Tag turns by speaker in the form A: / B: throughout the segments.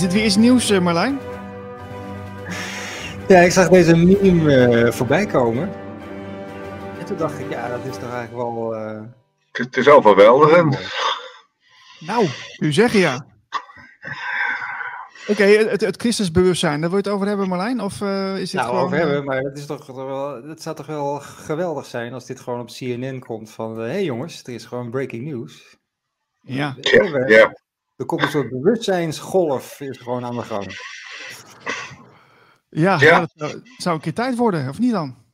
A: dit weer iets nieuws, Marlijn?
B: Ja, ik zag deze meme voorbij komen. En toen dacht ik, ja, dat is toch eigenlijk wel...
C: Het is overweldigend.
A: Nou, u zeggen ja. Oké, het Christusbewustzijn, daar wil je het over hebben, Marlijn? Of is dit gewoon...
B: over hebben, maar het zou toch wel geweldig zijn als dit gewoon op CNN komt van... hey jongens, er is gewoon breaking news.
A: Ja.
B: Er komt een soort bewustzijnsgolf, is gewoon aan de gang.
A: Ja, dat zou een keer tijd worden, of niet dan?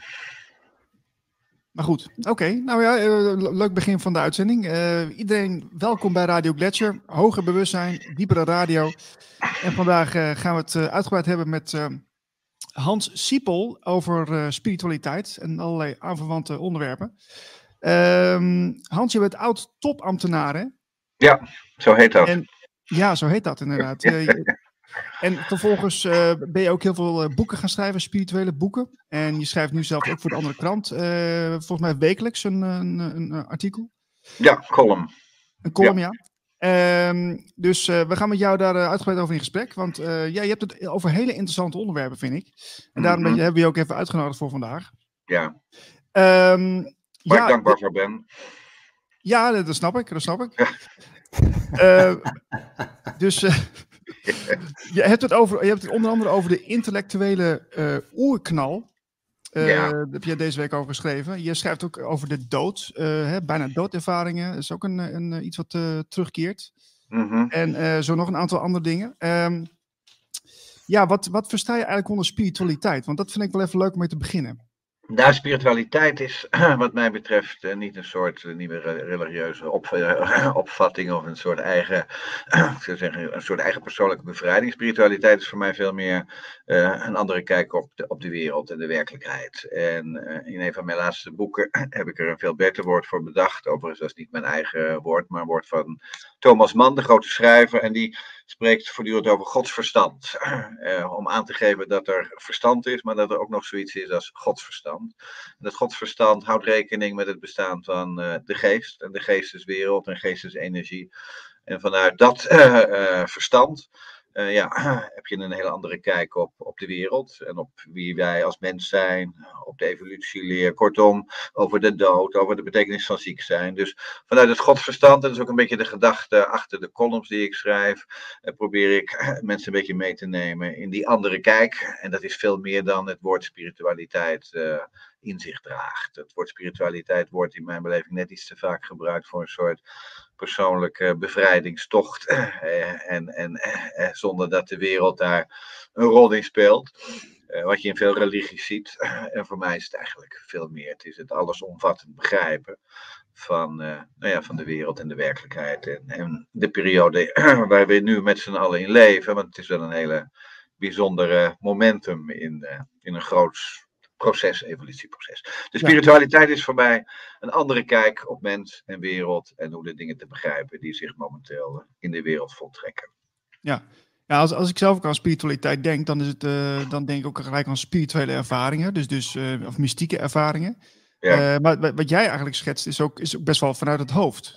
A: Maar goed, oké. Nou ja, leuk begin van de uitzending. Iedereen welkom bij Radio Gletscher. Hoger bewustzijn, diepere radio. En vandaag gaan we het uitgebreid hebben met Hans Siepel over spiritualiteit en allerlei aanverwante onderwerpen. Hans, je bent oud topambtenaar, hè?
C: Ja, zo heet dat.
A: Ja, zo heet dat inderdaad. En vervolgens ben je ook heel veel boeken gaan schrijven, spirituele boeken. En je schrijft nu zelf ook voor de andere krant, volgens mij wekelijks een artikel.
C: Ja, column.
A: Een column, ja. Dus we gaan met jou daar uitgebreid over in gesprek. Want je hebt het over hele interessante onderwerpen, vind ik. En daarom hebben we je ook even uitgenodigd voor vandaag.
C: Ja. Waar ik dankbaar voor ben.
A: Ja, dat snap ik. Dus... je hebt het onder andere over de intellectuele oerknal. Daar heb je deze week over geschreven. Je schrijft ook over de dood, bijna doodervaringen. Dat is ook iets wat terugkeert.
C: Mm-hmm.
A: En zo nog een aantal andere dingen. Wat versta je eigenlijk onder spiritualiteit? Want dat vind ik wel even leuk om mee te beginnen.
C: Nou, spiritualiteit is wat mij betreft niet een soort nieuwe religieuze opvatting of een soort eigen, een soort eigen persoonlijke bevrijding. Spiritualiteit is voor mij veel meer een andere kijk op de wereld en de werkelijkheid. En in een van mijn laatste boeken heb ik er een veel beter woord voor bedacht. Overigens was niet mijn eigen woord, maar een woord van Thomas Mann, de grote schrijver. En die spreekt voortdurend over godsverstand. Om aan te geven dat er verstand is, maar dat er ook nog zoiets is als godsverstand. En dat godsverstand houdt rekening met het bestaan van de geest en de geesteswereld en geestesenergie. En vanuit dat verstand heb je een hele andere kijk op de wereld en op wie wij als mens zijn, op de evolutieleer, kortom, over de dood, over de betekenis van ziek zijn. Dus vanuit het godsverstand, en dat is ook een beetje de gedachte achter de columns die ik schrijf, probeer ik mensen een beetje mee te nemen in die andere kijk. En dat is veel meer dan het woord spiritualiteit in zich draagt. Het woord spiritualiteit wordt in mijn beleving net iets te vaak gebruikt voor een soort persoonlijke bevrijdingstocht en zonder dat de wereld daar een rol in speelt. Wat je in veel religies ziet. En voor mij is het eigenlijk veel meer. Het is het allesomvattend begrijpen van de wereld en de werkelijkheid. En de periode waar we nu met z'n allen in leven. Want het is wel een hele bijzondere momentum in een groot evolutieproces. De spiritualiteit is voor mij een andere kijk op mens en wereld en hoe de dingen te begrijpen die zich momenteel in de wereld voltrekken.
A: Ja, als ik zelf ook aan spiritualiteit denk, dan denk ik ook gelijk aan spirituele ervaringen, of mystieke ervaringen.
C: Ja.
A: Maar wat jij eigenlijk schetst is ook best wel vanuit het hoofd.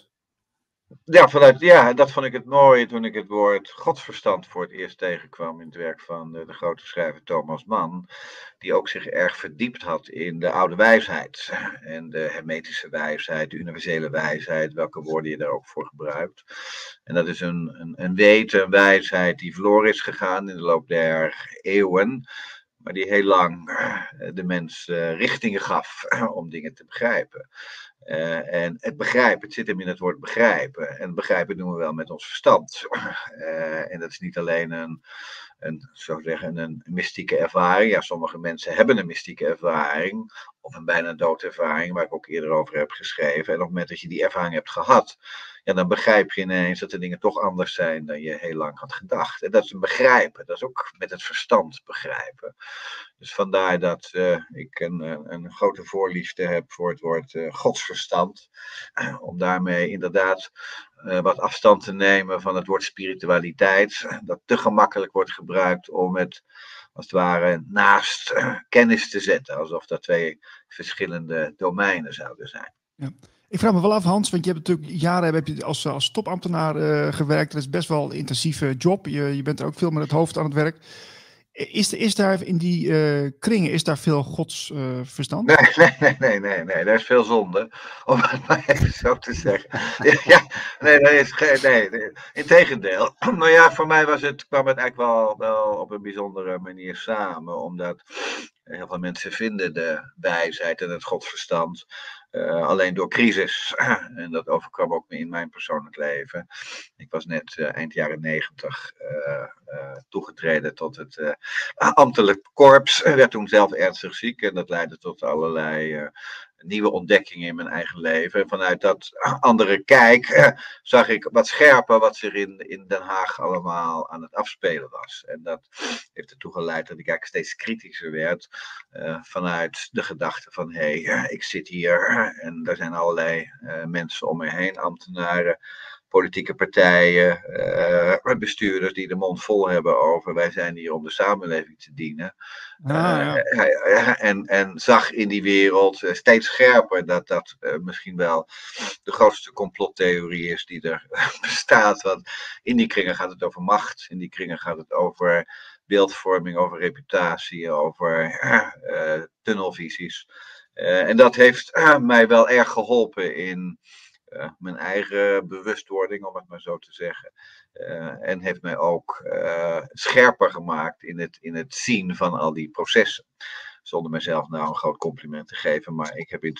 C: Ja, dat vond ik het mooie toen ik het woord godsverstand voor het eerst tegenkwam in het werk van de grote schrijver Thomas Mann, die ook zich erg verdiept had in de oude wijsheid en de hermetische wijsheid, de universele wijsheid, welke woorden je daar ook voor gebruikt. En dat is een weten, een wijsheid die verloren is gegaan in de loop der eeuwen, maar die heel lang de mens richtingen gaf om dingen te begrijpen. En het begrijpen, het zit hem in het woord begrijpen. En begrijpen doen we wel met ons verstand. En dat is niet alleen een mystieke ervaring. Ja, sommige mensen hebben een mystieke ervaring. Of een bijna doodervaring, waar ik ook eerder over heb geschreven. En op het moment dat je die ervaring hebt gehad, ja, dan begrijp je ineens dat de dingen toch anders zijn dan je heel lang had gedacht. En dat is een begrijpen. Dat is ook met het verstand begrijpen. Dus vandaar dat ik een grote voorliefde heb voor het woord godsverstand. Om daarmee inderdaad wat afstand te nemen van het woord spiritualiteit. Dat te gemakkelijk wordt gebruikt om het als het ware naast kennis te zetten. Alsof dat twee verschillende domeinen zouden zijn.
A: Ja. Ik vraag me wel af, Hans, want je hebt natuurlijk jaren heb je als topambtenaar gewerkt. Dat is best wel een intensieve job. Je bent er ook veel met het hoofd aan het werk. Is daar in die kringen, is daar veel godsverstand?
C: Nee, daar is veel zonde, om het maar even zo te zeggen. Ja, nee, integendeel. Nou ja, voor mij kwam het eigenlijk wel op een bijzondere manier samen, omdat heel veel mensen vinden de wijsheid en het godsverstand alleen door crisis. En dat overkwam ook me in mijn persoonlijk leven. Ik was net eind jaren 90 toegetreden tot het ambtelijk korps. Werd toen zelf ernstig ziek en dat leidde tot allerlei nieuwe ontdekkingen in mijn eigen leven. En vanuit dat andere kijk zag ik wat scherper wat zich in Den Haag allemaal aan het afspelen was. En dat heeft ertoe geleid dat ik eigenlijk steeds kritischer werd vanuit de gedachte van ik zit hier en er zijn allerlei mensen om me heen, ambtenaren, politieke partijen, bestuurders die de mond vol hebben over wij zijn hier om de samenleving te dienen. En zag in die wereld steeds scherper dat misschien wel de grootste complottheorie is die er bestaat. Want in die kringen gaat het over macht, in die kringen gaat het over beeldvorming, over reputatie, over tunnelvisies. En dat heeft mij wel erg geholpen in mijn eigen bewustwording, om het maar zo te zeggen. En heeft mij ook scherper gemaakt in het zien van al die processen. Zonder mezelf nou een groot compliment te geven, maar ik heb in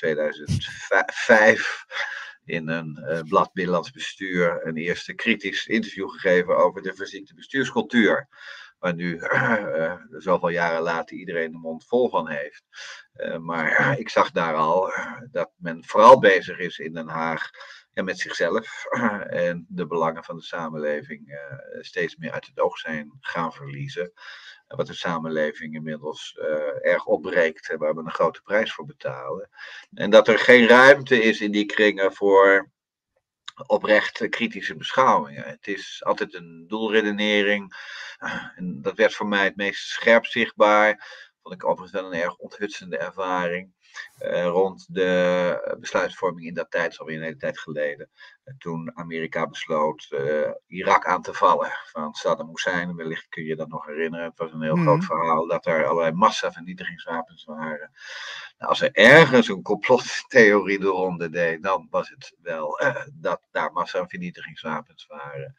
C: 2005 in een blad Binnenlands Bestuur een eerste kritisch interview gegeven over de verziekte bestuurscultuur. Waar nu zoveel jaren later iedereen de mond vol van heeft. Maar ik zag daar al dat men vooral bezig is in Den Haag met zichzelf en de belangen van de samenleving steeds meer uit het oog zijn gaan verliezen. Wat de samenleving inmiddels erg opbreekt en waar we een grote prijs voor betalen. En dat er geen ruimte is in die kringen voor oprecht kritische beschouwingen. Het is altijd een doelredenering. En dat werd voor mij het meest scherp zichtbaar. Vond ik overigens wel een erg onthutsende ervaring. Rond de besluitvorming in dat tijd, is alweer een hele tijd geleden. Toen Amerika besloot Irak aan te vallen van Saddam Hussein. Wellicht kun je dat nog herinneren. Het was een heel groot verhaal dat er allerlei massavernietigingswapens waren. Nou, als er ergens een complottheorie de ronde deed, dan was het wel dat daar massavernietigingswapens waren.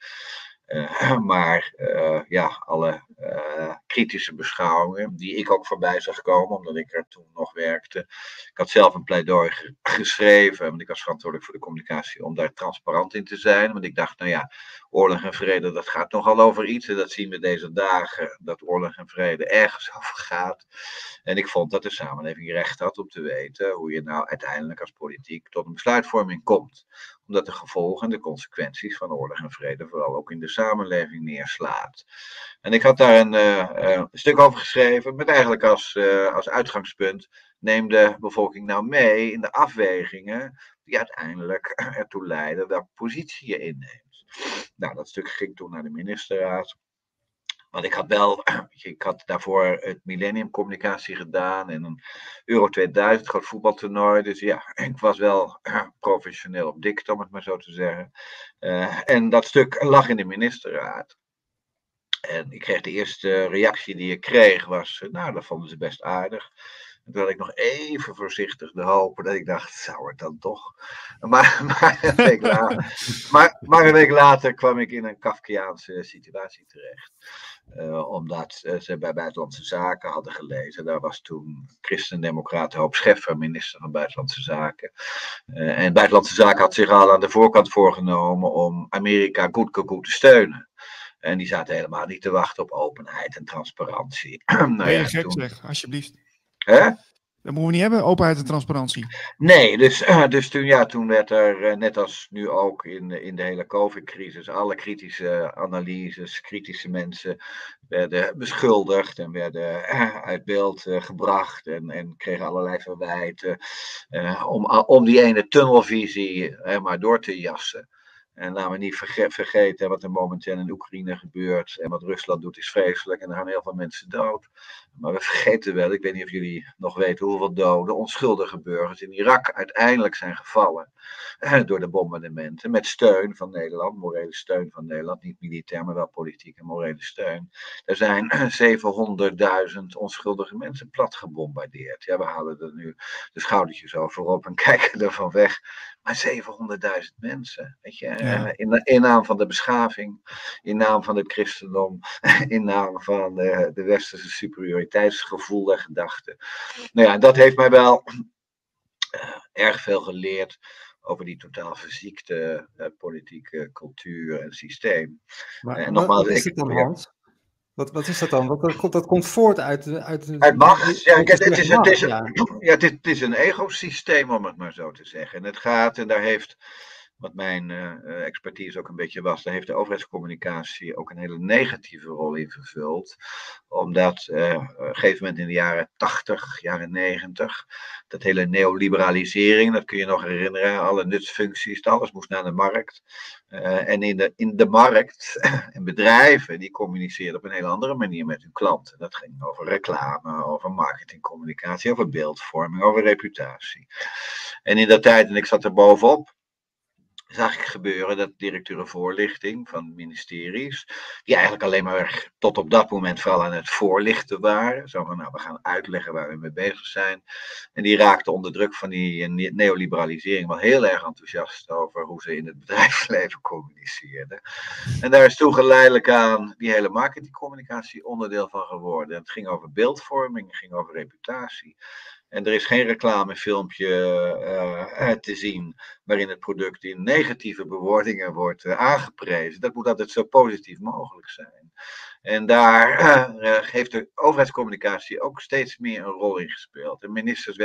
C: Maar alle kritische beschouwingen, die ik ook voorbij zag komen, omdat ik er toen nog werkte. Ik had zelf een pleidooi geschreven, want ik was verantwoordelijk voor de communicatie, om daar transparant in te zijn. Want ik dacht, oorlog en vrede, dat gaat nogal over iets. En dat zien we deze dagen, dat oorlog en vrede ergens over gaat. En ik vond dat de samenleving recht had om te weten hoe je nou uiteindelijk als politiek tot een besluitvorming komt. Omdat de gevolgen en de consequenties van oorlog en vrede vooral ook in de samenleving neerslaat. En ik had daar een stuk over geschreven met eigenlijk als uitgangspunt: neem de bevolking nou mee in de afwegingen die uiteindelijk ertoe leiden welke positie je inneemt. Nou, dat stuk ging toen naar de ministerraad. Want ik had daarvoor het Millennium Communicatie gedaan en een Euro 2000, groot voetbaltoernooi. Dus ja, ik was wel professioneel op dikte, om het maar zo te zeggen. En dat stuk lag in de ministerraad. En ik kreeg de eerste reactie die ik kreeg was, dat vonden ze best aardig. En toen had ik nog even voorzichtig de hoop dat ik dacht, zou het dan toch? Maar een week later kwam ik in een Kafkiaanse situatie terecht. Omdat ze bij Buitenlandse Zaken hadden gelezen. Daar was toen christendemocraat Hoop Scheffer minister van Buitenlandse Zaken. En Buitenlandse Zaken had zich al aan de voorkant voorgenomen om Amerika goed te steunen. En die zaten helemaal niet te wachten op openheid en transparantie.
A: Gek zeg, alsjeblieft.
C: Hè?
A: Dat moeten we niet hebben, openheid en transparantie.
C: Nee, dus toen werd er, net als nu ook in de hele COVID-crisis, alle kritische analyses, kritische mensen werden beschuldigd en werden uit beeld gebracht en kregen allerlei verwijten om die ene tunnelvisie maar door te jassen. En laten we niet vergeten wat er momenteel in Oekraïne gebeurt. En wat Rusland doet is vreselijk. En er gaan heel veel mensen dood. Maar we vergeten wel, ik weet niet of jullie nog weten hoeveel doden onschuldige burgers in Irak uiteindelijk zijn gevallen. Door de bombardementen. Met steun van Nederland, morele steun van Nederland. Niet militair, maar wel politiek en morele steun. Er zijn 700.000 onschuldige mensen plat gebombardeerd. Ja, we halen er nu de schoudertjes over op en kijken er van weg. Maar 700.000 mensen, weet je,
A: Ja.
C: in naam van de beschaving, in naam van het christendom, in naam van de westerse superioriteitsgevoel en gedachten. Nou ja, dat heeft mij wel erg veel geleerd over die totaal verziekte politieke cultuur en systeem.
B: Maar
C: Nogmaals,
B: wat is het dan, Hans? Wat is dat dan? Dat komt voort uit
C: macht. Ja,
B: het
C: is een egosysteem, om het maar zo te zeggen. En het gaat, en daar heeft, wat mijn expertise ook een beetje was, daar heeft de overheidscommunicatie ook een hele negatieve rol in vervuld. Omdat op een gegeven moment in de jaren 80, jaren 90, dat hele neoliberalisering, dat kun je nog herinneren, alle nutsfuncties, alles moest naar de markt. En in de markt en bedrijven die communiceerden op een hele andere manier met hun klanten. Dat ging over reclame, over marketingcommunicatie, over beeldvorming, over reputatie. En in dat tijd, en ik zat er bovenop, zag ik gebeuren dat directeuren voorlichting van ministeries, die eigenlijk alleen maar tot op dat moment vooral aan het voorlichten waren. Zo van, nou, we gaan uitleggen waar we mee bezig zijn. En die raakten onder druk van die neoliberalisering wel heel erg enthousiast over hoe ze in het bedrijfsleven communiceerden. En daar is toen geleidelijk aan die hele marketingcommunicatie onderdeel van geworden. Het ging over beeldvorming, het ging over reputatie. En er is geen reclamefilmpje te zien waarin het product in negatieve bewoordingen wordt aangeprezen. Dat moet altijd zo positief mogelijk zijn. En daar heeft de overheidscommunicatie ook steeds meer een rol in gespeeld. De ministers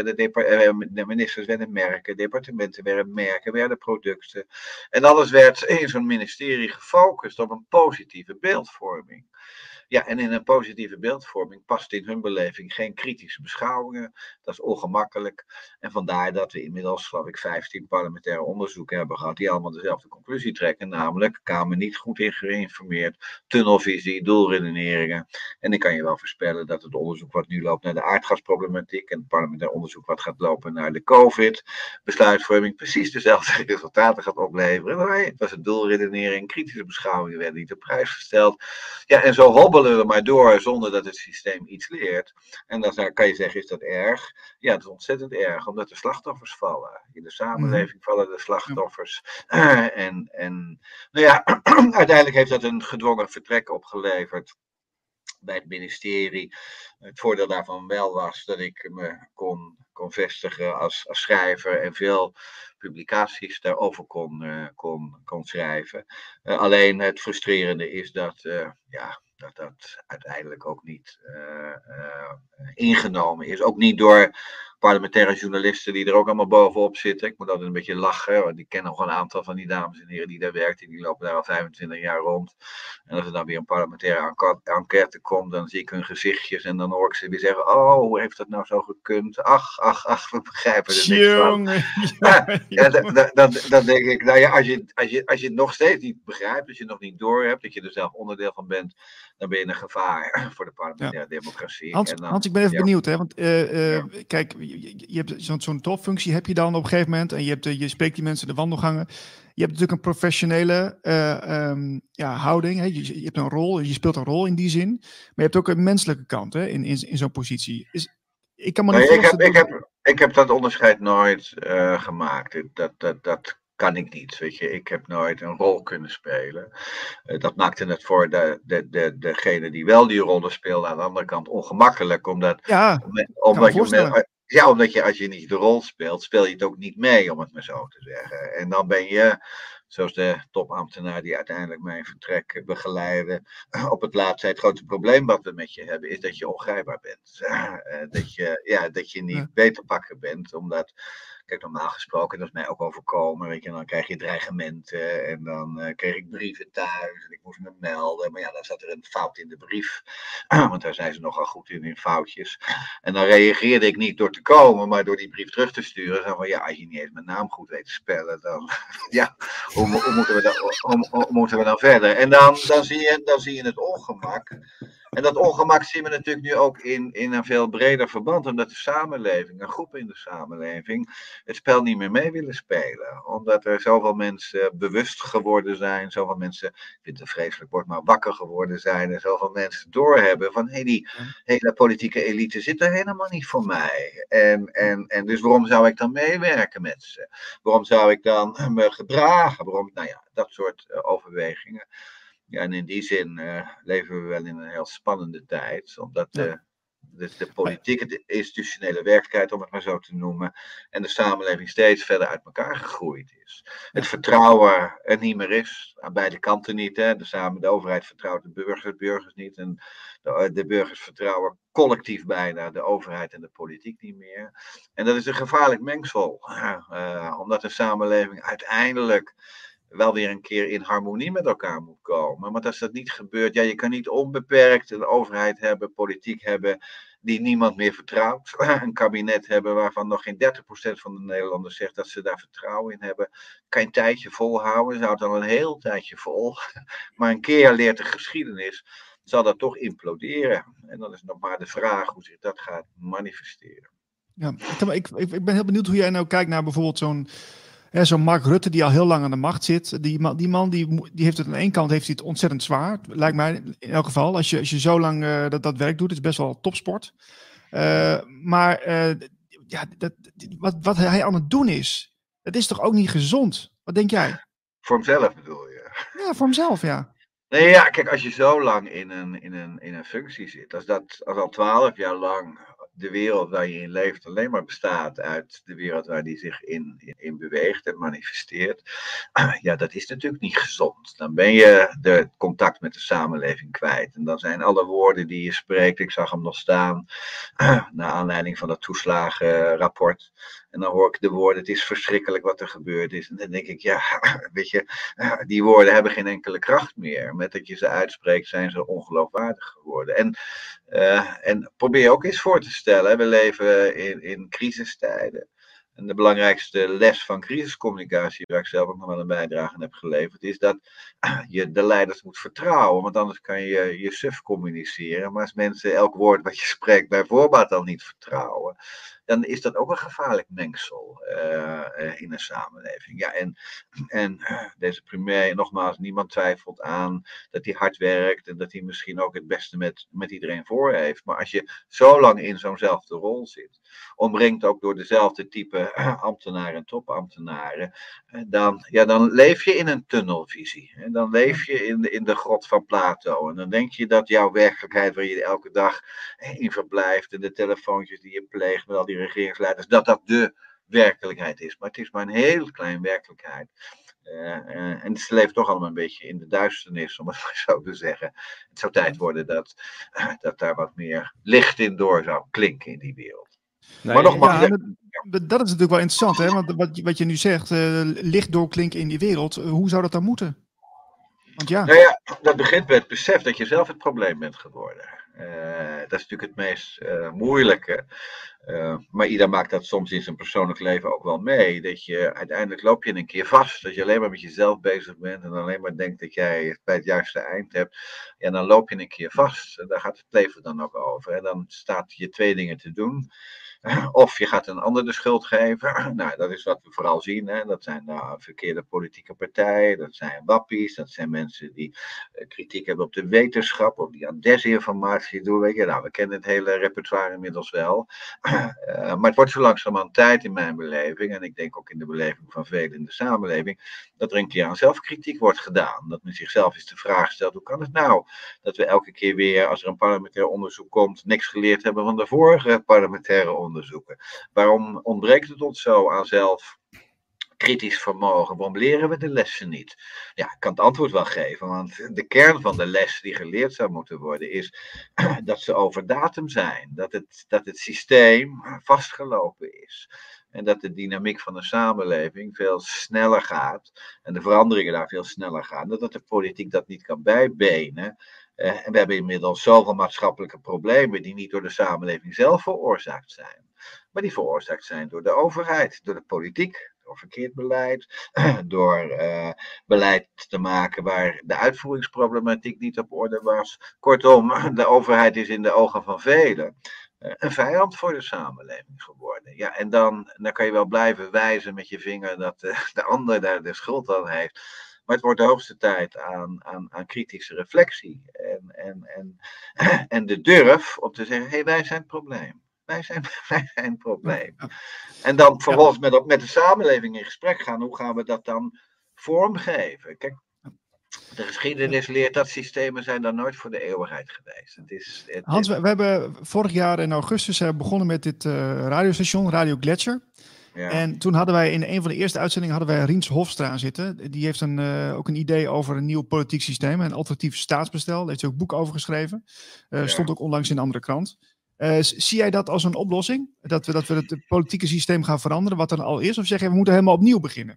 C: werden merken, departementen werden merken, werden producten. En alles werd in zo'n ministerie gefocust op een positieve beeldvorming. Ja, en in een positieve beeldvorming past in hun beleving geen kritische beschouwingen. Dat is ongemakkelijk. En vandaar dat we inmiddels, geloof ik, 15 parlementaire onderzoeken hebben gehad die allemaal dezelfde conclusie trekken. Namelijk, Kamer niet goed in geïnformeerd, tunnelvisie, doelredeneringen. En ik kan je wel voorspellen dat het onderzoek wat nu loopt naar de aardgasproblematiek en het parlementair onderzoek wat gaat lopen naar de COVID-besluitvorming precies dezelfde resultaten gaat opleveren. Het was een doelredenering, kritische beschouwingen werden niet op prijs gesteld. Ja, en zo hobbelen we maar door zonder dat het systeem iets leert. En dan kan je zeggen, is dat erg? Ja, dat is ontzettend erg, omdat de slachtoffers vallen. In de samenleving vallen de slachtoffers. En nou ja, uiteindelijk heeft dat een gedwongen vertrek opgeleverd bij het ministerie. Het voordeel daarvan wel was dat ik me kon vestigen als schrijver en veel publicaties daarover kon schrijven. Alleen het frustrerende is dat dat uiteindelijk ook niet ingenomen is. Ook niet door parlementaire journalisten die er ook allemaal bovenop zitten. Ik moet altijd een beetje lachen, want ik ken nog een aantal van die dames en heren die daar werken. Die lopen daar al 25 jaar rond. En als er dan weer een parlementaire enquête komt, dan zie ik hun gezichtjes en dan hoor ik ze weer zeggen, oh, hoe heeft dat nou zo gekund? Ach, we begrijpen er niks van. Dan denk ik, nou ja, als je het nog steeds niet begrijpt, als je het nog niet doorhebt, dat je er zelf onderdeel van bent, dan ben je een gevaar voor de parlementaire democratie.
A: Hans, ik ben even benieuwd, hè? Want kijk, je hebt zo'n topfunctie heb je dan op een gegeven moment en je spreekt die mensen de wandelgangen. Je hebt natuurlijk een professionele houding. Hè? Je hebt een rol, je speelt een rol in die zin. Maar je hebt ook een menselijke kant, hè, in zo'n positie. Ik kan me niet voorstellen...
C: Ik heb dat onderscheid nooit gemaakt. Dat kan ik niet, weet je. Ik heb nooit een rol kunnen spelen. Dat maakte het voor degene die wel die rollen speelde aan de andere kant ongemakkelijk. Omdat je als je niet de rol speelt, speel je het ook niet mee, om het maar zo te zeggen. En dan ben je, zoals de topambtenaar die uiteindelijk mijn vertrek begeleidde, op het laatst zei, het grote probleem wat we met je hebben, is dat je ongrijpbaar bent. Dat je niet beter pakken bent, omdat... Kijk, normaal gesproken, dat is mij ook overkomen, weet je, dan krijg je dreigementen en dan kreeg ik brieven thuis en ik moest me melden. Maar ja, dan zat er een fout in de brief, want daar zijn ze nogal goed in foutjes. En dan reageerde ik niet door te komen, maar door die brief terug te sturen. Zo van, ja, als je niet eens mijn naam goed weet te spellen, dan, ja, hoe moeten we dan verder? En dan zie je het ongemak. En dat ongemak zien we natuurlijk nu ook in een veel breder verband, omdat de samenleving, een groep in de samenleving, het spel niet meer mee willen spelen. Omdat er zoveel mensen bewust geworden zijn, zoveel mensen, ik vind het een vreselijk woord, maar wakker geworden zijn en zoveel mensen doorhebben van, die hele politieke elite zit er helemaal niet voor mij. En dus waarom zou ik dan meewerken met ze? Waarom zou ik dan me gedragen? Waarom, nou ja, dat soort overwegingen. Ja, en in die zin leven we wel in een heel spannende tijd, omdat de politiek, de institutionele werkelijkheid, om het maar zo te noemen, en de samenleving steeds verder uit elkaar gegroeid is. Het vertrouwen er niet meer is, aan beide kanten niet. Hè. De overheid vertrouwt de burgers niet, en de burgers vertrouwen collectief bijna de overheid en de politiek niet meer. En dat is een gevaarlijk mengsel, omdat de samenleving uiteindelijk wel weer een keer in harmonie met elkaar moet komen. Want als dat niet gebeurt, ja, je kan niet onbeperkt een overheid hebben, politiek hebben, die niemand meer vertrouwt. Een kabinet hebben waarvan nog geen 30% van de Nederlanders zegt dat ze daar vertrouwen in hebben. Kan je een tijdje volhouden, zou het dan een heel tijdje vol. Maar een keer leert de geschiedenis, zal dat toch imploderen. En dan is nog maar de vraag hoe zich dat gaat manifesteren.
A: Ja, ik ben heel benieuwd hoe jij nou kijkt naar bijvoorbeeld zo'n Mark Rutte die al heel lang aan de macht zit. Die man die heeft het aan één kant heeft hij het ontzettend zwaar. Lijkt mij in elk geval. Als je zo lang dat werk doet, is best wel topsport. Wat hij aan het doen is, dat is toch ook niet gezond? Wat denk jij?
C: Voor hemzelf bedoel je?
A: Ja, voor hemzelf, ja.
C: Nee, ja, kijk, als je zo lang in een functie zit, als al 12 jaar lang de wereld waar je in leeft alleen maar bestaat uit de wereld waar die zich in beweegt en manifesteert, ja, dat is natuurlijk niet gezond. Dan ben je de contact met de samenleving kwijt. En dan zijn alle woorden die je spreekt, ik zag hem nog staan, naar aanleiding van dat toeslagenrapport. En dan hoor ik de woorden, het is verschrikkelijk wat er gebeurd is. En dan denk ik, ja, weet je, die woorden hebben geen enkele kracht meer. Met dat je ze uitspreekt, zijn ze ongeloofwaardig geworden. En probeer je ook eens voor te stellen, we leven in crisistijden. En de belangrijkste les van crisiscommunicatie, waar ik zelf ook nog wel een bijdrage aan heb geleverd, is dat je de leiders moet vertrouwen, want anders kan je suf communiceren. Maar als mensen elk woord wat je spreekt bij voorbaat al niet vertrouwen, dan is dat ook een gevaarlijk mengsel in een samenleving. Ja, en deze premier, nogmaals, niemand twijfelt aan dat hij hard werkt en dat hij misschien ook het beste met iedereen voor heeft. Maar als je zo lang in zo'nzelfde rol zit, omringd ook door dezelfde type ambtenaren en topambtenaren, dan leef je in een tunnelvisie. En dan leef je in de grot van Plato. En dan denk je dat jouw werkelijkheid, waar je elke dag in verblijft, en de telefoontjes die je pleegt met al die regeringsleiders, dat de werkelijkheid is. Maar het is maar een heel klein werkelijkheid. En ze leven toch allemaal een beetje in de duisternis, om het maar zo te zeggen. Het zou tijd worden dat daar wat meer licht in door zou klinken in die wereld.
B: Nee,
C: maar nogmaals,
A: dat is natuurlijk wel interessant, hè? Want wat je nu zegt, licht doorklinken in die wereld, hoe zou dat dan moeten? Want ja.
C: Nou ja, dat begint met het besef dat je zelf het probleem bent geworden. Dat is natuurlijk het meest moeilijke. Maar ieder maakt dat soms in zijn persoonlijk leven ook wel mee. Dat je uiteindelijk loop je een keer vast. Dat je alleen maar met jezelf bezig bent. En alleen maar denkt dat jij het bij het juiste eind hebt. En dan loop je een keer vast. En daar gaat het leven dan ook over. En dan staat je twee dingen te doen. Of je gaat een ander de schuld geven. Nou, dat is wat we vooral zien. Hè. Dat zijn verkeerde politieke partijen. Dat zijn wappies. Dat zijn mensen die kritiek hebben op de wetenschap. Of die aan desinformatie doen. Weet je. Nou, we kennen het hele repertoire inmiddels wel. Maar het wordt zo langzamerhand tijd in mijn beleving. En ik denk ook in de beleving van velen in de samenleving. Dat er een keer aan zelfkritiek wordt gedaan. Dat men zichzelf eens de vraag stelt. Hoe kan het nou dat we elke keer weer, als er een parlementair onderzoek komt, niks geleerd hebben van de vorige parlementaire onderzoeken? Waarom ontbreekt het ons zo aan kritisch vermogen? Waarom leren we de lessen niet? Ja, ik kan het antwoord wel geven, want de kern van de les die geleerd zou moeten worden is dat ze over datum zijn. Dat het systeem vastgelopen is. En dat de dynamiek van de samenleving veel sneller gaat. En de veranderingen daar veel sneller gaan. Dat de politiek dat niet kan bijbenen. En we hebben inmiddels zoveel maatschappelijke problemen die niet door de samenleving zelf veroorzaakt zijn. Maar die veroorzaakt zijn door de overheid, door de politiek, door verkeerd beleid, door beleid te maken waar de uitvoeringsproblematiek niet op orde was. Kortom, de overheid is in de ogen van velen een vijand voor de samenleving geworden. Ja, en dan kan je wel blijven wijzen met je vinger dat de ander daar de schuld aan heeft. Maar het wordt de hoogste tijd aan kritische reflectie. En de durf om te zeggen, hey, wij zijn het probleem. Wij zijn het probleem. En dan vervolgens met de samenleving in gesprek gaan. Hoe gaan we dat dan vormgeven? Kijk, de geschiedenis leert dat systemen zijn dan nooit voor de eeuwigheid geweest.
A: Hans, we hebben vorig jaar in augustus begonnen met dit radiostation, Radio Gletscher. Ja. En toen hadden wij in een van de eerste uitzendingen Riens Hofstra zitten. Die heeft ook een idee over een nieuw politiek systeem, een alternatief staatsbestel. Daar heeft hij ook een boek over geschreven. Stond ook onlangs in een andere krant. Zie jij dat als een oplossing? Dat we het politieke systeem gaan veranderen, wat er al is? Of zeg je, we moeten helemaal opnieuw beginnen?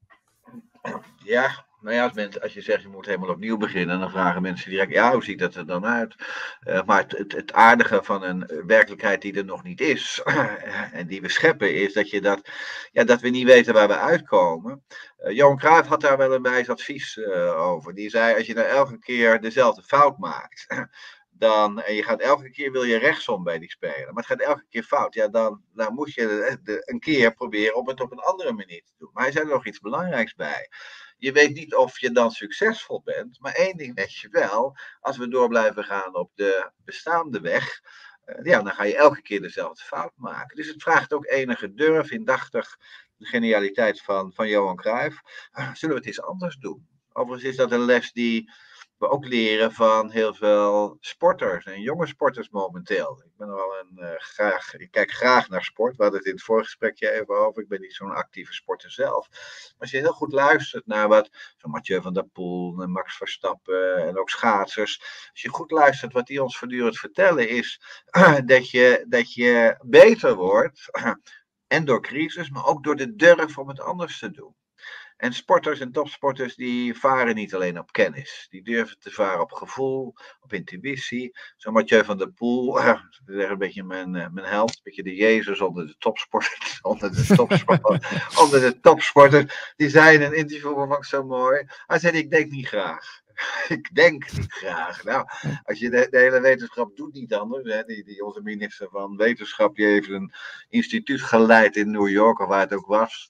C: Ja, nou ja, als je zegt je moet helemaal opnieuw beginnen, dan vragen mensen direct, ja, hoe ziet dat er dan uit? Maar het aardige van een werkelijkheid die er nog niet is, en die we scheppen, is dat we niet weten waar we uitkomen. Johan Cruijff had daar wel een wijs advies over. Die zei, als je nou elke keer dezelfde fout maakt, en je gaat elke keer wil je rechtsom bij die speler, maar het gaat elke keer fout. Ja, dan moet je een keer proberen om het op een andere manier te doen. Maar hij zei er nog iets belangrijks bij. Je weet niet of je dan succesvol bent, maar één ding weet je wel. Als we door blijven gaan op de bestaande weg, dan ga je elke keer dezelfde fout maken. Dus het vraagt ook enige durf, indachtig de genialiteit van Johan Cruijff. Zullen we het eens anders doen? Overigens is dat een les die we ook leren van heel veel sporters en jonge sporters momenteel. Ik kijk graag naar sport. We hadden het in het voorgesprekje even over. Ik ben niet zo'n actieve sporter zelf. Maar als je heel goed luistert naar wat zo'n Mathieu van der Poel en Max Verstappen en ook schaatsers. Als je goed luistert wat die ons voortdurend vertellen is dat je beter wordt. En door crisis, maar ook door de durf om het anders te doen. En sporters en topsporters die varen niet alleen op kennis. Die durven te varen op gevoel, op intuïtie. Zo Mathieu van der Poel, dat is een beetje mijn held. Een beetje de Jezus onder de topsporters. Onder de topsporters. Die zei in een interview, vond ik zo mooi. Hij zei, ik denk niet graag. Ik denk niet graag. Nou, als je de hele wetenschap doet niet anders. Hè, onze minister van Wetenschap, die heeft een instituut geleid in New York, of waar het ook was.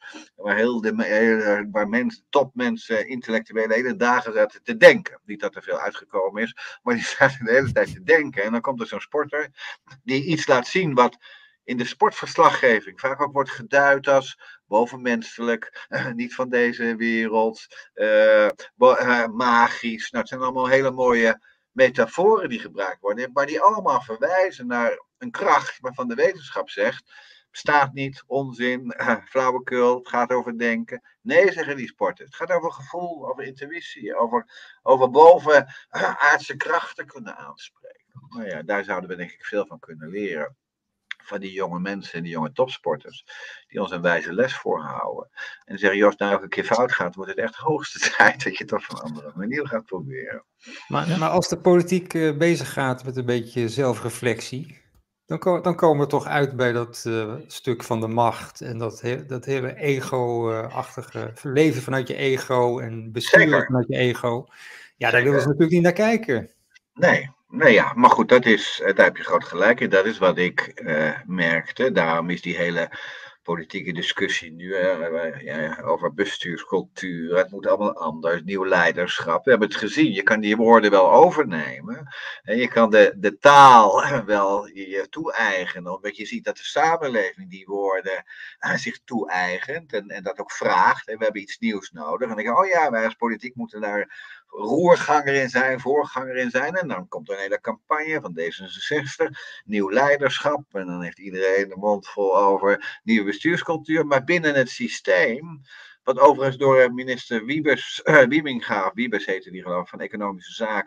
C: Waar topmensen, intellectuele hele dagen zaten te denken. Niet dat er veel uitgekomen is, maar die zaten de hele tijd te denken. En dan komt er zo'n sporter die iets laat zien wat in de sportverslaggeving vaak ook wordt geduid als bovenmenselijk, niet van deze wereld, magisch. Nou, het zijn allemaal hele mooie metaforen die gebruikt worden, maar die allemaal verwijzen naar een kracht waarvan de wetenschap zegt, bestaat niet, onzin, flauwekul, het gaat over denken. Nee, zeggen die sporters. Het gaat over gevoel, over intuïtie, over bovenaardse krachten kunnen aanspreken. Nou ja, daar zouden we denk ik veel van kunnen leren. Van die jonge mensen en die jonge topsporters, die ons een wijze les voorhouden. En zeggen, Jos, nou elke keer fout gaat, wordt het echt hoogste tijd dat je het op een andere manier gaat proberen.
B: Maar als de politiek bezig gaat met een beetje zelfreflectie, dan komen we toch uit bij dat stuk van de macht en dat hele ego-achtige leven vanuit je ego en besturen vanuit je ego. Ja, daar willen ze natuurlijk niet naar kijken.
C: Nee. Nou ja, maar goed, daar heb je groot gelijk in. Dat is wat ik merkte. Daarom is die hele politieke discussie nu over bestuurscultuur. Het moet allemaal anders, nieuw leiderschap. We hebben het gezien, je kan die woorden wel overnemen. En je kan de taal wel je toe-eigenen. Omdat je ziet dat de samenleving die woorden zich toe-eigent en dat ook vraagt. En we hebben iets nieuws nodig. En dan denk ik, wij als politiek moeten daar roerganger in zijn, voorganger in zijn. En dan komt er een hele campagne van D66, nieuw leiderschap. En dan heeft iedereen de mond vol over nieuwe bestuurscultuur. Maar binnen het systeem, wat overigens door minister Wiebes heette die geloof ik, van Economische Zaken,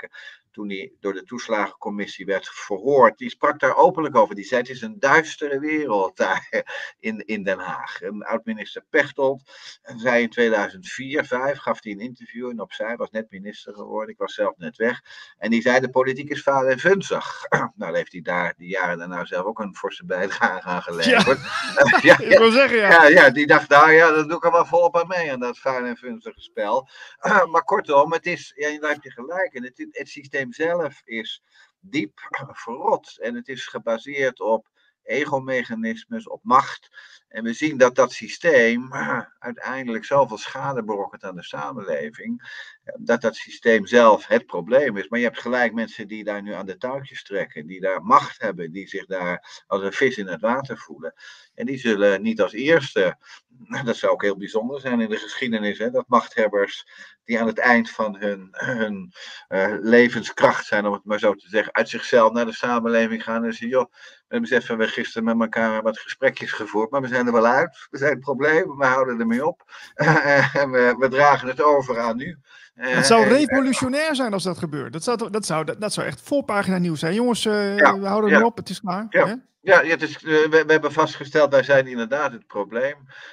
C: toen hij door de toeslagencommissie werd verhoord, die sprak daar openlijk over. Die zei, het is een duistere wereld daar in Den Haag. En oud-minister Pechtold zei in 2004, 2005, gaf hij een interview en opzij, was net minister geworden, ik was zelf net weg. En die zei, de politiek is vaal en vunzig. Nou heeft hij daar die jaren daarna zelf ook een forse bijdrage aan geleverd.
A: Ik wil zeggen,
C: ja, die dacht, nou ja, dat doe ik er wel volop aan mee, aan dat vuil en vunzige spel. Maar kortom, het is, ja, daar heb je gelijk. En het systeem zelf is diep verrot. En het is gebaseerd op egomechanismes, op macht. En we zien dat dat systeem uiteindelijk zoveel schade berokkent aan de samenleving, dat dat systeem zelf het probleem is. Maar je hebt gelijk mensen die daar nu aan de touwtjes trekken, die daar macht hebben, die zich daar als een vis in het water voelen. En die zullen niet als eerste, dat zou ook heel bijzonder zijn in de geschiedenis, hè, dat machthebbers die aan het eind van hun levenskracht zijn, om het maar zo te zeggen, uit zichzelf naar de samenleving gaan en zeggen, joh, we beseffen, we gisteren met elkaar wat gesprekjes gevoerd, maar we zijn er wel uit. We zijn het probleem, we houden ermee op. En we dragen het over aan u.
A: Het zou revolutionair zijn als dat gebeurt. Dat zou echt voorpagina nieuws zijn. Jongens, we houden ermee op, het is klaar.
C: Ja.
A: Hè?
C: Ja, het is, we hebben vastgesteld, wij zijn inderdaad het probleem.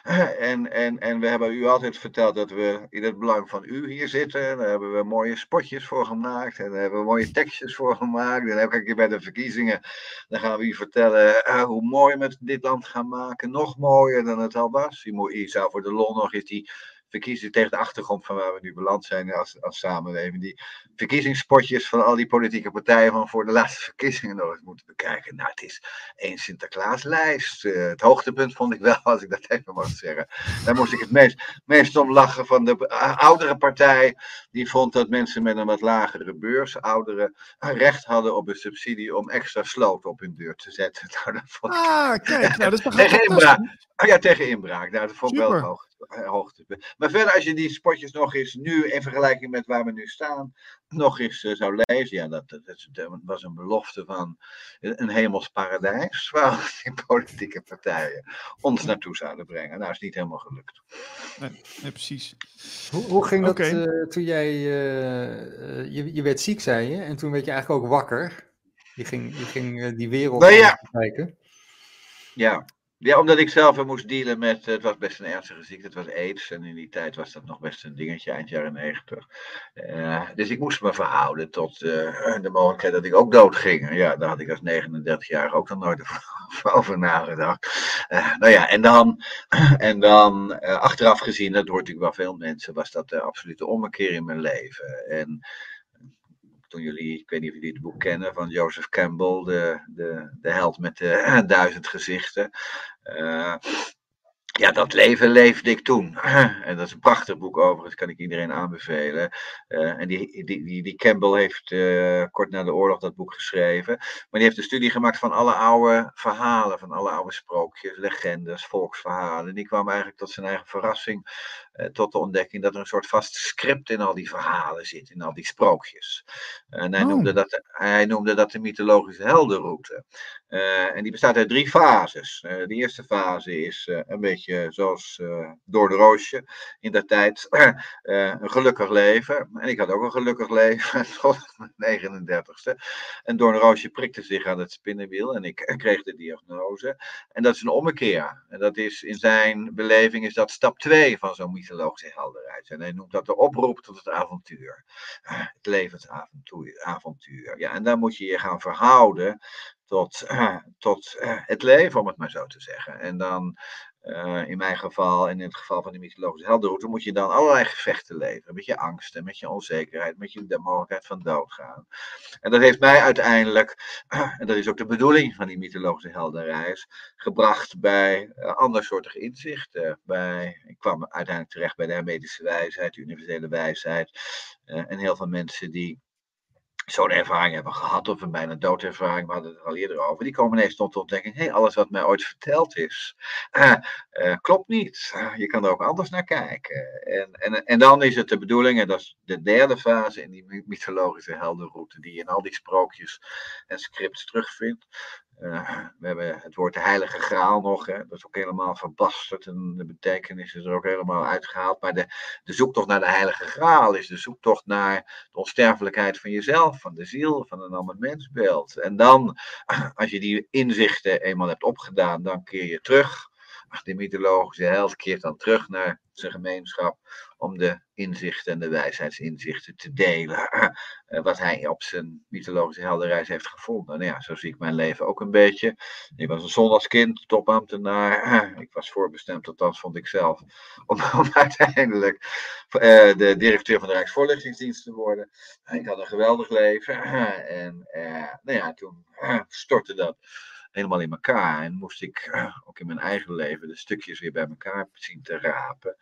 C: En we hebben u altijd verteld dat we in het belang van u hier zitten. Daar hebben we mooie spotjes voor gemaakt. En daar hebben we mooie tekstjes voor gemaakt. En elke keer bij de verkiezingen, dan gaan we u vertellen hoe mooi we het dit land gaan maken. Nog mooier dan het al was. Je zou voor de lol nog eens die verkiezingen tegen de achtergrond van waar we nu beland zijn als samenleving. Die verkiezingspotjes van al die politieke partijen van voor de laatste verkiezingen nog eens moeten bekijken. Nou, het is één Sinterklaaslijst. Het hoogtepunt vond ik wel, als ik dat even mag zeggen. Daar moest ik het meest om lachen van de oudere partij. Die vond dat mensen met een wat lagere beurs, ouderen, recht hadden op een subsidie om extra sloten op hun deur te zetten. Nou, dat vond ik...
A: kijk, nou, dat is toch
C: tegen inbraak. Ja, tegen inbraak. Nou, dat vond ik wel
A: Super.
C: het hoogtepunt. Maar verder, als je die spotjes nog eens nu, in vergelijking met waar we nu staan, nog eens zou lezen. Ja, dat was een belofte van een hemels paradijs, waar die politieke partijen ons naartoe zouden brengen. Nou, is niet helemaal gelukt.
A: Nee, precies.
B: Hoe ging dat toen jij, je werd ziek, zei je, en toen werd je eigenlijk ook wakker. Je ging die wereld kijken.
C: Ja, omdat ik zelf moest dealen met, het was best een ernstige ziekte, het was AIDS. En in die tijd was dat nog best een dingetje, eind jaren 90. Dus ik moest me verhouden tot de mogelijkheid dat ik ook dood ging. Ja, daar had ik als 39-jarige ook nog nooit over nagedacht. Nou ja, en dan achteraf gezien, dat hoort natuurlijk wel veel mensen, was dat de absolute ommekeer in mijn leven. En toen jullie, ik weet niet of jullie het boek kennen, van Joseph Campbell, de held met de 1000 gezichten. Ja, dat leven leefde ik toen. En dat is een prachtig boek overigens, kan ik iedereen aanbevelen. En die Campbell heeft kort na de oorlog dat boek geschreven. Maar die heeft een studie gemaakt van alle oude verhalen, van alle oude sprookjes, legendes, volksverhalen. En die kwam eigenlijk tot zijn eigen verrassing tot de ontdekking dat er een soort vast script in al die verhalen zit, in al die sprookjes. En hij noemde dat de mythologische heldenroute. En die bestaat uit 3 fases. De eerste fase is een beetje zoals Doornroosje in dat tijd. Een gelukkig leven. En ik had ook een gelukkig leven tot mijn 39ste. En Doornroosje prikte zich aan het spinnenwiel en ik kreeg de diagnose. En dat is een ommekeer. En dat is in zijn beleving is dat stap 2 van zo'n mythologische heldenreis. En hij noemt dat de oproep tot het avontuur. Het levensavontuur. Ja, en daar moet je je gaan verhouden tot het leven, om het maar zo te zeggen. En dan, in mijn geval en in het geval van de mythologische heldenroute, moet je dan allerlei gevechten leveren. Met je angsten, met je onzekerheid, met de mogelijkheid van doodgaan. En dat heeft mij uiteindelijk, en dat is ook de bedoeling van die mythologische heldenreis, gebracht bij andersoortige inzichten. Ik kwam uiteindelijk terecht bij de hermetische wijsheid, de universele wijsheid. En heel veel mensen die zo'n ervaring hebben gehad, of een bijna doodervaring, we hadden het er al eerder over, die komen ineens tot de ontdekking, alles wat mij ooit verteld is, klopt niet. Je kan er ook anders naar kijken. En dan is het de bedoeling, en dat is de derde fase in die mythologische heldenroute, die je in al die sprookjes en scripts terugvindt, We hebben het woord de Heilige Graal nog. Hè? Dat is ook helemaal verbasterd. En de betekenis is er ook helemaal uitgehaald. Maar de zoektocht naar de Heilige Graal is de zoektocht naar de onsterfelijkheid van jezelf, van de ziel, van een ander mensbeeld. En dan, als je die inzichten eenmaal hebt opgedaan, dan keer je terug. De mythologische held keert dan terug naar zijn gemeenschap om de inzichten en de wijsheidsinzichten te delen. Wat hij op zijn mythologische heldenreis heeft gevonden. Nou ja, zo zie ik mijn leven ook een beetje. Ik was een zondagskind, topambtenaar. Ik was voorbestemd, althans vond ik zelf, om uiteindelijk de directeur van de Rijksvoorlichtingsdienst te worden. Ik had een geweldig leven. En nou ja, toen stortte dat helemaal in elkaar. En moest ik ook in mijn eigen leven de stukjes weer bij elkaar zien te rapen.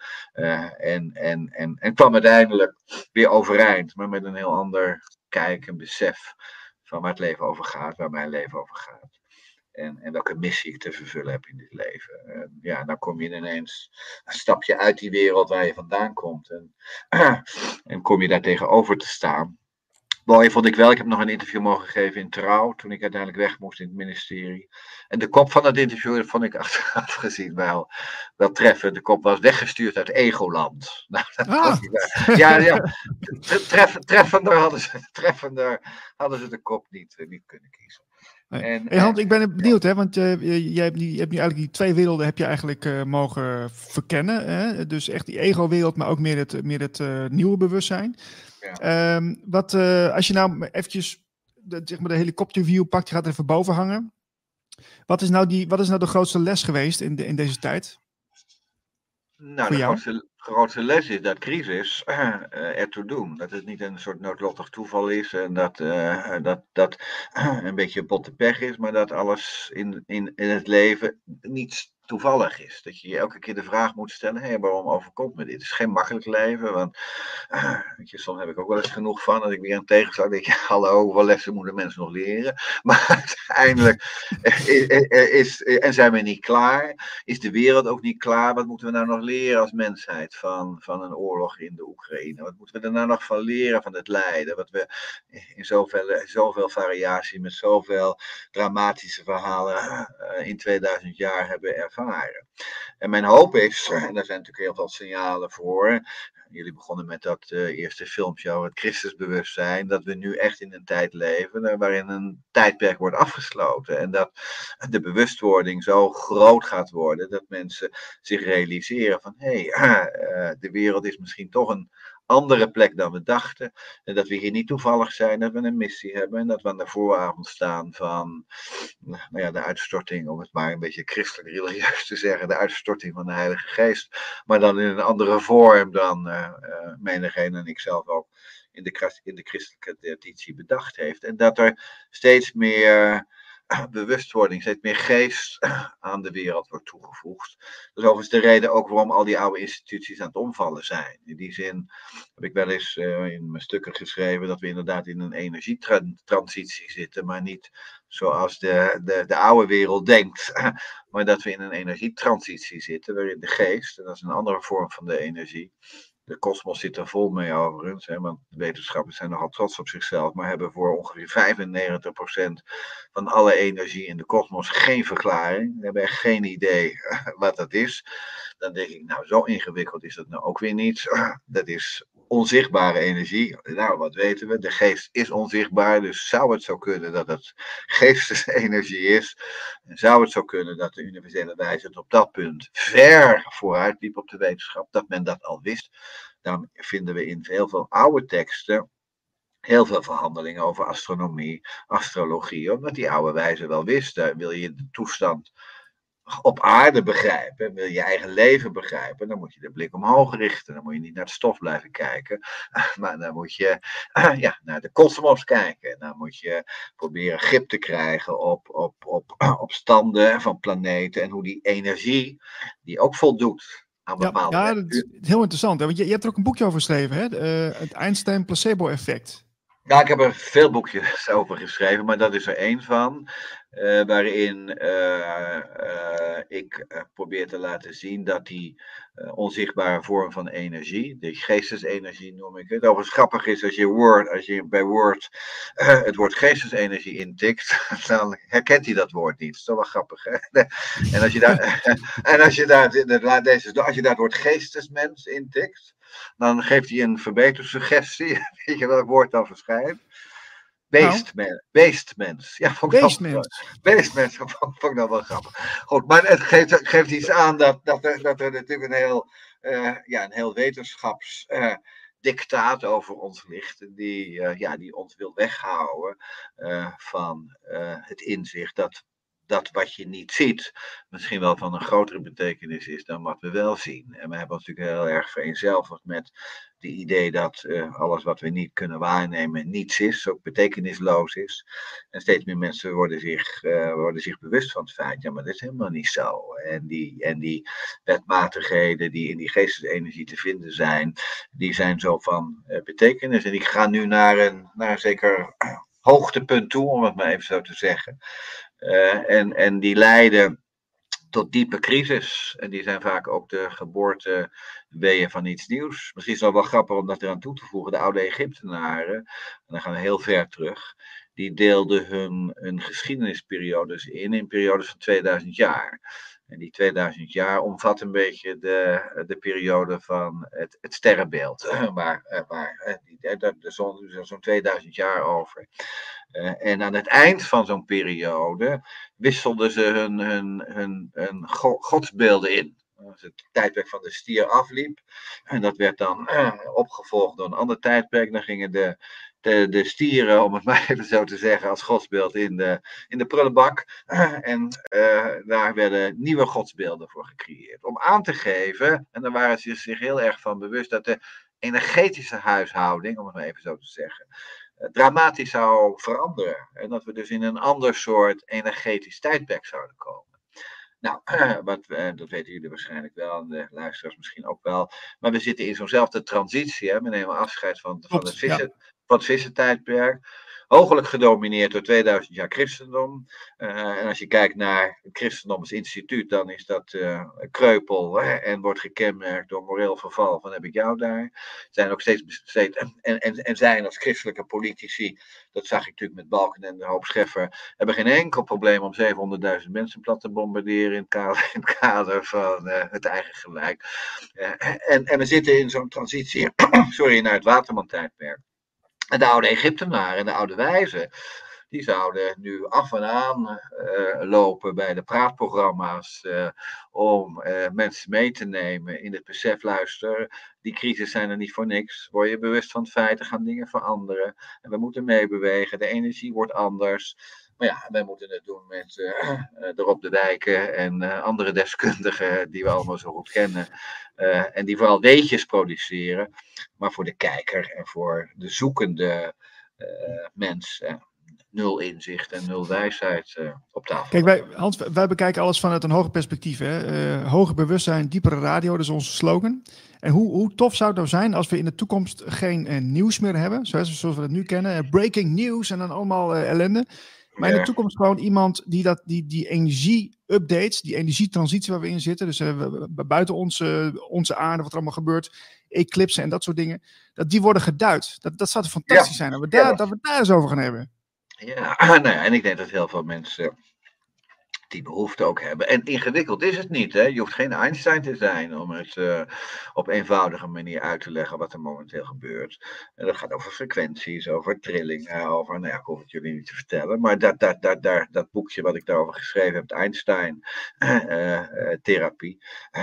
C: En kwam uiteindelijk weer overeind, maar met een heel ander kijk en besef van waar het leven over gaat, waar mijn leven over gaat. En welke missie ik te vervullen heb in dit leven. Ja, dan kom je ineens een stapje uit die wereld waar je vandaan komt. En kom je daar tegenover te staan. Mooi vond ik wel, ik heb nog een interview mogen geven in Trouw, toen ik uiteindelijk weg moest in het ministerie. En de kop van het interview, dat vond ik achteraf gezien wel treffend. De kop was weggestuurd uit Egoland. Nou, dat was ja, treffender hadden ze de kop niet kunnen kiezen.
A: Hey Hans, ik ben benieuwd, hè, want je hebt nu eigenlijk die twee werelden heb je eigenlijk mogen verkennen. Hè? Dus echt die ego-wereld, maar ook meer het nieuwe bewustzijn. Ja. Als je nou eventjes zeg maar de helikopterview pakt, je gaat er even boven hangen. Wat is nou de grootste les geweest in deze tijd?
C: Nou, de grootste les is dat crisis ertoe doen. Dat het niet een soort noodlottig toeval is en dat een beetje botte pech is, maar dat alles in het leven niet toevallig is. Dat je elke keer de vraag moet stellen, hey, waarom overkomt me dit? Het is geen makkelijk leven, want weet je, soms heb ik ook wel eens genoeg van, dat ik weer een tegenslag denk, hallo, hoeveel lessen moeten mensen nog leren? Maar uiteindelijk zijn we niet klaar, is de wereld ook niet klaar, wat moeten we nou nog leren als mensheid van een oorlog in de Oekraïne? Wat moeten we er nou nog van leren van het lijden? Wat we in zoveel variatie, met zoveel dramatische verhalen in 2000 jaar hebben ervaren. En mijn hoop is, en daar zijn natuurlijk heel veel signalen voor. Jullie begonnen met dat eerste filmpje over het Christusbewustzijn. Dat we nu echt in een tijd leven waarin een tijdperk wordt afgesloten. En dat de bewustwording zo groot gaat worden dat mensen zich realiseren van de wereld is misschien toch een andere plek dan we dachten. En dat we hier niet toevallig zijn, dat we een missie hebben. En dat we aan de vooravond staan van de uitstorting, om het maar een beetje christelijk religieus te zeggen, de uitstorting van de Heilige Geest. Maar dan in een andere vorm dan menigeen en ik zelf ook in de christelijke traditie bedacht heeft. En dat er steeds meer bewustwording, steeds meer geest aan de wereld wordt toegevoegd. Dat is overigens de reden ook waarom al die oude instituties aan het omvallen zijn. In die zin heb ik wel eens in mijn stukken geschreven dat we inderdaad in een energietransitie zitten, maar niet zoals de oude wereld denkt, maar dat we in een energietransitie zitten, waarin de geest, en dat is een andere vorm van de energie, de kosmos zit er vol mee overigens, want de wetenschappers zijn nogal trots op zichzelf, maar hebben voor ongeveer 95% van alle energie in de kosmos geen verklaring. We hebben echt geen idee wat dat is. Dan denk ik, nou zo ingewikkeld is dat nou ook weer niet. Dat is onzichtbare energie. Nou, wat weten we? De geest is onzichtbaar, dus zou het zo kunnen dat het geestesenergie is? En zou het zo kunnen dat de universele wijsheid op dat punt ver vooruit liep op de wetenschap, dat men dat al wist? Dan vinden we in heel veel oude teksten heel veel verhandelingen over astronomie, astrologie, omdat die oude wijzen wel wisten. Wil je de toestand op aarde begrijpen, wil je eigen leven begrijpen, dan moet je de blik omhoog richten. Dan moet je niet naar het stof blijven kijken, maar dan moet je naar de kosmos kijken. Dan moet je proberen grip te krijgen op standen van planeten en hoe die energie, die ook voldoet aan bepaalde...
A: Ja, dat is heel interessant. Hè? Want je hebt er ook een boekje over geschreven, hè? Het Einstein placebo-effect.
C: Ja, ik heb er veel boekjes over geschreven, maar dat is er één van. Waarin ik probeer te laten zien dat die onzichtbare vorm van energie, de geestesenergie noem ik het. Overigens grappig is als je bij Word het woord geestesenergie intikt, dan herkent hij dat woord niet. Dat is toch wel grappig, hè? En als je als je daar het woord geestesmens intikt, dan geeft hij een verbetersuggestie. Weet je welk woord dan verschijnt? Beestmens. Ja, vond ik wel
A: Beestmens.
C: Beestmens vond ik dan wel grappig. Goed, maar het geeft iets aan dat er natuurlijk een heel wetenschapsdictaat over ons ligt, die ons wil weghouden van het inzicht dat wat je niet ziet misschien wel van een grotere betekenis is dan wat we wel zien. En we hebben ons natuurlijk heel erg vereenzelvigd met het idee dat alles wat we niet kunnen waarnemen niets is, ook betekenisloos is. En steeds meer mensen worden zich bewust van het feit, ja, maar dat is helemaal niet zo. En die wetmatigheden die in die geestesenergie te vinden zijn, die zijn zo van betekenis. En ik ga nu naar een zeker hoogtepunt toe, om het maar even zo te zeggen. En die leiden tot diepe crisis. En die zijn vaak ook de geboorteweeën van iets nieuws. Misschien is het wel grappig om dat eraan toe te voegen. De oude Egyptenaren, en dan gaan we heel ver terug, die deelden hun geschiedenisperiodes in periodes van 2000 jaar. En die 2000 jaar omvat een beetje de periode van het sterrenbeeld. De zon is er zo'n 2000 jaar over. En aan het eind van zo'n periode wisselden ze hun godsbeelden in. Als het tijdperk van de stier afliep, en dat werd dan opgevolgd door een ander tijdperk, dan gingen de stieren, om het maar even zo te zeggen, als godsbeeld in de prullenbak. En daar werden nieuwe godsbeelden voor gecreëerd. Om aan te geven, en daar waren ze zich heel erg van bewust, dat de energetische huishouding, om het maar even zo te zeggen, dramatisch zou veranderen. En dat we dus in een ander soort energetisch tijdperk zouden komen. Nou, dat weten jullie waarschijnlijk wel, en de luisteraars misschien ook wel. Maar we zitten in zo'nzelfde transitie. Hè? We nemen afscheid van het vissentijdperk. Hoogelijk gedomineerd door 2000 jaar christendom. En als je kijkt naar het christendom als instituut, dan is dat kreupel en wordt gekenmerkt door moreel verval. Van heb ik jou daar? Zijn ook steeds en zijn als christelijke politici, dat zag ik natuurlijk met Balken en de hoop Scheffer, hebben geen enkel probleem om 700.000 mensen plat te bombarderen in het kader van het eigen gelijk. En we zitten in zo'n transitie naar het Waterman-tijdperk. En de oude Egyptenaren en de oude wijzen, die zouden nu af en aan lopen bij de praatprogramma's om mensen mee te nemen in het besef, luister, die crisis zijn er niet voor niks. Word je bewust van het feit, er gaan dingen veranderen. En we moeten meebewegen, de energie wordt anders. Maar ja, wij moeten het doen met Rob de Wijken en andere deskundigen die we allemaal zo goed kennen. En die vooral weetjes produceren, maar voor de kijker en voor de zoekende mens nul inzicht en nul wijsheid op tafel.
A: Kijk, wij bekijken alles vanuit een hoger perspectief. Hè? Hoger bewustzijn, diepere radio, dat is onze slogan. En hoe tof zou het nou zijn als we in de toekomst geen nieuws meer hebben, zoals we het nu kennen. Breaking news en dan allemaal ellende. Maar in de toekomst gewoon iemand die energie-updates, die energietransitie waar we in zitten, dus buiten onze aarde, wat er allemaal gebeurt, eclipsen en dat soort dingen, dat die worden geduid. Dat zou fantastisch zijn, dat we daar eens over gaan hebben.
C: Ja, nou ja, en ik denk dat heel veel mensen die behoefte ook hebben. En ingewikkeld is het niet, hè? Je hoeft geen Einstein te zijn om het op eenvoudige manier uit te leggen wat er momenteel gebeurt. En dat gaat over frequenties, over trillingen, over, nou ja, ik hoef het jullie niet te vertellen, maar dat boekje wat ik daarover geschreven heb, Einstein therapie,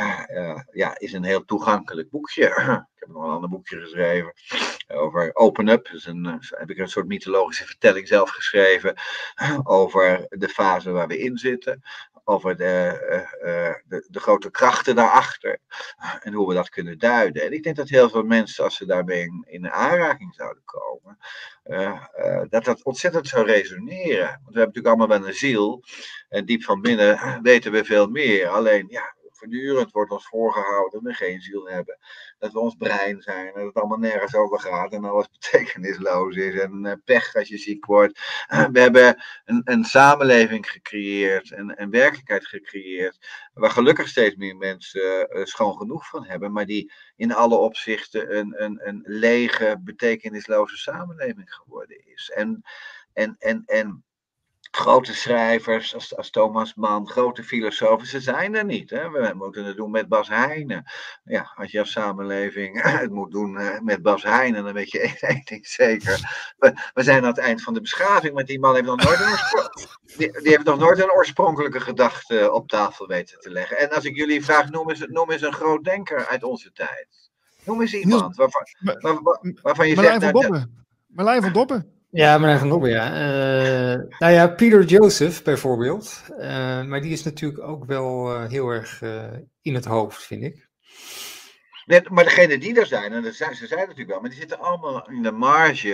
C: is een heel toegankelijk boekje. Ik heb nog een ander boekje geschreven over Open Up. Dus heb ik een soort mythologische vertelling zelf geschreven over de fase waar we in zitten. Over de grote krachten daarachter. En hoe we dat kunnen duiden. En ik denk dat heel veel mensen, als ze daarmee in aanraking zouden komen, dat ontzettend zou resoneren. Want we hebben natuurlijk allemaal wel een ziel. En diep van binnen weten we veel meer. Alleen, ja, voortdurend wordt ons voorgehouden dat we geen ziel hebben. Dat we ons brein zijn, dat het allemaal nergens over gaat en alles betekenisloos is en pech als je ziek wordt. We hebben een samenleving gecreëerd, een werkelijkheid gecreëerd, waar gelukkig steeds meer mensen schoon genoeg van hebben, maar die in alle opzichten een lege, betekenisloze samenleving geworden is. En grote schrijvers als Thomas Mann, grote filosofen, ze zijn er niet. Hè? We moeten het doen met Bas Heijnen. Ja, als je als samenleving het moet doen met Bas Heijnen, dan weet je één ding zeker. We zijn aan het eind van de beschaving, want die man heeft nog nooit een oorspronkelijke gedachte op tafel weten te leggen. En als ik jullie vraag, noem eens een groot denker uit onze tijd. Noem eens iemand waarvan je zegt...
A: Marlijn van Doppen.
B: Ja, Marlijn van Doppen, ja. Nou ja, Peter Joseph bijvoorbeeld. Maar die is natuurlijk ook wel heel erg in het hoofd, vind ik.
C: Nee, maar degenen die er zijn, en ze zijn natuurlijk wel, maar die zitten allemaal in de marge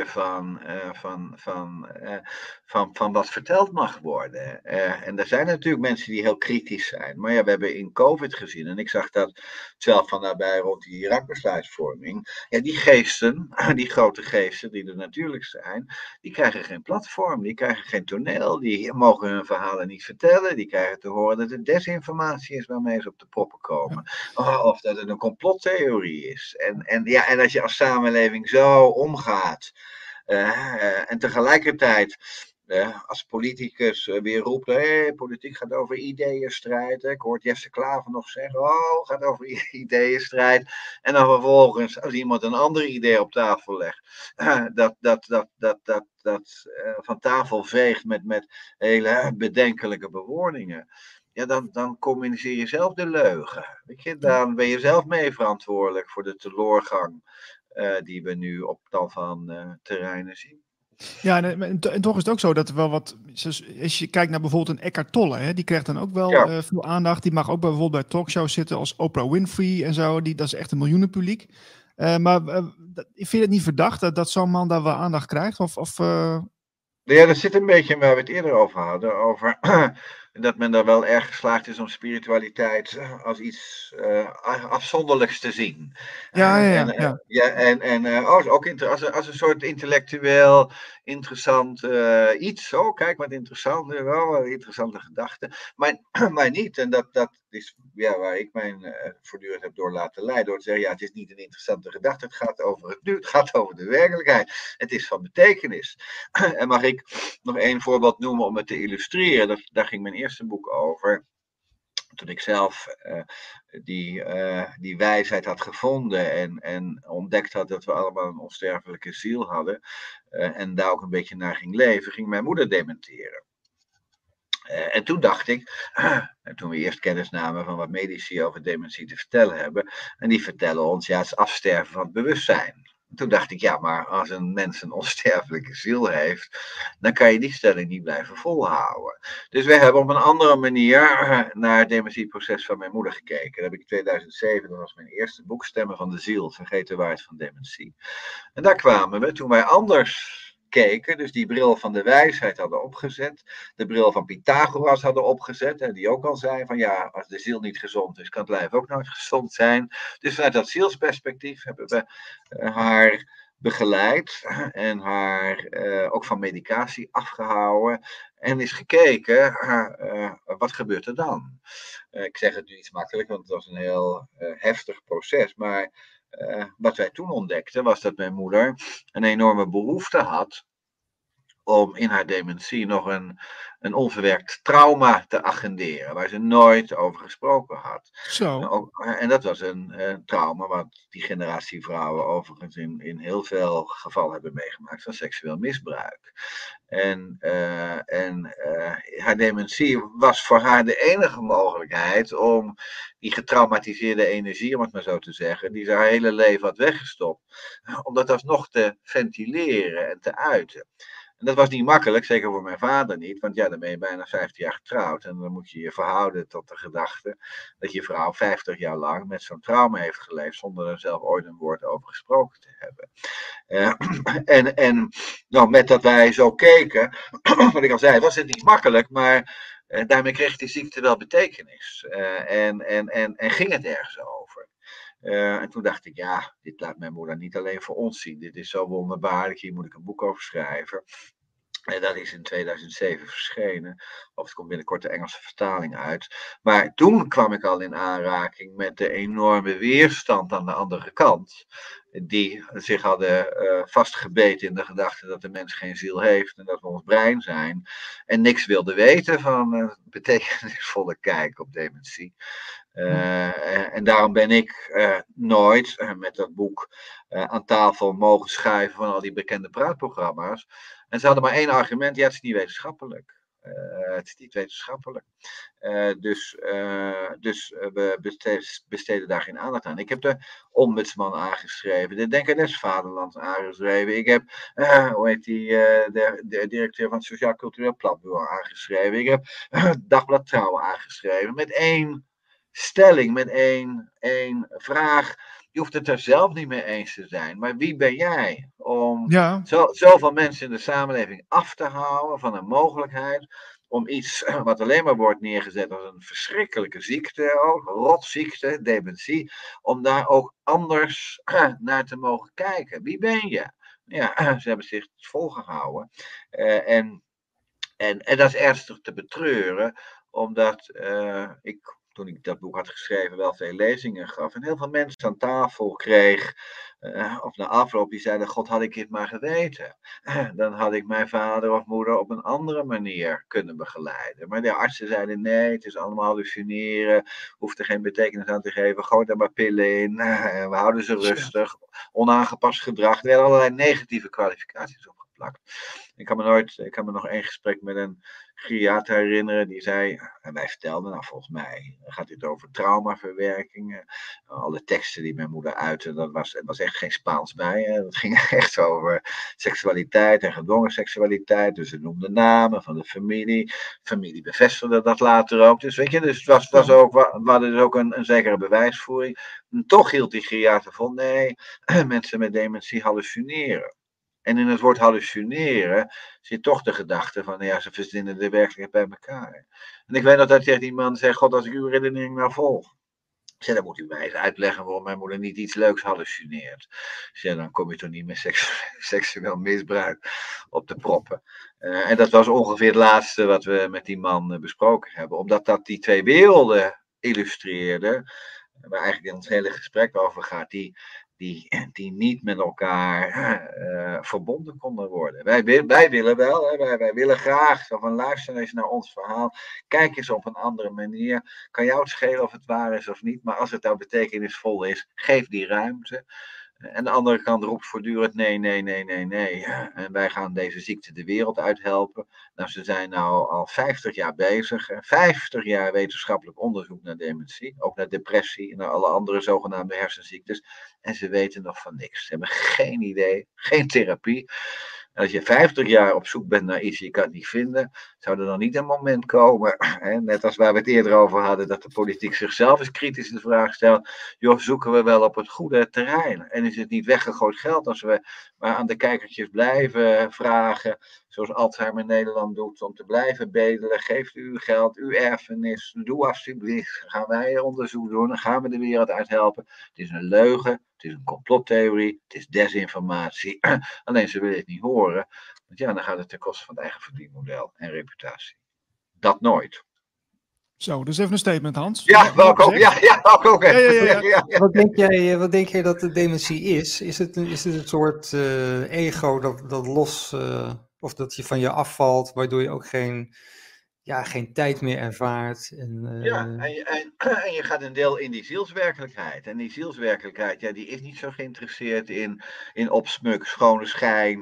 C: van wat verteld mag worden. En er zijn natuurlijk mensen die heel kritisch zijn. Maar ja, we hebben in COVID gezien, en ik zag dat zelf van nabij rond die Irak-besluitvorming. Ja, die geesten, die grote geesten die er natuurlijk zijn, die krijgen geen platform, die krijgen geen toneel, die mogen hun verhalen niet vertellen, die krijgen te horen dat het desinformatie is waarmee ze op de proppen komen. Of dat het een complottheorie is. En als je als samenleving zo omgaat, en tegelijkertijd als politicus weer roept, politiek gaat over ideeënstrijd. Ik hoor Jesse Klaver nog zeggen, het gaat over ideeënstrijd. En dan vervolgens, als iemand een ander idee op tafel legt, dat van tafel veegt met hele bedenkelijke bewoordingen. Ja, dan communiceer je zelf de leugen. Weet je? Dan ben je zelf mee verantwoordelijk voor de teloorgang die we nu op tal van terreinen zien.
A: Ja, en toch is het ook zo dat er wel wat... Als je kijkt naar bijvoorbeeld een Eckhart Tolle, hè, die krijgt dan ook wel veel aandacht. Die mag ook bijvoorbeeld bij talkshows zitten als Oprah Winfrey en zo. Dat is echt een miljoenenpubliek. Maar vind je het niet verdacht dat zo'n man daar wel aandacht krijgt?
C: Ja, dat zit een beetje waar we het eerder over hadden. Over dat men daar wel erg geslaagd is om spiritualiteit als iets afzonderlijks te zien. Ook als een soort intellectueel interessant iets. Kijk wat interessant, wel interessante gedachten. Maar niet. En dat is waar ik mijn voortdurend heb door laten leiden. Door te zeggen, het is niet een interessante gedachte. Het gaat over het nu. Het gaat over de werkelijkheid. Het is van betekenis. En mag ik nog één voorbeeld noemen om het te illustreren? Daar ging mijn eerste boek over. Toen ik zelf die wijsheid had gevonden en ontdekt had dat we allemaal een onsterfelijke ziel hadden. En daar ook een beetje naar ging leven, ging mijn moeder dementeren. En toen dacht ik, toen we eerst kennis namen van wat medici over dementie te vertellen hebben. En die vertellen ons, het is afsterven van het bewustzijn. Toen dacht ik, maar als een mens een onsterfelijke ziel heeft, dan kan je die stelling niet blijven volhouden. Dus we hebben op een andere manier naar het dementieproces van mijn moeder gekeken. Dat heb ik in 2007, dat was mijn eerste boek, Stemmen van de Ziel, Vergeten Waarheid van Dementie. En daar kwamen we, toen wij anders keken, dus die bril van de wijsheid hadden opgezet, de bril van Pythagoras hadden opgezet, en die ook al zei van als de ziel niet gezond is, kan het lijf ook nooit gezond zijn. Dus vanuit dat zielsperspectief hebben we haar begeleid en haar ook van medicatie afgehouden en is gekeken, wat gebeurt er dan? Ik zeg het nu iets makkelijk, want het was een heel heftig proces, maar wat wij toen ontdekten was dat mijn moeder een enorme behoefte had om in haar dementie nog een onverwerkt trauma te agenderen, waar ze nooit over gesproken had.
A: Zo.
C: En dat was een trauma wat die generatie vrouwen overigens in heel veel gevallen hebben meegemaakt van seksueel misbruik. En haar dementie was voor haar de enige mogelijkheid om die getraumatiseerde energie, om het maar zo te zeggen, die ze haar hele leven had weggestopt, om dat alsnog te ventileren en te uiten. En dat was niet makkelijk, zeker voor mijn vader niet, want dan ben je bijna 50 jaar getrouwd en dan moet je je verhouden tot de gedachte dat je vrouw 50 jaar lang met zo'n trauma heeft geleefd zonder er zelf ooit een woord over gesproken te hebben. Met dat wij zo keken, wat ik al zei, was het niet makkelijk, maar daarmee kreeg die ziekte wel betekenis. En ging het ergens over. En toen dacht ik, ja, dit laat mijn moeder niet alleen voor ons zien. Dit is zo wonderbaarlijk, hier moet ik een boek over schrijven. En dat is in 2007 verschenen. Of het komt binnenkort de Engelse vertaling uit. Maar toen kwam ik al in aanraking met de enorme weerstand aan de andere kant. Die zich hadden vastgebeten in de gedachte dat de mens geen ziel heeft en dat we ons brein zijn. En niks wilden weten van betekenisvolle kijk op dementie. En daarom ben ik nooit met dat boek aan tafel mogen schuiven van al die bekende praatprogramma's. En ze hadden maar één argument, ja, het is niet wetenschappelijk. Het is niet wetenschappelijk. Dus we besteden daar geen aandacht aan. Ik heb de ombudsman aangeschreven, de Denkendes Vaderland aangeschreven. Ik heb, de directeur van het Sociaal Cultureel Planbureau aangeschreven. Ik heb Dagblad Trouw aangeschreven. Met één stelling, met één vraag. Je hoeft het er zelf niet mee eens te zijn. Maar wie ben jij om zoveel mensen in de samenleving af te houden van een mogelijkheid om iets wat alleen maar wordt neergezet als een verschrikkelijke ziekte, ook rotziekte, dementie, om daar ook anders naar te mogen kijken. Wie ben je? Ja, ze hebben zich volgehouden. En dat is ernstig te betreuren, omdat toen ik dat boek had geschreven, wel veel lezingen gaf. En heel veel mensen aan tafel kreeg, of na afloop, die zeiden, God, had ik dit maar geweten. Dan had ik mijn vader of moeder op een andere manier kunnen begeleiden. Maar de artsen zeiden, nee, het is allemaal hallucineren, hoeft er geen betekenis aan te geven, gooi daar maar pillen in, we houden ze rustig, onaangepast gedrag. Er werden allerlei negatieve kwalificaties opgeplakt. Ik kan me nog één gesprek met een geriater herinneren, die zei, en wij vertelden, nou volgens mij gaat dit over traumaverwerking, alle teksten die mijn moeder uitte, er was echt geen Spaans bij, hè. Dat ging echt over seksualiteit en gedwongen seksualiteit, dus ze noemden namen van de familie bevestigde dat later ook, dus weet je, dus het was ook, we hadden dus ook een zekere bewijsvoering, en toch hield die geriater vol, nee, mensen met dementie hallucineren. En in het woord hallucineren zit toch de gedachte van, ja, ze verzinnen de werkelijkheid bij elkaar. En ik weet nog dat tegen die man zegt, God, als ik uw redenering nou volg. Zeg, dan moet u mij eens uitleggen waarom mijn moeder niet iets leuks hallucineert. Zeg, dan kom je toch niet met seksueel misbruik op de proppen. En dat was ongeveer het laatste wat we met die man besproken hebben. Omdat dat die twee werelden illustreerde, waar eigenlijk ons hele gesprek over gaat, die niet met elkaar verbonden konden worden. Wij willen wel, hè, wij willen graag zo van luister eens naar ons verhaal, kijk eens op een andere manier, kan jou het schelen of het waar is of niet, maar als het nou betekenisvol is, geef die ruimte. En de andere kant roept voortdurend nee. En wij gaan deze ziekte de wereld uithelpen. Nou, ze zijn nou al 50 jaar bezig. 50 jaar wetenschappelijk onderzoek naar dementie. Ook naar depressie en naar alle andere zogenaamde hersenziektes. En ze weten nog van niks. Ze hebben geen idee, geen therapie. En als je 50 jaar op zoek bent naar iets, je kan het niet vinden, zou er dan niet een moment komen, hè, net als waar we het eerder over hadden, dat de politiek zichzelf eens kritisch de vraag stelt, joh, zoeken we wel op het goede terrein? En is het niet weggegooid geld als we maar aan de kijkertjes blijven vragen, zoals Alzheimer Nederland doet, om te blijven bedelen, geeft u uw geld, uw erfenis, doe alsjeblieft, gaan wij onderzoek doen, dan gaan we de wereld uithelpen. Het is een leugen, het is een complottheorie, het is desinformatie, alleen ze willen het niet horen, want ja, dan gaat het ten koste van het eigen verdienmodel en reputatie. Dat nooit.
A: Zo, dus even een statement, Hans.
C: Ja, welkom. Ja, ook even.
B: Ja. Wat denk jij dat de dementie is? Is het een soort ego dat los, of dat je van je afvalt, waardoor je ook geen tijd meer ervaart? En
C: je gaat een deel in die zielswerkelijkheid. En die zielswerkelijkheid, ja, die is niet zo geïnteresseerd in opsmuk, schone schijn,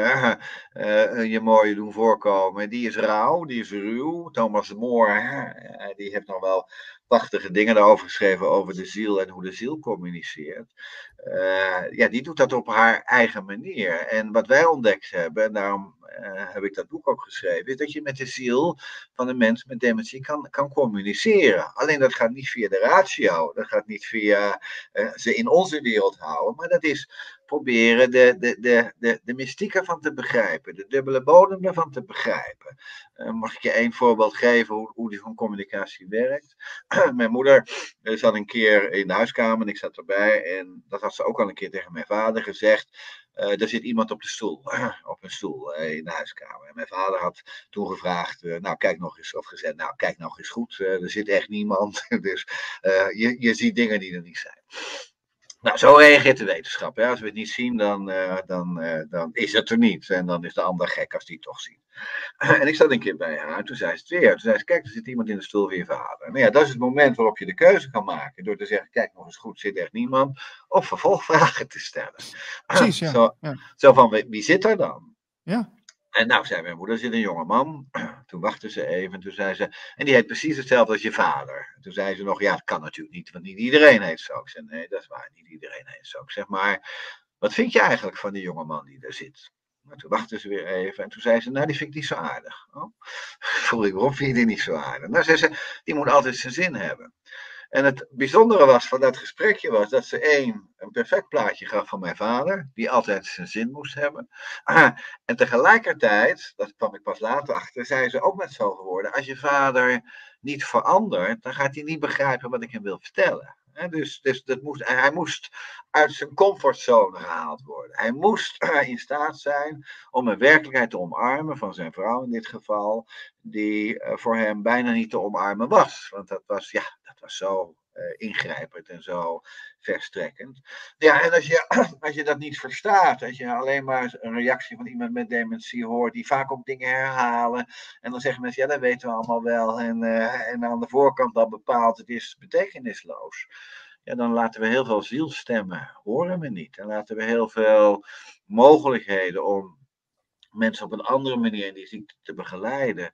C: je mooie doen voorkomen. Die is rauw, die is ruw. Thomas More, die heeft nog wel prachtige dingen daarover geschreven, over de ziel en hoe de ziel communiceert. Die doet dat op haar eigen manier. En wat wij ontdekt hebben, en daarom heb ik dat boek ook geschreven, is dat je met de ziel van een mens met dementie kan communiceren. Alleen dat gaat niet via de ratio, dat gaat niet via ze in onze wereld houden, maar dat is proberen de mystiek ervan te begrijpen, de dubbele bodem ervan te begrijpen. Mag ik je één voorbeeld geven hoe die van communicatie werkt? Mijn moeder zat een keer in de huiskamer en ik zat erbij en dat had ze ook al een keer tegen mijn vader gezegd. Er zit iemand op een stoel in de huiskamer. En mijn vader had toen gevraagd, nou kijk nog eens, of gezegd, nou kijk nog eens goed, er zit echt niemand. Dus je ziet dingen die er niet zijn. Nou, zo reageert de wetenschap. Hè. Als we het niet zien, dan is het er niet. En dan is de ander gek als die het toch ziet. En ik zat een keer bij haar, toen zei ze het weer. Toen zei ze, kijk, er zit iemand in de stoel van je vader. Nou ja, dat is het moment waarop je de keuze kan maken. Door te zeggen, kijk nog eens goed, zit echt niemand. Of vervolgvragen te stellen.
A: Precies, ja.
C: Zo van, wie zit er dan?
A: Ja.
C: En nou, zei mijn moeder, er zit een jonge man. Toen wachtte ze even. Toen zei ze, en die heet precies hetzelfde als je vader. Toen zei ze nog, ja, dat kan natuurlijk niet, want niet iedereen heet zo. Ik zei, nee, dat is waar, niet iedereen heet zo. Ik zeg, maar, wat vind je eigenlijk van die jonge man die daar zit? Maar toen wachtte ze weer even en toen zei ze, nou, die vind ik niet zo aardig. Oh. Vroeg ik, waarom vind je die niet zo aardig? Nou, zei ze, die moet altijd zijn zin hebben. En het bijzondere was van dat gesprekje was dat ze een perfect plaatje gaf van mijn vader, die altijd zijn zin moest hebben. En tegelijkertijd, dat kwam ik pas later achter, zei ze ook met zoveel woorden, als je vader niet verandert, dan gaat hij niet begrijpen wat ik hem wil vertellen. Dus hij moest uit zijn comfortzone gehaald worden. Hij moest in staat zijn om een werkelijkheid te omarmen, van zijn vrouw in dit geval, die voor hem bijna niet te omarmen was. Want dat was zo ingrijpend en zo verstrekkend. Ja, en als je dat niet verstaat, als je alleen maar een reactie van iemand met dementie hoort, die vaak ook dingen herhalen, en dan zeggen mensen, ja, dat weten we allemaal wel, en aan de voorkant al bepaald, het is betekenisloos. Ja, dan laten we heel veel zielsstemmen, horen we niet. Dan laten we heel veel mogelijkheden om mensen op een andere manier in die ziekte te begeleiden,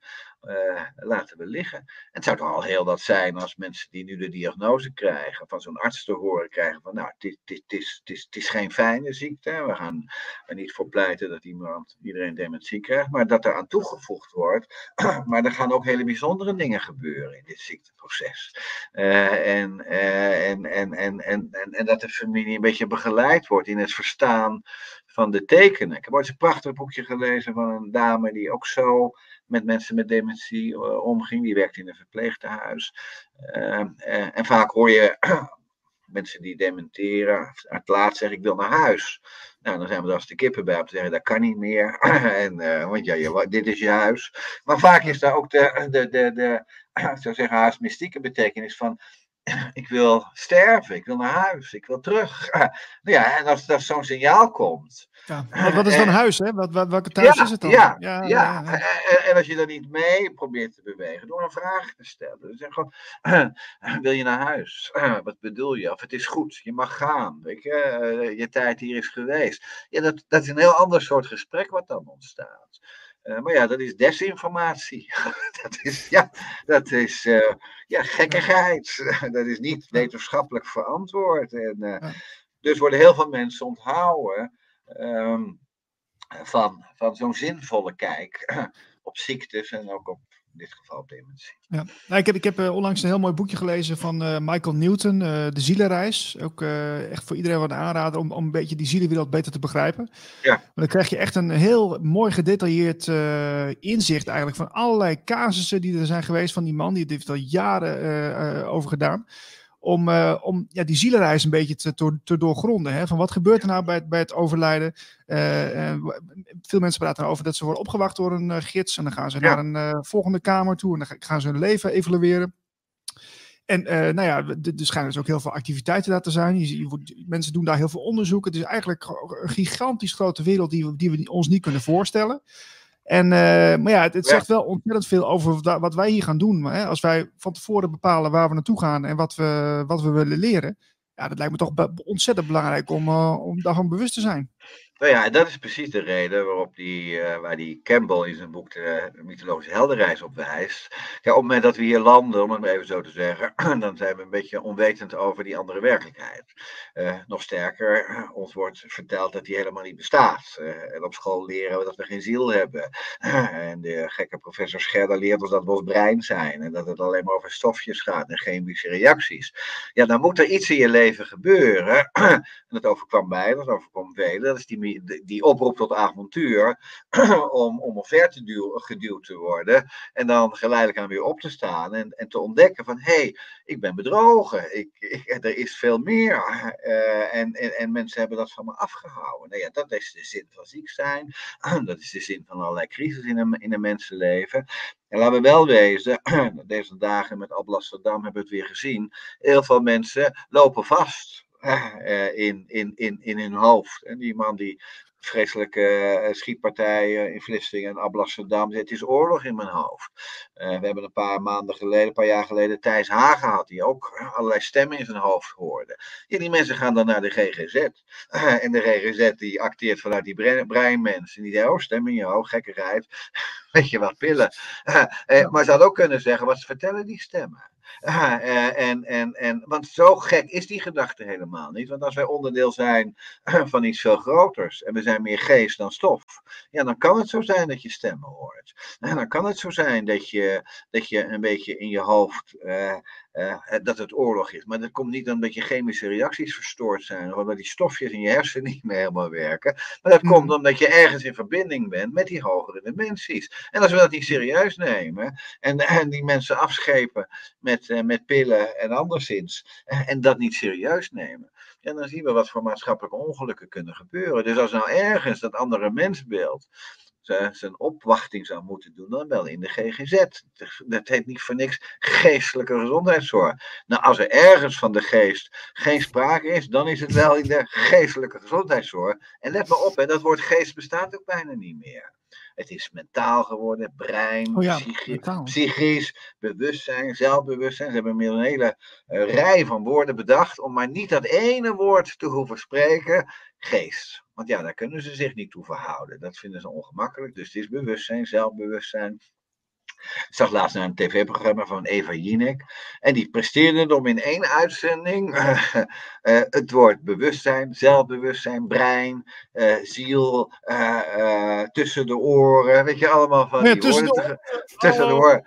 C: laten we liggen. Het zou toch al heel wat zijn als mensen die nu de diagnose krijgen, van zo'n arts te horen krijgen van, nou, het is geen fijne ziekte, we gaan er niet voor pleiten dat iedereen dementie krijgt, maar dat er aan toegevoegd wordt, maar er gaan ook hele bijzondere dingen gebeuren in dit ziekteproces. En dat de familie een beetje begeleid wordt in het verstaan van de tekenen. Ik heb ooit een prachtig boekje gelezen van een dame die ook zo met mensen met dementie omging. Die werkte in een verpleegtehuis. En vaak hoor je mensen die dementeren, het laatst zeggen, ik wil naar huis. Nou, dan zijn we als de kippen bij om te zeggen, dat kan niet meer. Want ja, dit is je huis. Maar vaak is daar ook de zou zeggen, haast mystieke betekenis van, ik wil sterven, ik wil naar huis, ik wil terug. Ja, en als er zo'n signaal komt.
A: Ja, wat is dan huis, hè? Welke thuis is het dan?
C: Ja. En als je er niet mee probeert te bewegen, door een vraag te stellen. Dus zeg gewoon, wil je naar huis? Wat bedoel je? Of het is goed, je mag gaan. Weet je, je tijd hier is geweest. Ja, dat is een heel ander soort gesprek wat dan ontstaat. Maar ja, dat is desinformatie. dat is gekkigheid. Dat is niet wetenschappelijk verantwoord. Dus worden heel veel mensen onthouden van zo'n zinvolle kijk op ziektes en ook op, in dit geval, dementie.
A: Ja. Nou, ik heb onlangs een heel mooi boekje gelezen van Michael Newton, De Zielenreis. Ook echt voor iedereen wat aanraden om een beetje die zielenwereld beter te begrijpen. Ja. Maar dan krijg je echt een heel mooi gedetailleerd inzicht eigenlijk van allerlei casussen die er zijn geweest van die man. Die heeft er jaren over gedaan. Om die zielenreis een beetje te doorgronden. Hè? Van wat gebeurt er nou bij het overlijden? Veel mensen praten erover dat ze worden opgewacht door een gids. En dan gaan ze naar een volgende kamer toe. En dan gaan ze hun leven evalueren. En er schijnen dus ook heel veel activiteiten daar te zijn. Mensen doen daar heel veel onderzoek. Het is eigenlijk een gigantisch grote wereld die we ons niet kunnen voorstellen. Maar het zegt wel ontzettend veel over wat wij hier gaan doen. Hè? Als wij van tevoren bepalen waar we naartoe gaan en wat we willen leren. Ja, dat lijkt me toch ontzettend belangrijk om daarvan bewust te zijn.
C: Nou ja, dat is precies de reden waarop waar die Campbell in zijn boek de mythologische heldenreis op wijst. Ja, op het moment dat we hier landen, om het maar even zo te zeggen, dan zijn we een beetje onwetend over die andere werkelijkheid. Nog sterker, ons wordt verteld dat die helemaal niet bestaat. En op school leren we dat we geen ziel hebben. En de gekke professor Scherder leert ons dat we ons brein zijn. En dat het alleen maar over stofjes gaat en chemische reacties. Ja, dan moet er iets in je leven gebeuren. En dat overkwam mij, dat overkwam velen. Dat is die oproep tot avontuur. om omver geduwd te worden. En dan geleidelijk aan weer op te staan. En te ontdekken van, hé, ik ben bedrogen. Er is veel meer. En mensen hebben dat van me afgehouden. Nou ja, dat is de zin van ziek zijn. Dat is de zin van allerlei crisis in een mensenleven. En laten we wel wezen, deze dagen met Alblasserdam hebben we het weer gezien. Heel veel mensen lopen vast in hun hoofd. En die man die vreselijke schietpartijen in Vlissingen en Alblasserdam. Het is oorlog in mijn hoofd. We hebben een paar jaar geleden Thijs Hagen gehad, die ook allerlei stemmen in zijn hoofd hoorde. Ja, die mensen gaan dan naar de GGZ. En de GGZ die acteert vanuit die breinmens. En die denkt, oh, stem in je hoofd, gekkigheid. Weet je wat, pillen. Maar ze hadden ook kunnen zeggen, wat vertellen die stemmen? Want zo gek is die gedachte helemaal niet. Want als wij onderdeel zijn van iets veel groters en we zijn meer geest dan stof, ja, dan kan het zo zijn dat je stemmen hoort. En dan kan het zo zijn dat je een beetje in je hoofd dat het oorlog is. Maar dat komt niet omdat je chemische reacties verstoord zijn of omdat die stofjes in je hersenen niet meer helemaal werken. Maar dat komt omdat je ergens in verbinding bent met die hogere dimensies. En als we dat niet serieus nemen en die mensen afschepen met pillen en anderszins en dat niet serieus nemen, ja, dan zien we wat voor maatschappelijke ongelukken kunnen gebeuren. Dus als nou ergens dat andere mensbeeld zijn opwachting zou moeten doen, dan wel in de GGZ. Dat heet niet voor niks geestelijke gezondheidszorg. Nou, als er ergens van de geest geen sprake is, dan is het wel in de geestelijke gezondheidszorg. En let maar op, hè, dat woord geest bestaat ook bijna niet meer. Het is mentaal geworden, brein, psychisch, bewustzijn, zelfbewustzijn. Ze hebben een hele rij van woorden bedacht om maar niet dat ene woord te hoeven spreken, geest. Want ja, daar kunnen ze zich niet toe verhouden. Dat vinden ze ongemakkelijk. Dus het is bewustzijn, zelfbewustzijn. Ik zag laatst naar een tv-programma van Eva Jinek. En die presteerde het om in één uitzending het woord bewustzijn, zelfbewustzijn, brein, ziel, tussen de oren. Weet je, allemaal van die woorden tussen de oren.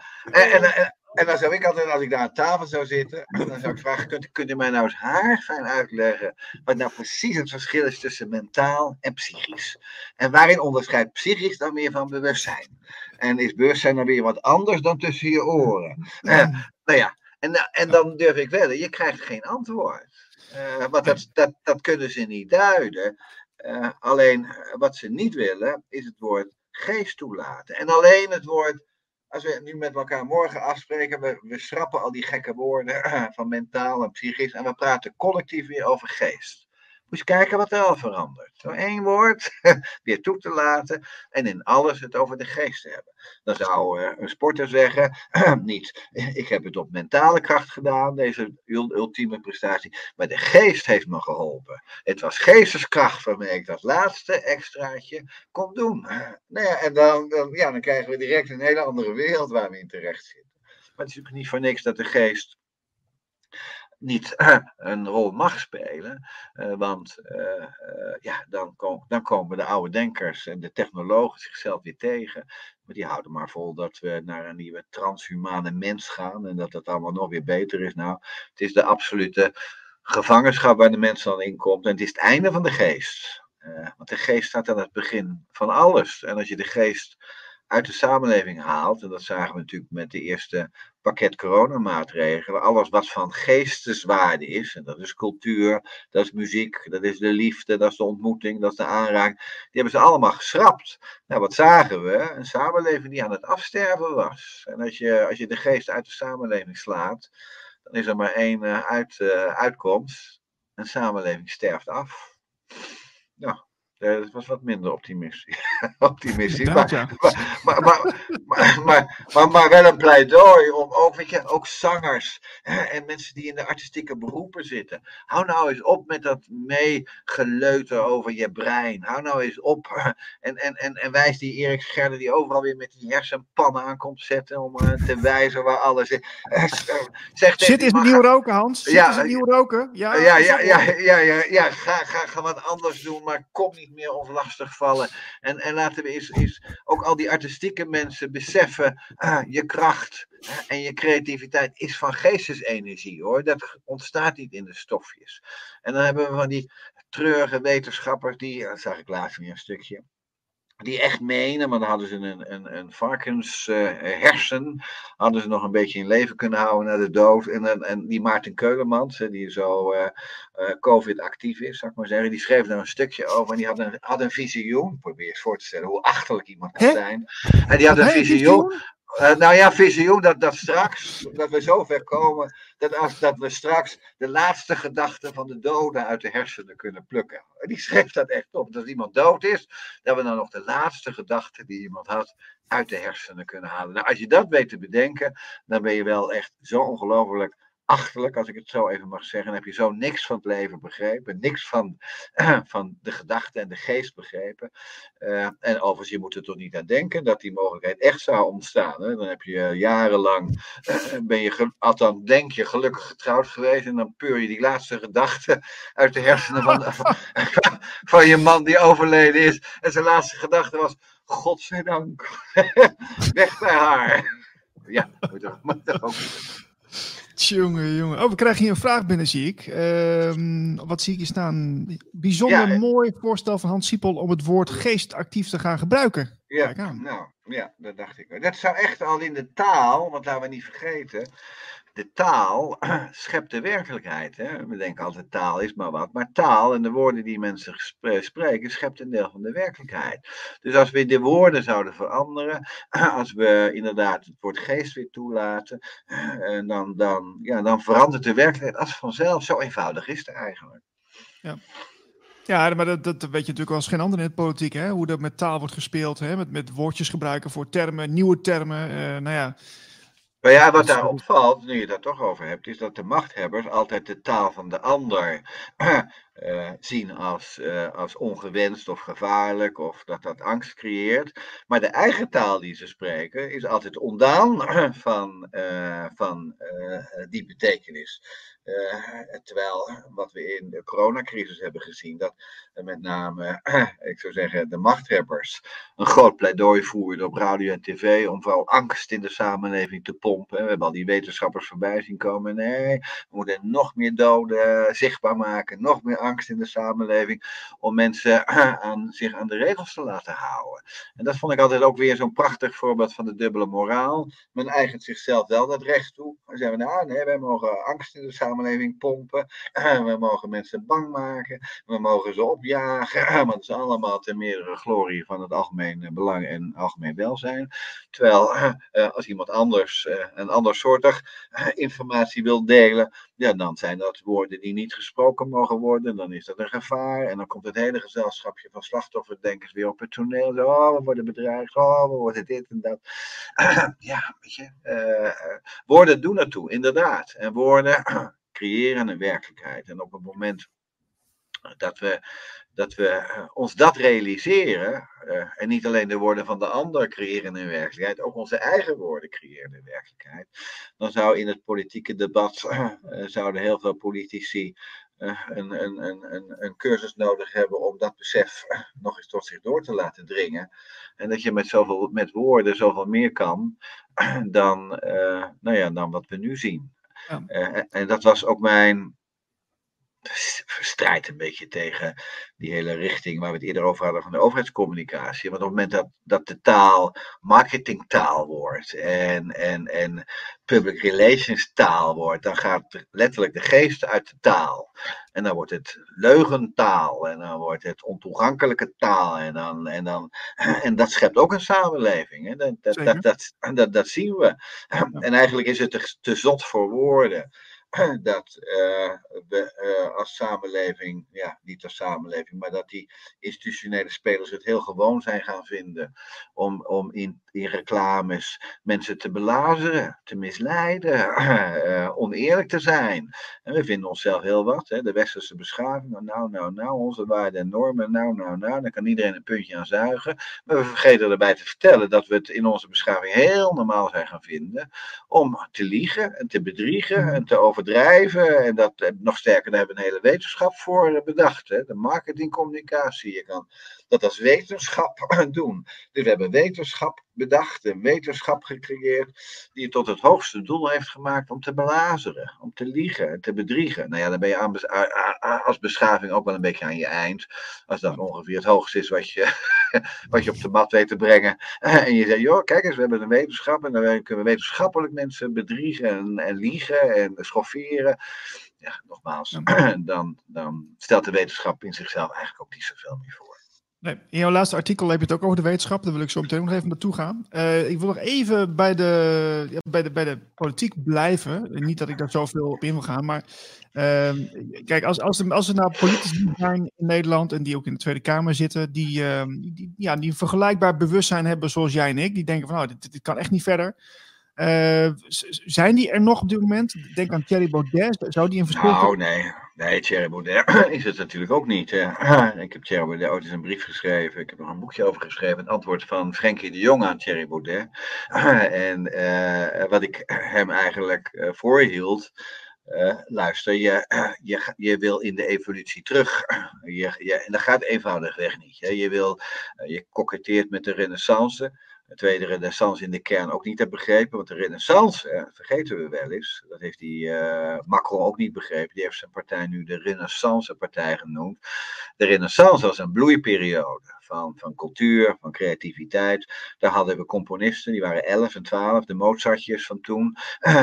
C: En dan zou ik altijd, als ik daar aan tafel zou zitten, dan zou ik vragen, kunt u mij nou eens haarfijn uitleggen wat nou precies het verschil is tussen mentaal en psychisch? En waarin onderscheidt psychisch dan weer van bewustzijn? En is bewustzijn dan weer wat anders dan tussen je oren? Nou ja, en dan durf ik wedden, je krijgt geen antwoord. Want dat kunnen ze niet duiden. Alleen wat ze niet willen, is het woord geest toelaten. En alleen het woord, als we nu met elkaar morgen afspreken, we schrappen al die gekke woorden van mentaal en psychisch en we praten collectief weer over geest. Moet je kijken wat er al verandert. Zo één woord weer toe te laten en in alles het over de geest te hebben. Dan zou een sporter zeggen, niet, ik heb het op mentale kracht gedaan, deze ultieme prestatie, maar de geest heeft me geholpen. Het was geesteskracht waarmee ik dat laatste extraatje kon doen. Nou ja, en dan krijgen we direct een hele andere wereld waar we in terecht zitten. Maar het is natuurlijk niet voor niks dat de geest niet een rol mag spelen, want dan komen de oude denkers en de technologen zichzelf weer tegen. Maar die houden maar vol dat we naar een nieuwe transhumane mens gaan en dat het allemaal nog weer beter is. Nou, het is de absolute gevangenschap waar de mens dan in komt en het is het einde van de geest. Want de geest staat aan het begin van alles. En als je de geest uit de samenleving haalt, en dat zagen we natuurlijk met de eerste pakket coronamaatregelen, alles wat van geesteswaarde is, en dat is cultuur, dat is muziek, dat is de liefde, dat is de ontmoeting, dat is de aanraking, die hebben ze allemaal geschrapt. Nou, wat zagen we? Een samenleving die aan het afsterven was. En als je de geest uit de samenleving slaat, dan is er maar één uitkomst. Een samenleving sterft af. Nou, Dat was wat minder optimistisch.
A: Inderdaad, ja.
C: Maar wel een pleidooi om ook, weet je, ook zangers en mensen die in de artistieke beroepen zitten. Hou nou eens op met dat meegeleuter over je brein. Hou nou eens op en wijs die Erik Scherder die overal weer met die hersenpannen aankomt zetten om te wijzen waar alles is.
A: Zit is nieuw roken, Hans. Zit is nieuw roken.
C: Ja. Ga wat anders doen, maar kom niet meer ons lastig vallen. En laten we eens ook al die artistieke mensen beseffen, je kracht en je creativiteit is van geestesenergie, hoor. Dat ontstaat niet in de stofjes. En dan hebben we van die treurige wetenschappers, dat zag ik laatst weer een stukje, die echt menen, want dan hadden ze een varkenshersen, hadden ze nog een beetje in leven kunnen houden na de dood. En die Maarten Keulemans, die zo COVID-actief is, zou ik maar zeggen, die schreef daar een stukje over en die had een visioen. Probeer eens voor te stellen hoe achterlijk iemand kan zijn. En die had een visioen. Visioen dat straks, dat we zover komen, dat we straks de laatste gedachten van de doden uit de hersenen kunnen plukken. Die schreef dat echt op. Dat als iemand dood is, dat we dan nog de laatste gedachten die iemand had uit de hersenen kunnen halen. Nou, als je dat weet te bedenken, dan ben je wel echt zo ongelooflijk achterlijk, als ik het zo even mag zeggen. Dan heb je zo niks van het leven begrepen, niks van de gedachte en de geest begrepen. En overigens, je moet er toch niet aan denken dat die mogelijkheid echt zou ontstaan. Hè? Dan heb je jarenlang, althans denk je, gelukkig getrouwd geweest en dan peur je die laatste gedachte uit de hersenen van je man die overleden is. En zijn laatste gedachte was, godzijdank, weg bij haar. Ja, moet toch ook niet.
A: Jongen. Oh, we krijgen hier een vraag binnen, zie ik. Wat zie ik hier staan? Bijzonder mooi voorstel van Hans Siepel om het woord geest actief te gaan gebruiken. Kijk aan.
C: Nou, ja, dat dacht ik. Dat zou echt al in de taal, want laten we niet vergeten, de taal schept de werkelijkheid. Hè? We denken altijd taal is maar wat, maar taal en de woorden die mensen spreken schept een deel van de werkelijkheid. Dus als we de woorden zouden veranderen, als we inderdaad het woord geest weer toelaten, dan verandert de werkelijkheid als vanzelf. Zo eenvoudig is het eigenlijk.
A: Ja, maar dat weet je natuurlijk als geen ander in het politiek, hè? Hoe dat met taal wordt gespeeld, hè? Met woordjes gebruiken voor termen, nieuwe termen,
C: Maar ja, wat daar opvalt, nu je dat toch over hebt, is dat de machthebbers altijd de taal van de ander zien als ongewenst of gevaarlijk, of dat angst creëert. Maar de eigen taal die ze spreken is altijd ontdaan van die betekenis. Terwijl wat we in de coronacrisis hebben gezien, dat met name, ik zou zeggen, de machthebbers een groot pleidooi voerden op radio en tv om vooral angst in de samenleving te pompen. We hebben al die wetenschappers voorbij zien komen. Nee, we moeten nog meer doden zichtbaar maken, nog meer angst in de samenleving om mensen zich aan de regels te laten houden. En dat vond ik altijd ook weer zo'n prachtig voorbeeld van de dubbele moraal. Men eigent zichzelf wel dat recht toe. Dan zeggen we, nee, wij mogen angst in de samenleving pompen. We mogen mensen bang maken. We mogen ze opjagen. Maar dat is allemaal ten meerdere glorie van het algemeen belang en algemeen welzijn. Terwijl als iemand anders een andersoortig informatie wil delen, ja, dan zijn dat woorden die niet gesproken mogen worden. Dan is dat een gevaar. En dan komt het hele gezelschapje van slachtofferdenkers weer op het toneel. Zo, we worden bedreigd. We worden dit en dat. Ja, weet je. Woorden doen ertoe, inderdaad. En woorden creëren een werkelijkheid. En op het moment dat we ons dat realiseren, en niet alleen de woorden van de ander creëren een werkelijkheid, ook onze eigen woorden creëren een werkelijkheid, dan zou in het politieke debat, zouden heel veel politici een cursus nodig hebben om dat besef nog eens tot zich door te laten dringen. En dat je met woorden zoveel meer kan dan wat we nu zien. Ja. En dat was ook mijn strijd een beetje tegen die hele richting waar we het eerder over hadden van de overheidscommunicatie. Want op het moment dat de taal marketingtaal wordt en public relations taal wordt, dan gaat letterlijk de geest uit de taal. En dan wordt het leugentaal en dan wordt het ontoegankelijke taal en dat schept ook een samenleving. Hè? Dat zien we. Ja. En eigenlijk is het te zot voor woorden dat we als samenleving, ja, niet als samenleving, maar dat die institutionele spelers het heel gewoon zijn gaan vinden om in reclames mensen te belazeren, te misleiden, oneerlijk te zijn. En we vinden onszelf heel wat, hè, de westerse beschaving, nou, onze waarden en normen, nou, daar kan iedereen een puntje aan zuigen. Maar we vergeten erbij te vertellen dat we het in onze beschaving heel normaal zijn gaan vinden om te liegen en te bedriegen en te overdrijven. En dat, nog sterker, daar hebben we een hele wetenschap voor bedacht. Hè? De marketingcommunicatie. Je kan dat als wetenschap doen. Dus we hebben wetenschap bedacht en wetenschap gecreëerd die het tot het hoogste doel heeft gemaakt om te belazeren, om te liegen en te bedriegen. Nou ja, dan ben je als beschaving ook wel een beetje aan je eind. Als dat ongeveer het hoogste is wat je op de mat weet te brengen. En je zegt, joh, kijk eens, we hebben een wetenschap en dan kunnen we wetenschappelijk mensen bedriegen en liegen en schofferen. Ja, nogmaals, dan stelt de wetenschap in zichzelf eigenlijk ook niet zoveel meer voor.
A: Nee, in jouw laatste artikel heb je het ook over de wetenschap. Daar wil ik zo meteen nog even naartoe gaan. Ik wil nog even bij de politiek blijven. Niet dat ik daar zoveel op in wil gaan. Maar kijk, als er nou politici zijn in Nederland en die ook in de Tweede Kamer zitten, die een vergelijkbaar bewustzijn hebben zoals jij en ik. Die denken van, dit kan echt niet verder. Zijn die er nog op dit moment? Denk aan Thierry Baudet. Zou die een verschil
C: kunnen? Nee, Thierry Baudet is het natuurlijk ook niet. Ik heb Thierry Baudet ooit eens een brief geschreven. Ik heb nog een boekje over geschreven. Het antwoord van Frenkie de Jong aan Thierry Baudet. En wat ik hem eigenlijk voorhield. Luister, je wil in de evolutie terug. En dat gaat eenvoudigweg niet. Je koketteert met de renaissance. Terwijl je de renaissance in de kern ook niet hebt begrepen. Want de renaissance, vergeten we wel eens. Dat heeft die Macron ook niet begrepen. Die heeft zijn partij nu de Renaissance-partij genoemd. De renaissance was een bloeiperiode van cultuur, van creativiteit. Daar hadden we componisten, die waren 11 en 12, de Mozartjes van toen.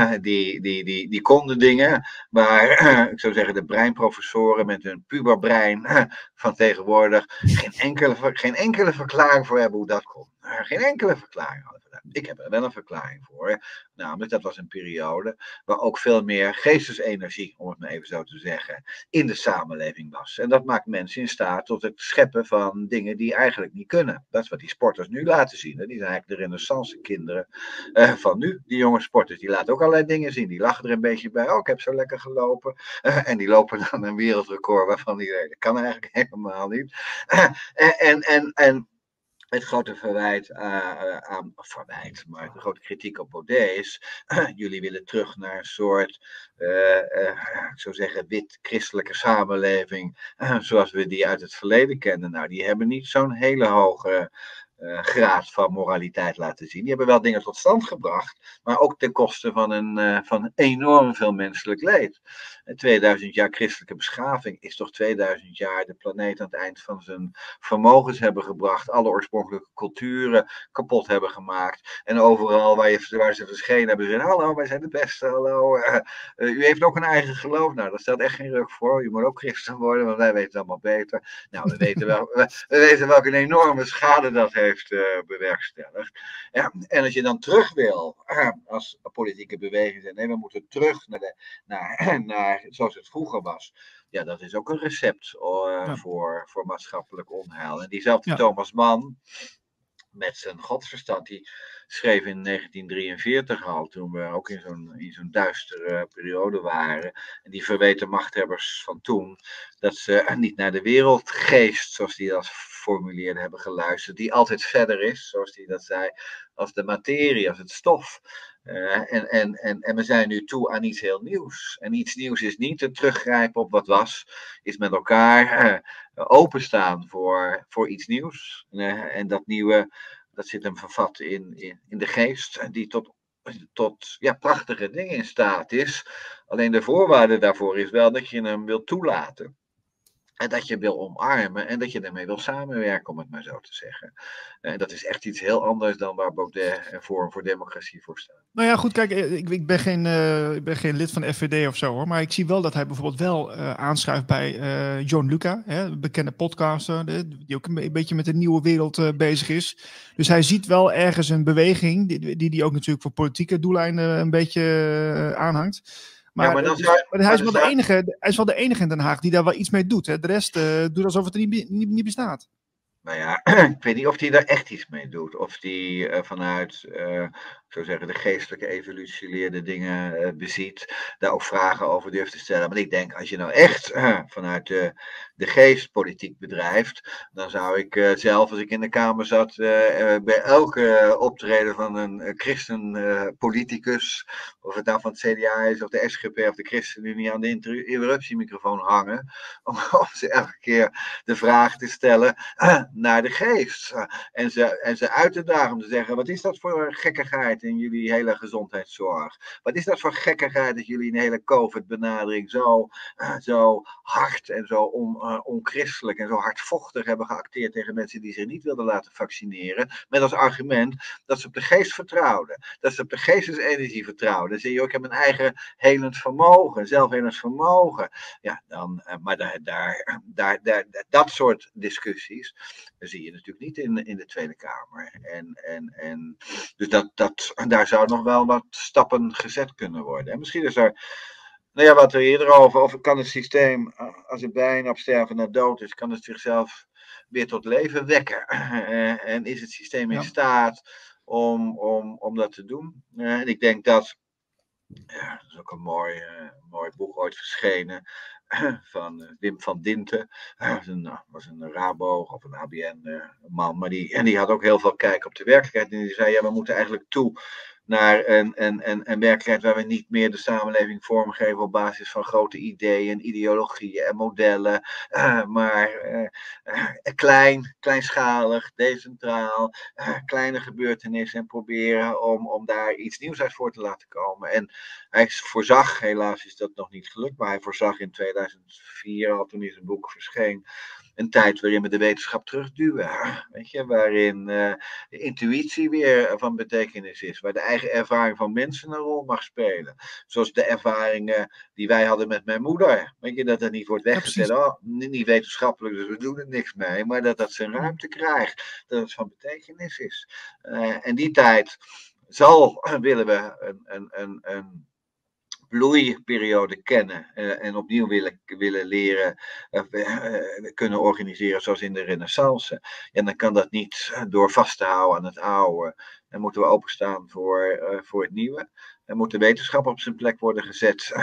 C: Die konden dingen waar, ik zou zeggen, de breinprofessoren met hun puberbrein van tegenwoordig geen enkele verklaring voor hebben hoe dat kon. Geen enkele verklaring hadden we daar. Ik heb er wel een verklaring voor. Namelijk, dat was een periode waar ook veel meer geestesenergie, om het maar even zo te zeggen, in de samenleving was. En dat maakt mensen in staat tot het scheppen van dingen die eigenlijk niet kunnen. Dat is wat die sporters nu laten zien. Hè. Die zijn eigenlijk de renaissance kinderen van nu. Die jonge sporters, die laten ook allerlei dingen zien. Die lachen er een beetje bij. Ik heb zo lekker gelopen. En die lopen dan een wereldrecord waarvan die dat kan eigenlijk helemaal niet. En het grote maar de grote kritiek op Baudet is, jullie willen terug naar een soort, ik zou zeggen, wit-christelijke samenleving, zoals we die uit het verleden kennen. Nou, die hebben niet zo'n hele hoge graad van moraliteit laten zien. Die hebben wel dingen tot stand gebracht, maar ook ten koste van enorm veel menselijk leed. 2000 jaar christelijke beschaving is toch 2000 jaar de planeet aan het eind van zijn vermogens hebben gebracht, alle oorspronkelijke culturen kapot hebben gemaakt en overal waar ze verschenen hebben ze gezegd, hallo, wij zijn de beste, hallo, u heeft ook een eigen geloof. Nou, dat stelt echt geen ruk voor, u moet ook christen worden, want wij weten het allemaal beter. Nou, we weten welke enorme schade dat heeft bewerkstelligd. Ja, en als je dan terug wil, als politieke beweging, nee, we moeten terug naar zoals het vroeger was. Ja, dat is ook een recept voor maatschappelijk onheil. En diezelfde Thomas Mann, met zijn godsverstand, die schreef in 1943 al, toen we ook in zo'n duistere periode waren. En die verweten machthebbers van toen, dat ze niet naar de wereldgeest, zoals die dat formuleerde, hebben geluisterd, die altijd verder is, zoals hij dat zei, als de materie, als het stof. En we zijn nu toe aan iets heel nieuws. En iets nieuws is niet het teruggrijpen op wat was, is met elkaar openstaan voor iets nieuws. En dat nieuwe, dat zit hem vervat in de geest, die tot prachtige dingen in staat is. Alleen de voorwaarde daarvoor is wel dat je hem wil toelaten. En dat je wil omarmen en dat je daarmee wil samenwerken, om het maar zo te zeggen. En dat is echt iets heel anders dan waar Baudet en Forum voor Democratie voor staat.
A: Nou ja, goed, kijk, ik ben geen lid van de FVD of zo hoor. Maar ik zie wel dat hij bijvoorbeeld wel aanschuift bij John Luca, een bekende podcaster, die ook een beetje met de nieuwe wereld bezig is. Dus hij ziet wel ergens een beweging, die ook natuurlijk voor politieke doeleinden een beetje aanhangt. Maar,
C: maar dan
A: dus,
C: zou,
A: maar hij is
C: maar
A: wel de enige, hij is wel de enige in Den Haag die daar wel iets mee doet. Hè? De rest doet alsof het er niet bestaat.
C: Nou ja, ik weet niet of hij daar echt iets mee doet. Of die vanuit, ik zou zeggen, de geestelijke evolutieleerde dingen beziet. Daar ook vragen over durft te stellen. Maar ik denk, als je nou echt vanuit de geest politiek bedrijft. Dan zou ik zelf, als ik in de Kamer zat, bij elke optreden van een christenpoliticus. Of het nou van het CDA is, of de SGP of de ChristenUnie aan de interruptiemicrofoon hangen. Om ze elke keer de vraag te stellen naar de geest. En ze uit te dagen om te zeggen, wat is dat voor gekkigheid in jullie hele gezondheidszorg? Wat is dat voor gekkigheid dat jullie een hele COVID-benadering zo hard en zo onchristelijk en zo hardvochtig hebben geacteerd tegen mensen die zich niet wilden laten vaccineren, met als argument dat ze op de geest vertrouwden. Dat ze op de geestesenergie vertrouwden. Dan zeg je ook, ik heb een eigen helend vermogen, zelfhelend vermogen. Ja, maar dat soort discussies zie je natuurlijk niet in de Tweede Kamer. Dus daar zou nog wel wat stappen gezet kunnen worden. En misschien is er, nou ja, wat er eerder over, of kan het systeem, als het bijna op sterven naar dood is, kan het zichzelf weer tot leven wekken. En is het systeem in staat om dat te doen? En ik denk dat, ja, dat is ook een mooi boek ooit verschenen van Wim van Dinten. Was een Rabo of een ABN-man, maar die had ook heel veel kijk op de werkelijkheid. En die zei, ja, we moeten eigenlijk toe naar een werkelijkheid waar we niet meer de samenleving vormgeven op basis van grote ideeën, ideologieën en modellen, maar kleinschalig, decentraal, kleine gebeurtenissen en proberen om daar iets nieuws uit voor te laten komen. En hij voorzag, helaas is dat nog niet gelukt, maar hij voorzag in 2004 al, toen hij zijn boek verscheen, een tijd waarin we de wetenschap terugduwen. Weet je, waarin de intuïtie weer van betekenis is. Waar de eigen ervaring van mensen een rol mag spelen. Zoals de ervaringen die wij hadden met mijn moeder. Weet je, dat dat niet wordt weggezet.
A: Ja,
C: niet wetenschappelijk, dus we doen er niks mee. Maar dat zijn ruimte krijgt. Dat het van betekenis is. En die tijd willen we een bloeiperiode kennen en opnieuw willen leren kunnen organiseren zoals in de Renaissance. En dan kan dat niet door vast te houden aan het oude. Dan moeten we openstaan voor het nieuwe. Dan moet de wetenschap op zijn plek worden gezet.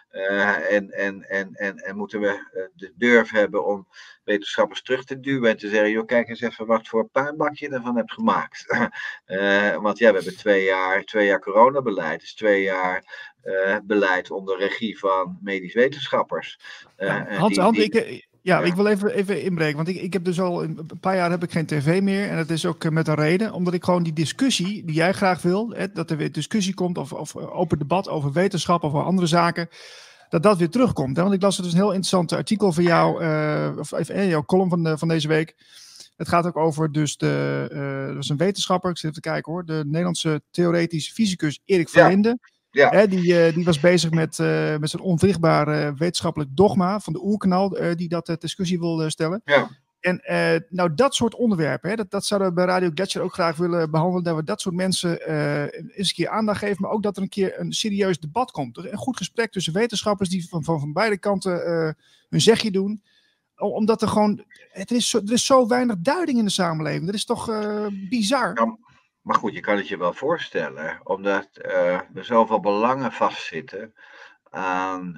C: En moeten we de durf hebben om wetenschappers terug te duwen en te zeggen, joh, kijk eens even wat voor puinbak je ervan hebt gemaakt. Want ja, we hebben 2 jaar coronabeleid, dus 2 jaar beleid onder regie van medisch wetenschappers.
A: Hans, ik wil even inbreken, want ik heb dus al een paar jaar heb ik geen tv meer en dat is ook met een reden, omdat ik gewoon die discussie die jij graag wil, dat er weer discussie komt of open debat over wetenschap of over andere zaken, dat weer terugkomt. Hè? Want ik las dus een heel interessant artikel van jou, jouw column van deze week. Het gaat ook over dus dat was een wetenschapper, ik zit even te kijken hoor, de Nederlandse theoretisch fysicus Erik van Linde. Ja. Die was bezig met zijn onwrichtbare wetenschappelijk dogma van de oerknal, die dat ter discussie wil stellen.
C: Ja.
A: En nou, dat soort onderwerpen, dat zouden we bij Radio Gletscher ook graag willen behandelen, dat we dat soort mensen eens een keer aandacht geven, maar ook dat er een keer een serieus debat komt. Een goed gesprek tussen wetenschappers die van beide kanten hun zegje doen. Omdat er gewoon, er is zo weinig duiding in de samenleving. Dat is toch bizar.
C: Ja, maar goed, je kan het je wel voorstellen, omdat er zoveel belangen vastzitten aan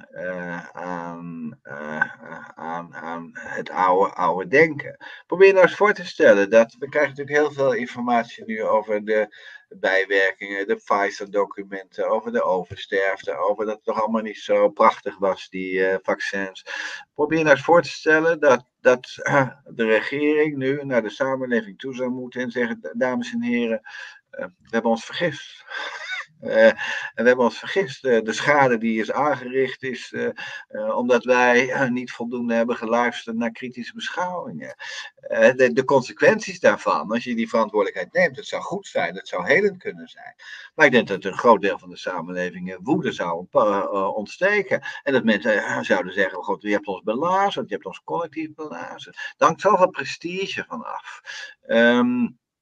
C: het oude denken. Probeer nou eens voor te stellen dat we krijgen natuurlijk heel veel informatie nu over de bijwerkingen, de Pfizer-documenten, over de oversterfte, over dat het toch allemaal niet zo prachtig was, die vaccins. Probeer nou eens voor te stellen dat de regering nu naar de samenleving toe zou moeten en zeggen, dames en heren, we hebben ons vergist. En we hebben ons vergist. De schade die is aangericht is omdat wij niet voldoende hebben geluisterd naar kritische beschouwingen. De consequenties daarvan, als je die verantwoordelijkheid neemt, het zou goed zijn, het zou helend kunnen zijn. Maar ik denk dat een groot deel van de samenleving woede zou ontsteken. En dat mensen zouden zeggen, God, je hebt ons belazerd, je hebt ons collectief belazerd. Daar hangt zoveel prestige van af.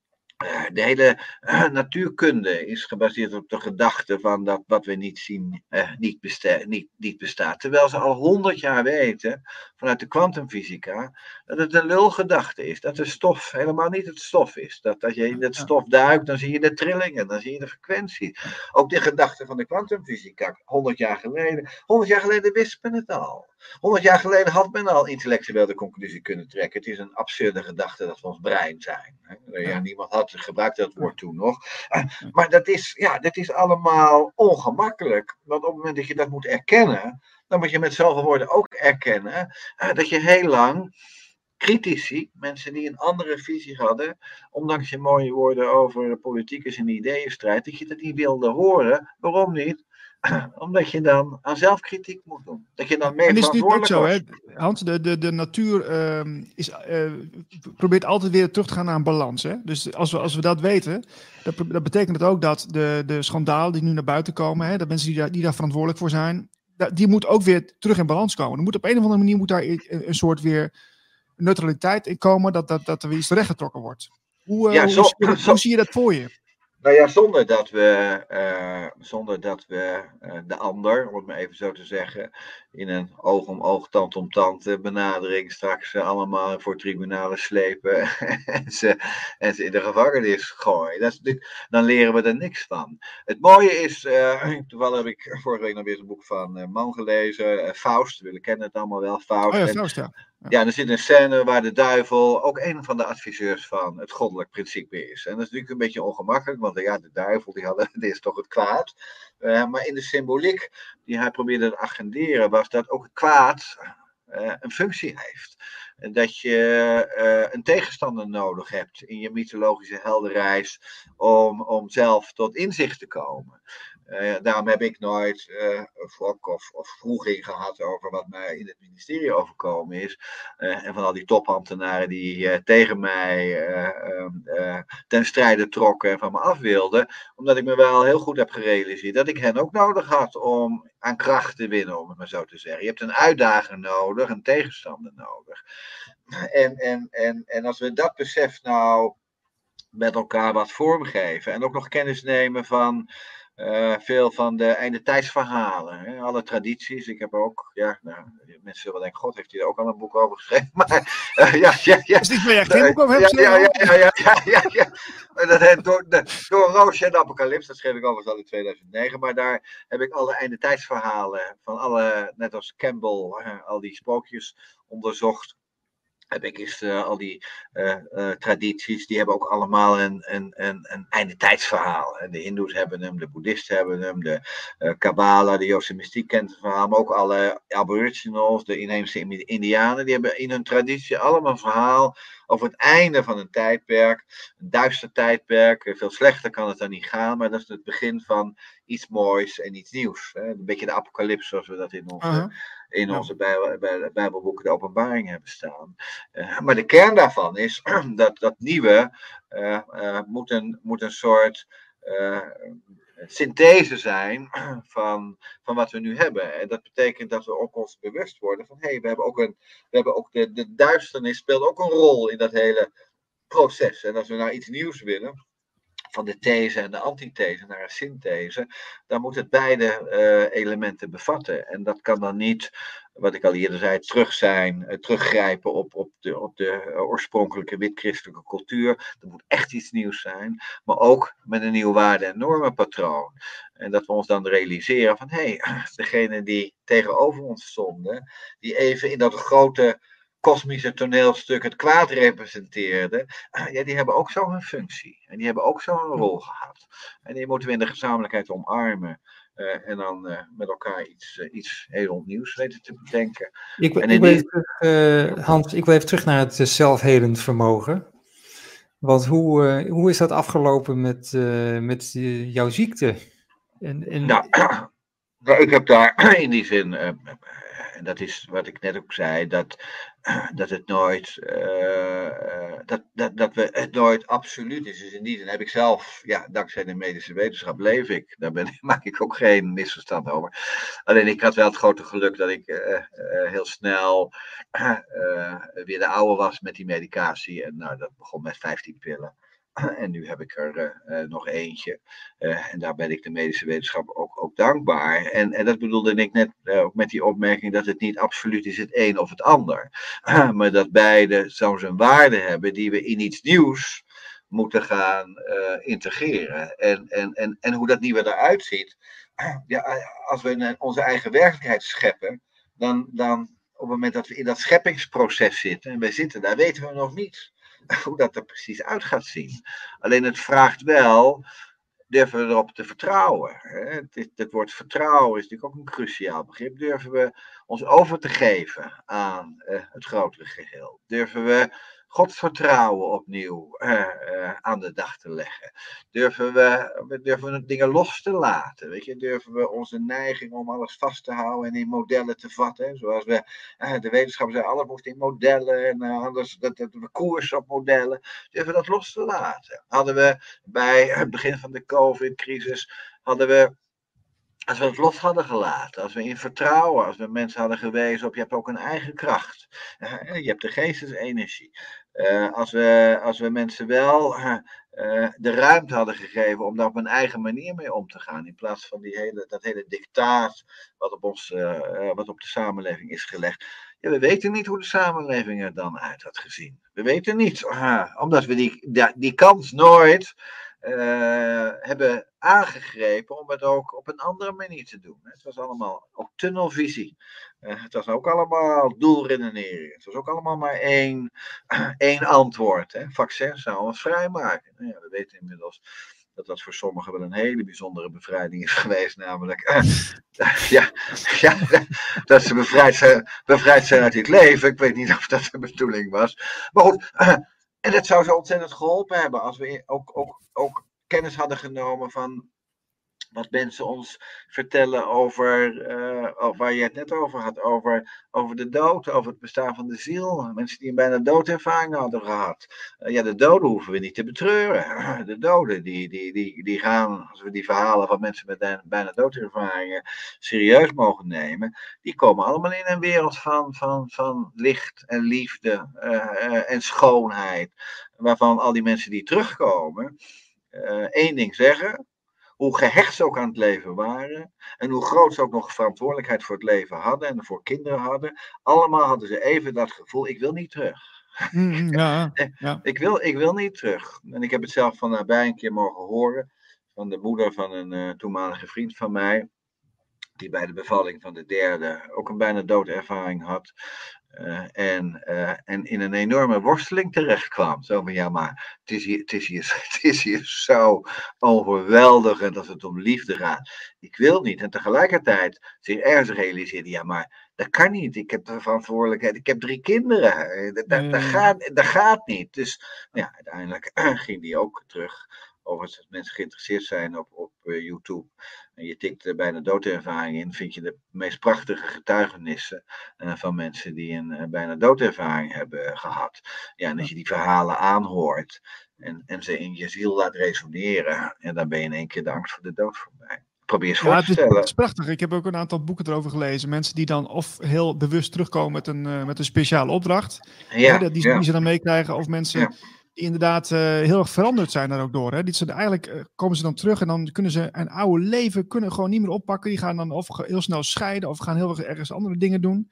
C: De hele natuurkunde is gebaseerd op de gedachte van dat wat we niet zien niet bestaat. Terwijl ze al 100 jaar weten, vanuit de kwantumfysica, dat het een lulgedachte is. Dat de stof helemaal niet het stof is. Dat als je in het stof duikt, dan zie je de trillingen, dan zie je de frequentie. Ook de gedachte van de kwantumfysica, 100 jaar geleden. 100 jaar geleden wist men het al. 100 jaar geleden had men al intellectueel de conclusie kunnen trekken. Het is een absurde gedachte dat we ons brein zijn. Ja, niemand had gebruikt dat woord toen nog. Maar dat is allemaal ongemakkelijk. Want op het moment dat je dat moet erkennen, dan moet je met zoveel woorden ook erkennen dat je heel lang critici, mensen die een andere visie hadden, ondanks je mooie woorden over politiek is een ideeënstrijd, dat je dat niet wilde horen. Waarom niet? Omdat je dan aan zelfkritiek moet doen. Dat je dan mee
A: En is het ook zo, hè?
C: wordt.
A: Hans, de natuur probeert altijd weer terug te gaan naar een balans. Hè? Dus als we dat weten, dat betekent het ook dat de schandalen die nu naar buiten komen, hè, dat mensen die daar verantwoordelijk voor zijn, die moeten ook weer terug in balans komen. Er moet op een of andere manier moet daar een soort weer neutraliteit in komen, dat er weer iets terechtgetrokken wordt. Hoe zie je dat voor je?
C: Nou ja, zonder dat we de ander, om het maar even zo te zeggen, in een oog om oog, tand om tand benadering straks allemaal voor tribunalen slepen en ze in de gevangenis gooien. Dan leren we er niks van. Het mooie is, toevallig heb ik vorige week nog weer een boek van Mann gelezen, Faust, we kennen het allemaal wel, Faust.
A: Oh ja, Faust, ja.
C: Ja, er zit een scène waar de duivel ook een van de adviseurs van het goddelijk principe is. En dat is natuurlijk een beetje ongemakkelijk, want ja, de duivel die is toch het kwaad. Maar in de symboliek die hij probeerde te agenderen was dat ook het kwaad een functie heeft. En dat je een tegenstander nodig hebt in je mythologische heldenreis om zelf tot inzicht te komen. Daarom heb ik nooit wrok of wroeging gehad over wat mij in het ministerie overkomen is. En van al die topambtenaren die tegen mij ten strijde trokken en van me af wilden. Omdat ik me wel heel goed heb gerealiseerd dat ik hen ook nodig had om aan kracht te winnen, om het maar zo te zeggen. Je hebt een uitdager nodig, een tegenstander nodig. En als we dat besef nou met elkaar wat vormgeven en ook nog kennis nemen van veel van de eindetijdsverhalen, hè, alle tradities. Ik heb ook, mensen zullen denken, god, heeft hij er ook al een boek over geschreven? Maar
A: Is dit waar je geen boek over hebt geschreven?
C: Ja. Dat heet door Roosje en de Apocalyps, dat schreef ik overigens al in 2009, maar daar heb ik alle eindetijdsverhalen van alle, net als Campbell, al die sprookjes onderzocht. Heb ik eens al die tradities, die hebben ook allemaal een eindetijdsverhaal. De Hindoes hebben hem, de Boeddhisten hebben hem, de Kabbala, de Joodse mystiek kent het verhaal, maar ook alle aboriginals, de inheemse Indianen, die hebben in hun traditie allemaal een verhaal over het einde van een tijdperk, een duister tijdperk. Veel slechter kan het dan niet gaan, maar dat is het begin van iets moois en iets nieuws. Een beetje de apocalyps zoals we dat in onze Bijbelboeken, de Openbaring, hebben staan. Maar de kern daarvan is dat nieuwe moet een soort synthese zijn van wat we nu hebben. En dat betekent dat we ook ons bewust worden van we hebben ook de duisternis speelt ook een rol in dat hele proces. En als we nou iets nieuws willen, van de these en de antithese naar een synthese, dan moet het beide elementen bevatten. En dat kan dan niet, wat ik al eerder zei, teruggrijpen op de oorspronkelijke wit-christelijke cultuur. Er moet echt iets nieuws zijn, maar ook met een nieuw waarde- en normenpatroon. En dat we ons dan realiseren van, degene die tegenover ons stonden, die even in dat grote kosmische toneelstuk het kwaad representeerde, die hebben ook zo hun functie. En die hebben ook zo'n rol gehad. En die moeten we in de gezamenlijkheid omarmen. En dan met elkaar iets heel nieuws weten te bedenken.
B: Hans, ik wil even terug naar het zelfhelend vermogen. Want hoe is dat afgelopen met jouw ziekte?
C: Nou, ik heb daar in die zin, en dat is wat ik net ook zei, dat het nooit, dat we het nooit absoluut is. Dus in die zin heb ik zelf, dankzij de medische wetenschap leef ik. Daar maak ik ook geen misverstand over. Alleen ik had wel het grote geluk dat ik heel snel weer de oude was met die medicatie. En nou, dat begon met 15 pillen. En nu heb ik er nog eentje. En daar ben ik de medische wetenschap ook dankbaar. En dat bedoelde ik net ook met die opmerking dat het niet absoluut is het een of het ander. Maar dat beide zo zijn waarde hebben die we in iets nieuws moeten gaan integreren. En hoe dat nieuwe eruit ziet. Ja, als we onze eigen werkelijkheid scheppen, dan op het moment dat we in dat scheppingsproces zitten, en wij zitten daar, weten we nog niet hoe dat er precies uit gaat zien. Alleen het vraagt wel, durven we erop te vertrouwen? Het woord vertrouwen is natuurlijk ook een cruciaal begrip. Durven we ons over te geven aan het grotere geheel? Durven we Gods vertrouwen opnieuw aan de dag te leggen? Durven we dingen los te laten? Weet je? Durven we onze neiging om alles vast te houden en in modellen te vatten? Zoals we, de wetenschap zei, alles moest in modellen en anders dat we koersen op modellen. Durven we dat los te laten? Hadden we bij het begin van de COVID-crisis, als we het los hadden gelaten, als we in vertrouwen, als we mensen hadden gewezen op je hebt ook een eigen kracht, je hebt de geestesenergie. Als we mensen wel de ruimte hadden gegeven om daar op een eigen manier mee om te gaan, in plaats van dat hele dictaat wat op de samenleving is gelegd. Ja, we weten niet hoe de samenleving er dan uit had gezien. We weten niet, omdat we die kans nooit hebben aangegrepen om het ook op een andere manier te doen. Het was allemaal ook tunnelvisie. Het was ook allemaal doelredenering. Het was ook allemaal maar één antwoord. Hè. Vaccins zou ons vrijmaken. Nou ja, we weten inmiddels dat voor sommigen wel een hele bijzondere bevrijding is geweest. Namelijk, dat ze bevrijd zijn uit dit leven. Ik weet niet of dat de bedoeling was. Maar goed, en dat zou zo ontzettend geholpen hebben als we ook kennis hadden genomen van wat mensen ons vertellen over, waar je het net over had, over de dood, over het bestaan van de ziel. Mensen die een bijna doodervaring hadden gehad. De doden hoeven we niet te betreuren. De doden die gaan, als we die verhalen van mensen met bijna doodervaringen serieus mogen nemen, die komen allemaal in een wereld van licht en liefde en schoonheid. Waarvan al die mensen die terugkomen één ding zeggen. Hoe gehecht ze ook aan het leven waren. En hoe groot ze ook nog verantwoordelijkheid voor het leven hadden. En voor kinderen hadden. Allemaal hadden ze even dat gevoel. Ik wil niet terug.
A: Ja.
C: Ik wil niet terug. En ik heb het zelf van nabij een keer mogen horen. Van de moeder van een toenmalige vriend van mij. Die bij de bevalling van de derde ook een bijna doodervaring had. En in een enorme worsteling terecht kwam. Zo van, ja, maar het is hier zo overweldigend als het om liefde gaat. Ik wil niet. En tegelijkertijd zich ergens realiseerde, ja, maar dat kan niet. Ik heb de verantwoordelijkheid. Ik heb 3 kinderen. Dat gaat niet. Dus ja, uiteindelijk ging die ook terug. Overigens, als mensen geïnteresseerd zijn op YouTube en je tikt bijna doodervaring in, vind je de meest prachtige getuigenissen van mensen die een bijna doodervaring hebben gehad. Ja, en als je die verhalen aanhoort en ze in je ziel laat resoneren, en dan ben je in één keer de angst voor de dood voorbij. Probeer eens voor te stellen.
A: Het is prachtig. Ik heb ook een aantal boeken erover gelezen. Mensen die dan of heel bewust terugkomen met een speciale opdracht, die ze dan meekrijgen, of mensen die inderdaad heel erg veranderd zijn daar ook door. Hè. Eigenlijk komen ze dan terug en dan kunnen ze een oude leven gewoon niet meer oppakken. Die gaan dan of heel snel scheiden of gaan heel ergens andere dingen doen.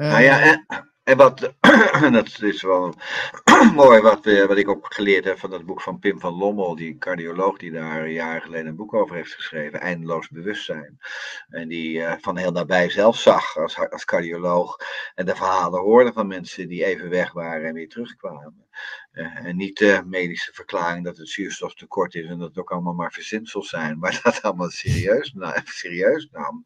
C: En dat is wel mooi wat ik ook geleerd heb van dat boek van Pim van Lommel, die cardioloog die daar jaren geleden een boek over heeft geschreven, Eindeloos Bewustzijn. En die van heel nabij zelf zag als cardioloog en de verhalen hoorde van mensen die even weg waren en weer terugkwamen. En niet de medische verklaring dat het zuurstoftekort is en dat het ook allemaal maar verzinsels zijn, maar dat allemaal serieus nam.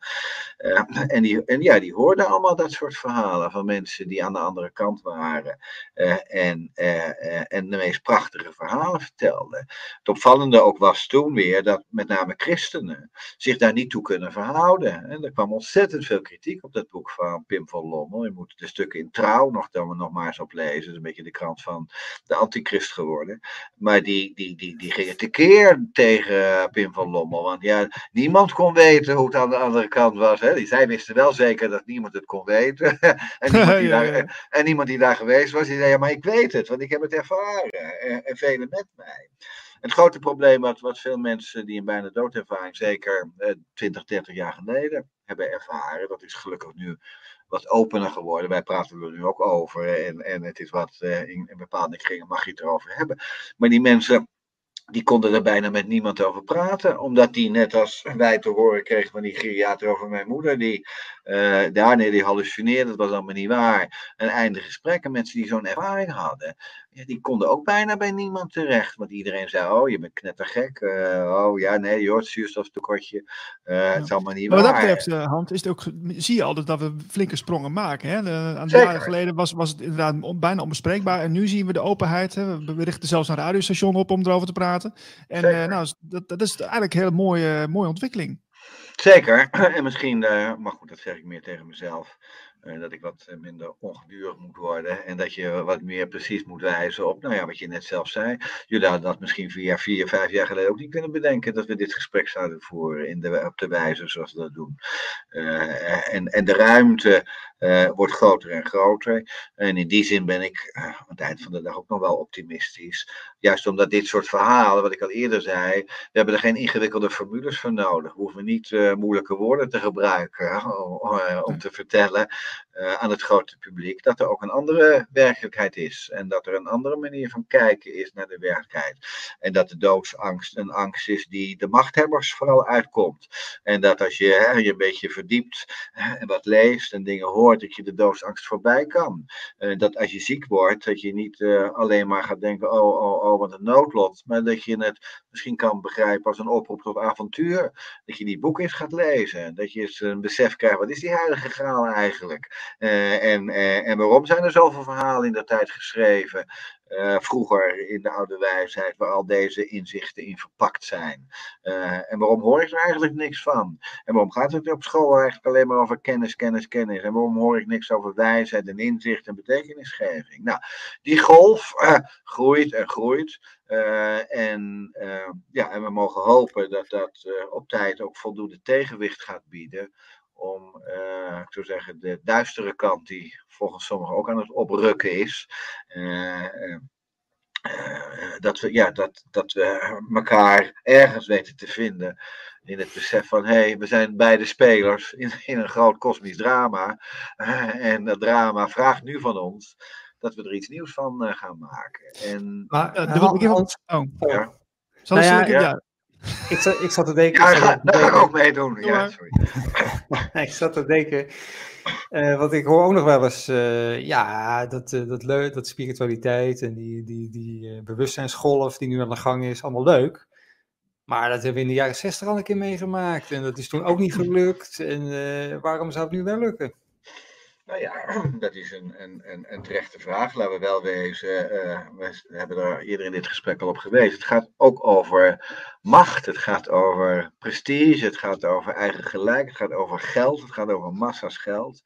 C: Die hoorden allemaal dat soort verhalen van mensen die aan de andere kant waren en de meest prachtige verhalen vertelden. Het opvallende ook was toen weer dat met name christenen zich daar niet toe kunnen verhouden. En er kwam ontzettend veel kritiek op dat boek van Pim van Lommel. Je moet de stukken in Trouw nog maar eens op lezen. Dat is een beetje de krant van de antichrist geworden. Maar die gingen tekeer tegen Pim van Lommel. Want ja, niemand kon weten hoe het aan de andere kant was. Hè. Zij wisten wel zeker dat niemand het kon weten. En niemand die daar geweest was, die zei, ja, maar ik weet het, want ik heb het ervaren. En velen met mij. Het grote probleem wat veel mensen die een bijna doodervaring, zeker 20, 30 jaar geleden, hebben ervaren, dat is gelukkig nu wat opener geworden. Wij praten er nu ook over en het is wat in bepaalde kringen mag je het erover hebben. Maar die mensen, die konden er bijna met niemand over praten, omdat die net als wij te horen kregen van die geriater over mijn moeder, die hallucineerde, dat was allemaal niet waar. Een einde gesprek. En mensen die zo'n ervaring hadden, ja, die konden ook bijna bij niemand terecht. Want iedereen zei, oh, je bent knettergek. Oh ja, nee, joh, het zuurstoftekortje. Het is allemaal niet
A: maar
C: waar.
A: Wat dat betreft, Hans, is het ook, zie je altijd dat we flinke sprongen maken. Hè? Aan de
C: Zeker.
A: jaren geleden was het inderdaad bijna onbespreekbaar. En nu zien we de openheid. Hè? We richten zelfs een radiostation op om erover te praten. En dat is eigenlijk een hele mooie ontwikkeling.
C: Zeker, en misschien, maar goed, dat zeg ik meer tegen mezelf, dat ik wat minder ongedurig moet worden en dat je wat meer precies moet wijzen op, nou ja, wat je net zelf zei. Jullie hadden dat misschien 4, 5 jaar geleden ook niet kunnen bedenken, dat we dit gesprek zouden voeren op de wijze zoals we dat doen. En de ruimte wordt groter en groter. En in die zin ben ik aan het eind van de dag ook nog wel optimistisch. Juist omdat dit soort verhalen, wat ik al eerder zei, we hebben er geen ingewikkelde formules voor nodig. We hoeven niet moeilijke woorden te gebruiken om te vertellen aan het grote publiek dat er ook een andere werkelijkheid is. En dat er een andere manier van kijken is naar de werkelijkheid. En dat de doodsangst een angst is die de machthebbers vooral uitkomt. En dat als je je een beetje verdiept en wat leest en dingen hoort, dat je de doodsangst voorbij kan. Dat als je ziek wordt, dat je niet alleen maar gaat denken, oh, wat een noodlot. Maar dat je het misschien kan begrijpen als een oproep tot avontuur. Dat je die boek eens gaat lezen. Dat je eens een besef krijgt, wat is die heilige graal eigenlijk? En waarom zijn er zoveel verhalen in de tijd geschreven? Vroeger in de oude wijsheid, waar al deze inzichten in verpakt zijn. En waarom hoor ik er eigenlijk niks van? En waarom gaat het op school eigenlijk alleen maar over kennis? En waarom hoor ik niks over wijsheid en inzicht en betekenisgeving? Nou, die golf groeit en groeit. En we mogen hopen dat dat op tijd ook voldoende tegenwicht gaat bieden. Om, ik zou zeggen, de duistere kant die volgens sommigen ook aan het oprukken is. Dat we elkaar ergens weten te vinden in het besef van, we zijn beide spelers in een groot kosmisch drama. En dat drama vraagt nu van ons dat we er iets nieuws van gaan maken. En,
B: Ik zat te denken.
C: Daar ga ook meedoen. Ja, sorry.
B: Ik zat te denken. Want ik hoor ook nog wel eens. Dat spiritualiteit en die bewustzijnsgolf die nu aan de gang is, allemaal leuk. Maar dat hebben we in de jaren 60 al een keer meegemaakt. En dat is toen ook niet gelukt. En waarom zou het nu wel lukken?
C: Nou ja, dat is een terechte vraag. Laten we wel wezen, we hebben er eerder in dit gesprek al op gewezen. Het gaat ook over macht, het gaat over prestige, het gaat over eigen gelijk, het gaat over geld, het gaat over massa's geld.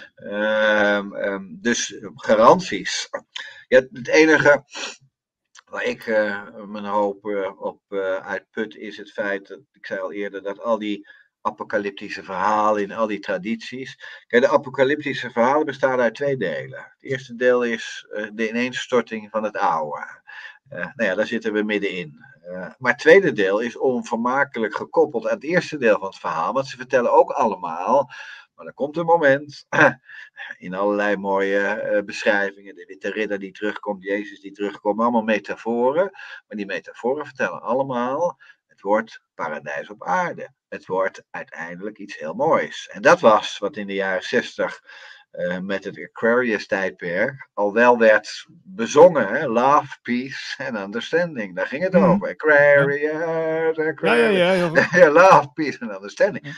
C: Dus garanties. Ja, het enige waar ik mijn hoop op uitput is het feit, dat ik zei al eerder, dat al die apocalyptische verhalen in al die tradities. Kijk, de apocalyptische verhalen bestaan uit 2 delen. Het eerste deel is de ineenstorting van het oude. Daar zitten we middenin. Maar het tweede deel is onvermakelijk gekoppeld aan het eerste deel van het verhaal. Want ze vertellen ook allemaal, maar er komt een moment, in allerlei mooie beschrijvingen, de witte ridder die terugkomt, Jezus die terugkomt, allemaal metaforen. Maar die metaforen vertellen allemaal, het wordt paradijs op aarde. Het wordt uiteindelijk iets heel moois. En dat was wat in de jaren 60 met het Aquarius-tijdperk al wel werd bezongen. Hè? Love, peace and understanding. Daar ging het over. Aquarius. Love, peace and understanding.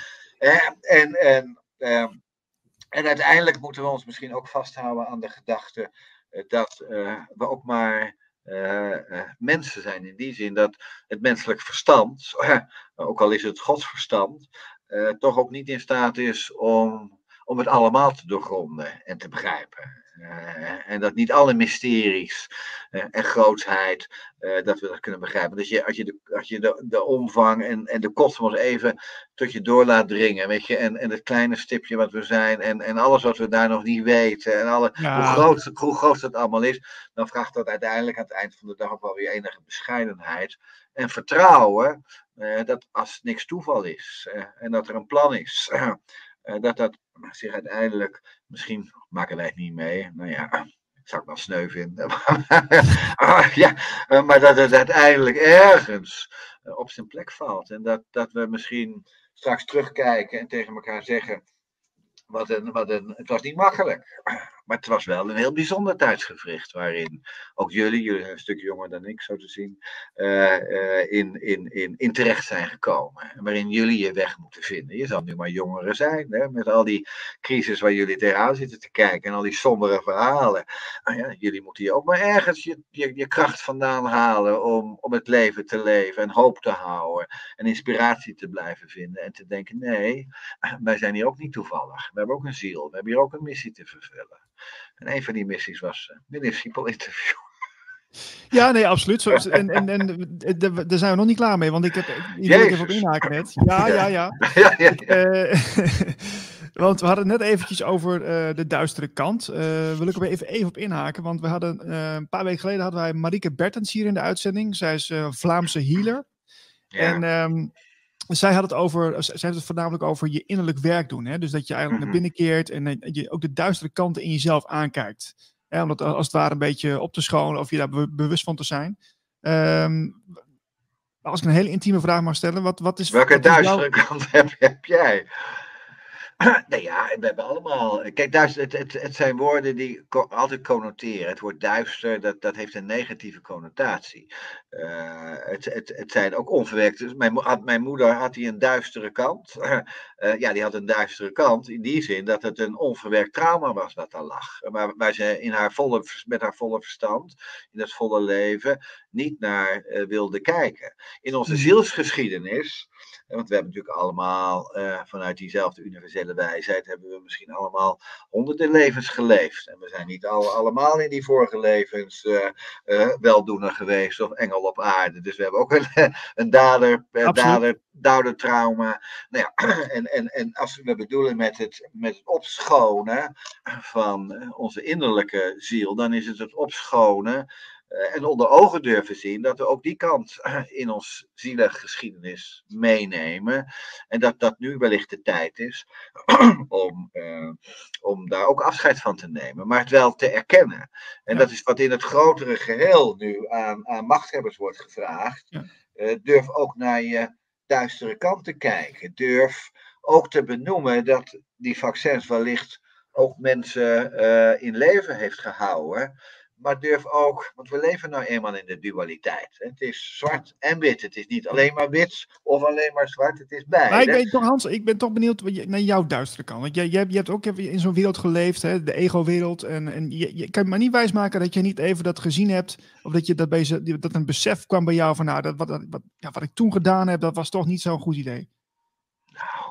C: En uiteindelijk moeten we ons misschien ook vasthouden aan de gedachte dat we ook maar mensen zijn, in die zin dat het menselijk verstand, ook al is het godsverstand, toch ook niet in staat is om het allemaal te doorgronden en te begrijpen. En dat niet alle mysteries en grootsheid, dat we dat kunnen begrijpen. Dus als je de omvang en de kosmos even tot je door laat dringen, weet je, en het kleine stipje wat we zijn, en alles wat we daar nog niet weten, en hoe groot dat allemaal is, dan vraagt dat uiteindelijk aan het eind van de dag ook wel weer enige bescheidenheid en vertrouwen, dat als niks toeval is, en dat er een plan is, dat zich uiteindelijk, misschien maken wij het niet mee, nou ja, zou ik wel sneu vinden, ja, maar dat het uiteindelijk ergens op zijn plek valt. En dat we misschien straks terugkijken en tegen elkaar zeggen, het was niet makkelijk, maar het was wel een heel bijzonder tijdsgevricht, waarin ook jullie zijn een stuk jonger dan ik, zo te zien, in terecht zijn gekomen. En waarin jullie je weg moeten vinden. Je zal nu maar jongeren zijn, hè, met al die crisis waar jullie tegenaan zitten te kijken en al die sombere verhalen. Nou ja, jullie moeten je ook maar ergens je kracht vandaan halen om het leven te leven en hoop te houden en inspiratie te blijven vinden en te denken, nee, wij zijn hier ook niet toevallig. We hebben ook een ziel. We hebben hier ook een missie te vervullen. En een van die missies was municipal interview.
A: Ja, nee, absoluut. Daar zijn we nog niet klaar mee, want ik heb even op inhaken net. Ja. Want we hadden het net eventjes over de duistere kant. Wil ik er even op inhaken, want we hadden een paar weken geleden hadden wij Marieke Bertens hier in de uitzending. Zij is Vlaamse healer. Ja. En zij heeft het voornamelijk over je innerlijk werk doen. Hè? Dus dat je eigenlijk naar binnen keert en je ook de duistere kanten in jezelf aankijkt. Om dat als het ware een beetje op te schonen of je daar bewust van te zijn. Als ik een hele intieme vraag mag stellen.
C: Welke duistere kant heb jij? Nee, ja, we hebben allemaal. Kijk, het zijn woorden die altijd connoteren. Het woord duister, dat heeft een negatieve connotatie. Het zijn ook onverwerkte. Mijn moeder had die een duistere kant. Ja, die had een duistere kant. In die zin dat het een onverwerkt trauma was wat daar lag. Waar ze met haar volle verstand, in het volle leven, niet naar wilde kijken. In onze zielsgeschiedenis. Want we hebben natuurlijk allemaal vanuit diezelfde universele wijsheid hebben we misschien allemaal honderden levens geleefd. En we zijn niet allemaal in die vorige levens weldoener geweest of engel op aarde. Dus we hebben ook een dadertrauma. Nou ja, en als we bedoelen met het opschonen van onze innerlijke ziel, dan is het opschonen en onder ogen durven zien dat we ook die kant in ons zielengeschiedenis meenemen. En dat nu wellicht de tijd is om daar ook afscheid van te nemen. Maar het wel te erkennen. En dat is wat in het grotere geheel nu aan machthebbers wordt gevraagd. Ja. Durf ook naar je duistere kant te kijken. Durf ook te benoemen dat die vaccins wellicht ook mensen in leven heeft gehouden. Maar durf ook, want we leven nou eenmaal in de dualiteit. Het is zwart en wit. Het is niet alleen maar wit of alleen maar zwart. Het is beide.
A: Maar Hans, ik ben toch benieuwd naar jouw duistere kant. Want je hebt ook in zo'n wereld geleefd, hè, de ego-wereld. En je kan maar niet wijsmaken dat je niet even dat gezien hebt. Of dat je dat een besef kwam bij jou van, nou, wat ik toen gedaan heb, dat was toch niet zo'n goed idee.
C: Nou,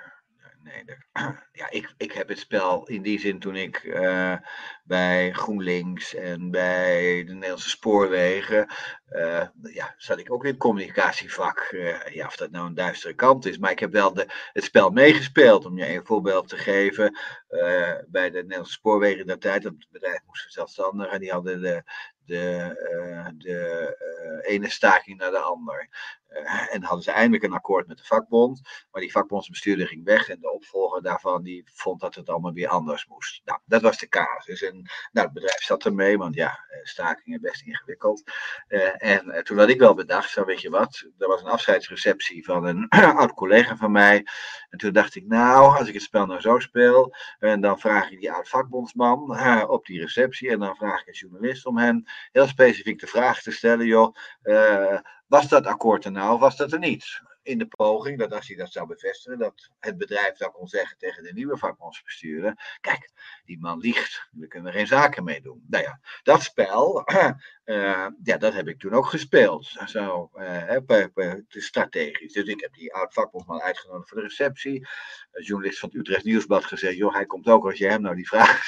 C: ja, ik heb het spel in die zin toen ik bij GroenLinks en bij de Nederlandse Spoorwegen, zat ik ook in het communicatievak. Ja, of dat nou een duistere kant is, maar ik heb wel het spel meegespeeld. Om je een voorbeeld te geven, bij de Nederlandse Spoorwegen in dat tijd, dat bedrijf moest zelfstandig en die hadden de ene staking naar de ander. En hadden ze eindelijk een akkoord met de vakbond, maar die vakbondsbestuurder ging weg en de opvolger daarvan die vond dat het allemaal weer anders moest. Nou, dat was de casus. En het bedrijf zat ermee, want ja, stakingen best ingewikkeld. En toen had ik wel bedacht, zo weet je wat, er was een afscheidsreceptie van een oud collega van mij. En toen dacht ik, nou, als ik het spel nou zo speel, en dan vraag ik die oud vakbondsman op die receptie en dan vraag ik een journalist om hem heel specifiek de vraag te stellen, joh, was dat akkoord er nou of was dat er niet? in de poging dat als hij dat zou bevestigen, dat het bedrijf dan kon zeggen tegen de nieuwe vakbondsbestuurder, kijk, die man liegt, we kunnen er geen zaken mee doen. Nou ja, dat spel, dat heb ik toen ook gespeeld. Zo, strategisch. Dus ik heb die oud-vakbondsman uitgenodigd voor de receptie. Een journalist van het Utrecht Nieuwsblad gezegd, joh, hij komt ook als je hem nou die vraag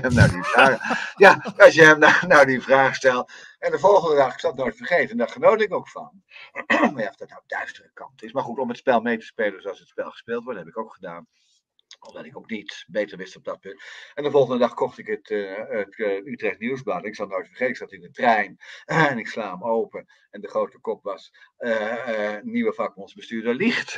C: stelt. En de volgende dag, ik zal het nooit vergeten, daar genoot ik ook van. Maar ja, of dat nou duistere kant is. Maar goed, om het spel mee te spelen zoals het spel gespeeld wordt, heb ik ook gedaan. Omdat ik ook niet beter wist op dat punt. En de volgende dag kocht ik het Utrecht Nieuwsblad. Ik zal nooit vergeten, ik zat in de trein en ik sla hem open. En de grote kop was, nieuwe vakbondsbestuurder liegt.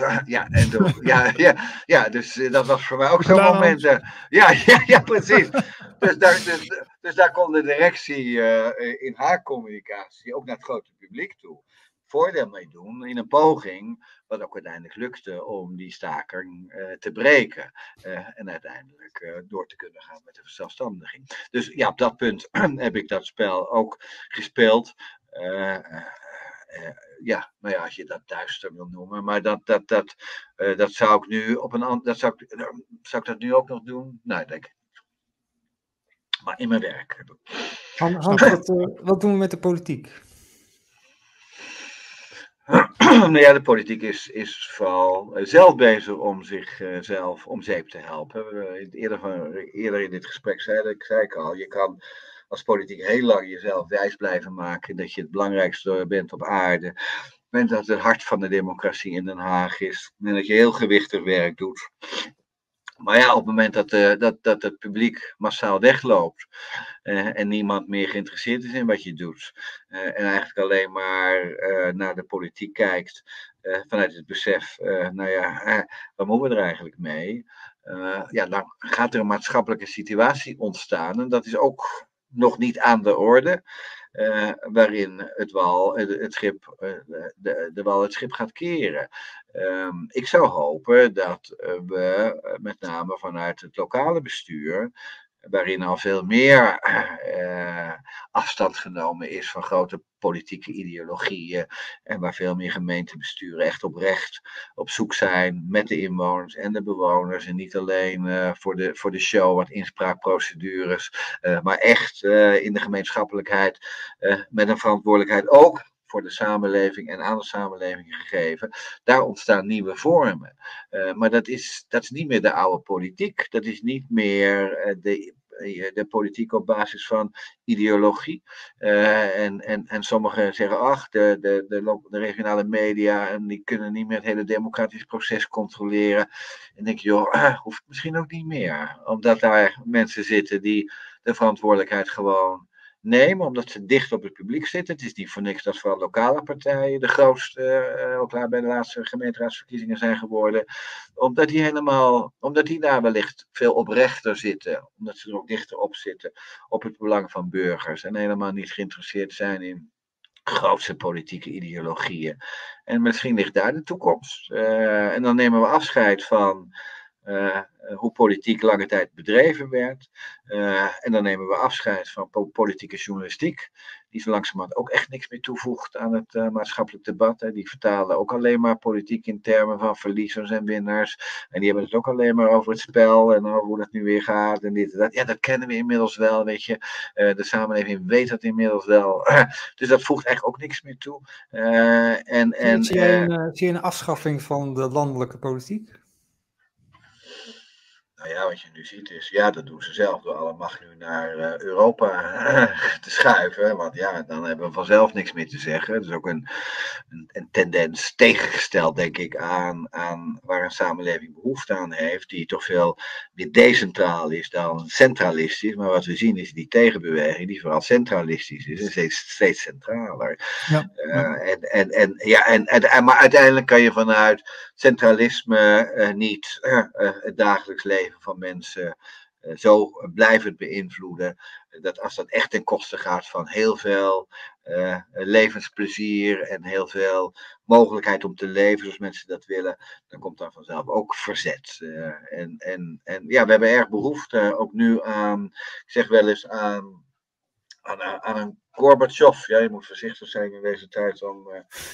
C: Dus dat was voor mij ook zo'n moment. Ja, precies. Dus daar kon de directie in haar communicatie ook naar het grote publiek toe voordeel mee doen in een poging, wat ook uiteindelijk lukte om die staking te breken en uiteindelijk door te kunnen gaan met de verzelfstandiging. Dus ja, op dat punt heb ik dat spel ook gespeeld. Als je dat duister wil noemen, maar dat zou ik nu op een zou ik dat nu ook nog doen? Nee, denk ik niet. Maar in mijn werk.
B: Hans, wat doen we met de politiek?
C: Nou ja, de politiek is vooral zelf bezig om zichzelf om zeep te helpen. Eerder in dit gesprek zei ik al, je kan als politiek heel lang jezelf wijs blijven maken dat je het belangrijkste bent op aarde. En dat het hart van de democratie in Den Haag is. En dat je heel gewichtig werk doet. Maar ja, op het moment dat het publiek massaal wegloopt en niemand meer geïnteresseerd is in wat je doet en eigenlijk alleen maar naar de politiek kijkt vanuit het besef, wat moeten we er eigenlijk mee? Dan gaat er een maatschappelijke situatie ontstaan en dat is ook nog niet aan de orde. Waarin het schip gaat keren. Ik zou hopen dat we met name vanuit het lokale bestuur, waarin al veel meer afstand genomen is van grote politieke ideologieën en waar veel meer gemeentebesturen echt oprecht op zoek zijn met de inwoners en de bewoners en niet alleen voor de show wat inspraakprocedures, maar echt in de gemeenschappelijkheid met een verantwoordelijkheid ook voor de samenleving en aan de samenleving gegeven. Daar ontstaan nieuwe vormen. Maar dat is niet meer de oude politiek. Dat is niet meer de politiek op basis van ideologie. En sommigen zeggen, ach, de regionale media en die kunnen niet meer het hele democratisch proces controleren. En denk je, joh, hoeft misschien ook niet meer. Omdat daar mensen zitten die de verantwoordelijkheid gewoon nemen, omdat ze dicht op het publiek zitten. Het is niet voor niks dat vooral lokale partijen de grootste, ook bij de laatste gemeenteraadsverkiezingen zijn geworden. Omdat die daar wellicht veel oprechter zitten. Omdat ze er ook dichter op zitten op het belang van burgers. En helemaal niet geïnteresseerd zijn in grootste politieke ideologieën. En misschien ligt daar de toekomst. En dan nemen we afscheid van hoe politiek lange tijd bedreven werd. En dan nemen we afscheid van politieke journalistiek, die zo langzamerhand ook echt niks meer toevoegt aan het maatschappelijk debat. Hè. Die vertalen ook alleen maar politiek in termen van verliezers en winnaars. En die hebben het ook alleen maar over het spel en over hoe dat nu weer gaat en dit en dat. Ja, dat kennen we inmiddels wel, weet je. De samenleving weet dat inmiddels wel. Dus dat voegt eigenlijk ook niks meer toe.
B: Zie je een afschaffing van de landelijke politiek?
C: Nou ja, wat je nu ziet is, ja, dat doen ze zelf door alle macht nu naar Europa te schuiven. Want ja, dan hebben we vanzelf niks meer te zeggen. Dat is ook een tendens tegengesteld, denk ik, aan waar een samenleving behoefte aan heeft. Die toch veel meer decentraal is dan centralistisch. Maar wat we zien is die tegenbeweging, die vooral centralistisch is en steeds centraler. Ja. Maar uiteindelijk kan je vanuit centralisme niet het dagelijks leven van mensen zo blijvend beïnvloeden, dat als dat echt ten koste gaat van heel veel levensplezier en heel veel mogelijkheid om te leven zoals mensen dat willen, dan komt daar vanzelf ook verzet. We hebben erg behoefte ook nu aan, ik zeg wel eens aan een Gorbachev, ja, je moet voorzichtig zijn in deze tijd om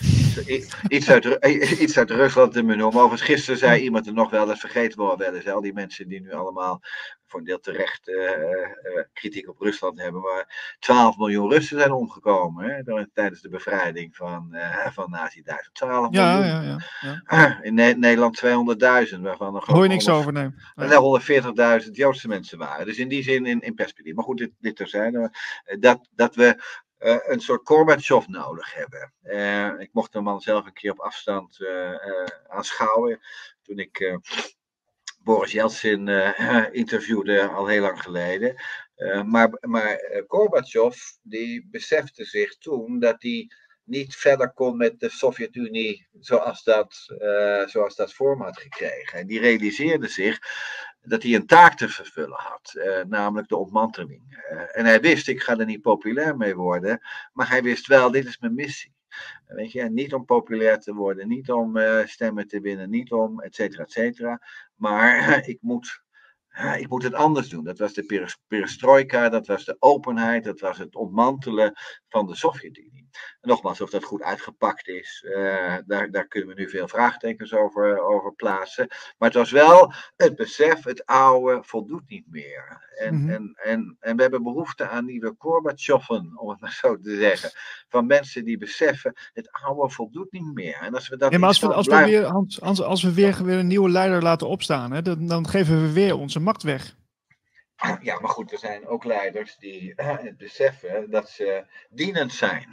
C: iets uit Rusland te benoemen. Overigens, gisteren zei iemand er nog wel, dat vergeten we al wel eens. Al die mensen die nu allemaal voor een deel terecht kritiek op Rusland hebben. Maar 12 miljoen Russen zijn omgekomen tijdens de bevrijding van Nazi-Duitsland. 12 miljoen.
A: Ja.
C: In Nederland 200.000, waarvan er
A: hoor je niks over, nee.
C: 140.000 Joodse mensen waren. Dus in die zin in perspectief. Maar goed, dit terzijde. Dat we een soort Gorbachev nodig hebben. Ik mocht de man zelf een keer op afstand aanschouwen. Toen ik Boris Yeltsin interviewde al heel lang geleden. Maar Gorbachev die besefte zich toen dat hij niet verder kon met de Sovjet-Unie zoals dat vorm had gekregen. En die realiseerde zich dat hij een taak te vervullen had, namelijk de ontmanteling. En hij wist, ik ga er niet populair mee worden, maar hij wist wel, dit is mijn missie. Weet je, niet om populair te worden, niet om stemmen te winnen, niet om et cetera, maar ik moet het anders doen. Dat was de perestrojka, dat was de openheid, dat was het ontmantelen van de Sovjet-Unie. En nogmaals, of dat goed uitgepakt is, daar kunnen we nu veel vraagtekens over plaatsen. Maar het was wel het besef, het oude voldoet niet meer. En we hebben behoefte aan nieuwe Gorbacheven, om het maar zo te zeggen. Van mensen die beseffen, het oude voldoet niet meer. En als we dat
A: als we weer een nieuwe leider laten opstaan, hè, dan geven we weer onze macht weg.
C: Ja, maar goed, er zijn ook leiders die het beseffen dat ze dienend zijn.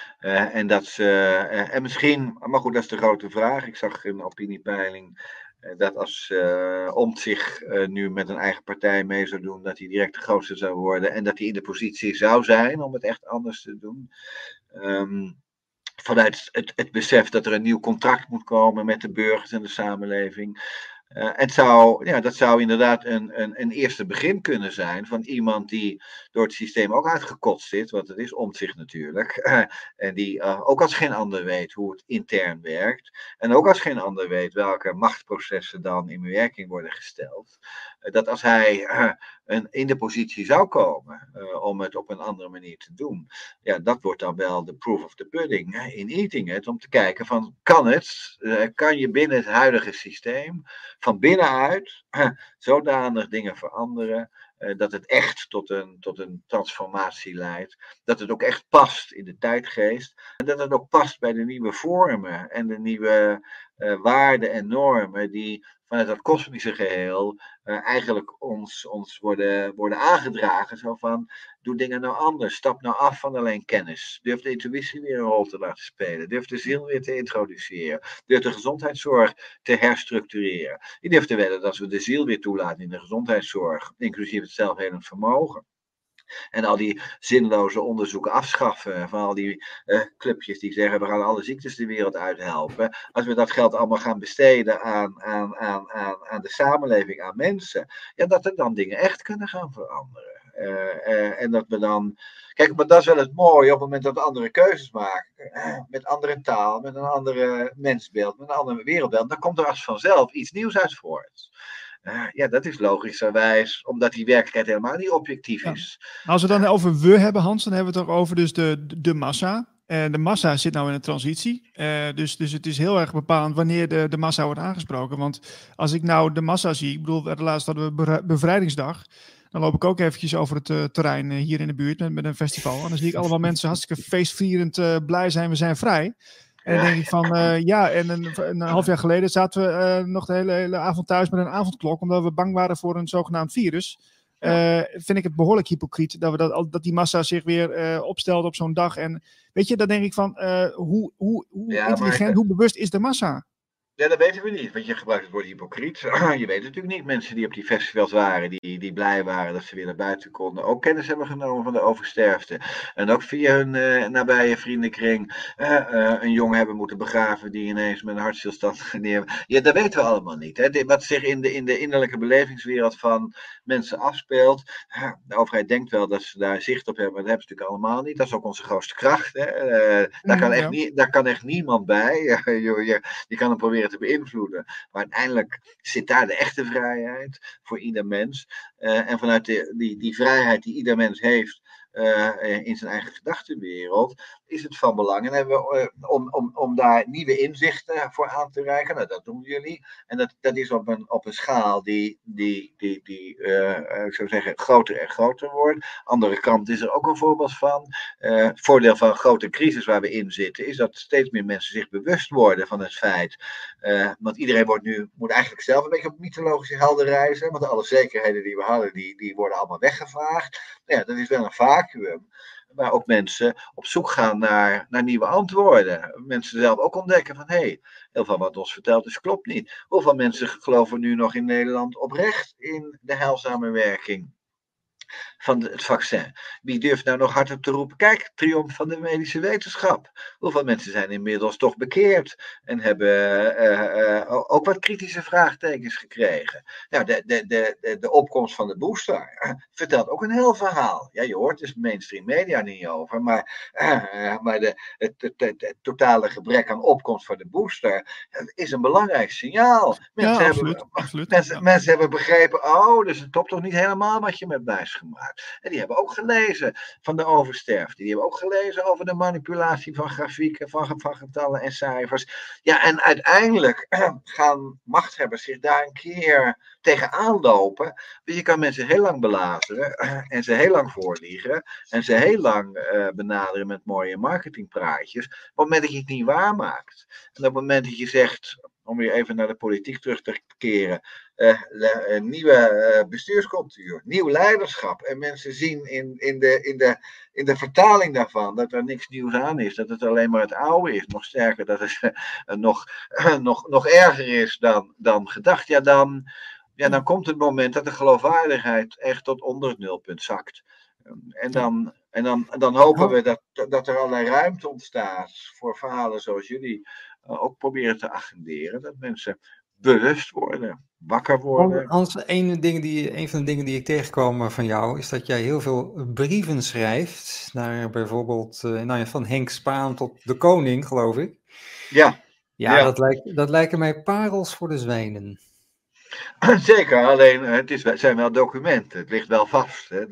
C: En misschien, maar goed, dat is de grote vraag. Ik zag in een opiniepeiling dat als Omtzigt nu met een eigen partij mee zou doen, dat hij direct de grootste zou worden en dat hij in de positie zou zijn om het echt anders te doen. Vanuit het besef dat er een nieuw contract moet komen met de burgers en de samenleving. Dat zou inderdaad een eerste begin kunnen zijn van iemand die door het systeem ook uitgekotst zit, want het is Omtzigt natuurlijk, en die ook als geen ander weet hoe het intern werkt, en ook als geen ander weet welke machtsprocessen dan in werking worden gesteld, dat als hij in de positie zou komen om het op een andere manier te doen, ja, dat wordt dan wel de proof of the pudding in eating it, om te kijken van, kan je binnen het huidige systeem van binnenuit zodanig dingen veranderen dat het echt tot een transformatie leidt. Dat het ook echt past in de tijdgeest. En dat het ook past bij de nieuwe vormen en de nieuwe waarden en normen die vanuit dat kosmische geheel eigenlijk ons worden aangedragen. Zo van, doe dingen nou anders. Stap nou af van alleen kennis. Durf de intuïtie weer een rol te laten spelen. Durf de ziel weer te introduceren. Durf de gezondheidszorg te herstructureren. Ik durf te wedden dat als we de ziel weer toelaten in de gezondheidszorg, inclusief het zelfhelend vermogen, en al die zinloze onderzoeken afschaffen van al die clubjes die zeggen we gaan alle ziektes de wereld uithelpen. Als we dat geld allemaal gaan besteden aan de samenleving, aan mensen, ja, dat er dan dingen echt kunnen gaan veranderen. En dat we dan... Kijk, maar dat is wel het mooie op het moment dat we andere keuzes maken. Met andere taal, met een andere mensbeeld, met een andere wereldbeeld. Dan komt er als vanzelf iets nieuws uit voort. Ja, dat is logischerwijs, omdat die werkelijkheid helemaal niet objectief is.
A: Als we dan over we hebben, Hans, dan hebben we het toch over dus de massa. De massa zit nou in een transitie. Dus het is heel erg bepalend wanneer de massa wordt aangesproken. Want als ik nou de massa zie, ik bedoel, laatst hadden we bevrijdingsdag. Dan loop ik ook eventjes over het terrein hier in de buurt met een festival. En dan zie ik allemaal mensen hartstikke feestvierend blij zijn, we zijn vrij. En dan denk ik van, en een half jaar geleden zaten we nog de hele avond thuis met een avondklok, omdat we bang waren voor een zogenaamd virus. Vind ik het behoorlijk hypocriet dat die massa zich weer opstelde op zo'n dag. En weet je, dan denk ik van, hoe intelligent, hoe bewust is de massa?
C: Ja, dat weten we niet, want je gebruikt het woord hypocriet. Je weet natuurlijk niet, mensen die op die festivals waren, die blij waren dat ze weer naar buiten konden, ook kennis hebben genomen van de oversterfte. En ook via hun nabije vriendenkring een jongen hebben moeten begraven die ineens met een hartstilstand neer... Ja, dat weten we allemaal niet. Hè? Wat zich in de innerlijke belevingswereld van mensen afspeelt. De overheid denkt wel dat ze daar zicht op hebben, maar dat hebben ze natuurlijk allemaal niet. Dat is ook onze grootste kracht. Hè? Daar kan echt niemand bij. Je kan hem proberen te beïnvloeden. Maar uiteindelijk zit daar de echte vrijheid voor ieder mens. En vanuit die vrijheid die ieder mens heeft, in zijn eigen gedachtenwereld, is het van belang. En hebben we, om daar nieuwe inzichten voor aan te reiken. Nou, dat doen jullie. En dat is op een schaal die ik zou zeggen, groter en groter wordt. Andere kant is er ook een voorbeeld van. Het voordeel van een grote crisis waar we in zitten, is dat steeds meer mensen zich bewust worden van het feit. Want iedereen moet eigenlijk zelf een beetje op mythologische helden reizen. Want alle zekerheden die we hadden, die worden allemaal weggevaagd. Ja, dat is wel een vacuüm. Waar ook mensen op zoek gaan naar nieuwe antwoorden. Mensen zelf ook ontdekken van, hé, heel veel wat ons verteld is klopt niet. Hoeveel mensen geloven nu nog in Nederland oprecht in de heilzame werking van het vaccin? Wie durft nou nog hardop te roepen, kijk, triomf van de medische wetenschap. Hoeveel mensen zijn inmiddels toch bekeerd en hebben ook wat kritische vraagtekens gekregen. Nou, de opkomst van de booster vertelt ook een heel verhaal. Ja, je hoort dus mainstream media niet over, maar het totale gebrek aan opkomst van de booster is een belangrijk signaal. Mensen hebben begrepen, oh, dus het klopt toch niet helemaal wat je met wijs gemaakt. En die hebben ook gelezen van de oversterfte. Die hebben ook gelezen over de manipulatie van grafieken, van getallen en cijfers. Ja, en uiteindelijk gaan machthebbers zich daar een keer tegenaan lopen. Je kan mensen heel lang belazeren en ze heel lang voorliegen en ze heel lang benaderen met mooie marketingpraatjes. Op het moment dat je het niet waarmaakt en op het moment dat je zegt, om weer even naar de politiek terug te keren, een nieuwe bestuurscultuur, nieuw leiderschap. En mensen zien in de vertaling daarvan dat er niks nieuws aan is, dat het alleen maar het oude is. Nog sterker, dat het nog erger is dan gedacht. Ja, dan komt het moment dat de geloofwaardigheid echt tot onder het nulpunt zakt. En dan hopen we dat er allerlei ruimte ontstaat voor verhalen zoals jullie ook proberen te agenderen. Dat mensen bewust worden, wakker worden.
B: Hans, een van de dingen die ik tegenkwam van jou, is dat jij heel veel brieven schrijft naar bijvoorbeeld van Henk Spaan tot de koning, geloof ik.
C: Ja.
B: Dat lijken mij parels voor de zwijnen.
C: Zeker, alleen het zijn wel documenten. Het ligt wel vast. Hè?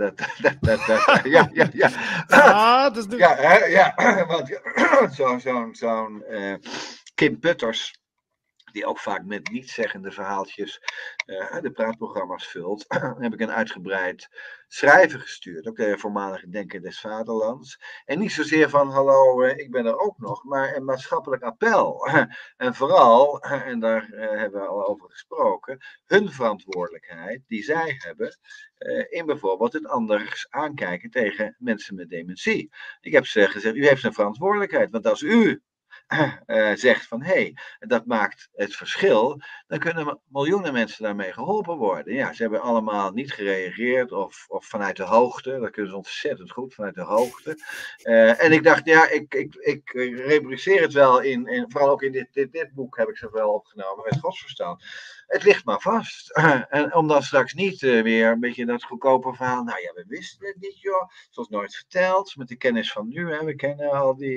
C: Want zo'n Kim Putters, die ook vaak met nietszeggende verhaaltjes de praatprogramma's vult, heb ik een uitgebreid schrijven gestuurd. Ook de voormalige Denker des Vaderlands. En niet zozeer van, hallo, ik ben er ook nog, maar een maatschappelijk appel. En vooral, en daar hebben we al over gesproken, hun verantwoordelijkheid die zij hebben in bijvoorbeeld het anders aankijken tegen mensen met dementie. Ik heb ze gezegd, u heeft een verantwoordelijkheid, want als u zegt van hé, dat maakt het verschil, dan kunnen miljoenen mensen daarmee geholpen worden. Ja, ze hebben allemaal niet gereageerd of vanuit de hoogte, dat kunnen ze ontzettend goed, vanuit de hoogte. En ik dacht, ja, ik rubriceer het wel vooral ook in dit boek heb ik ze wel opgenomen, met godsverstand. Het ligt maar vast. En om dan straks niet weer een beetje dat goedkope verhaal, nou ja, we wisten het niet joh, zoals nooit verteld, met de kennis van nu, hè, we kennen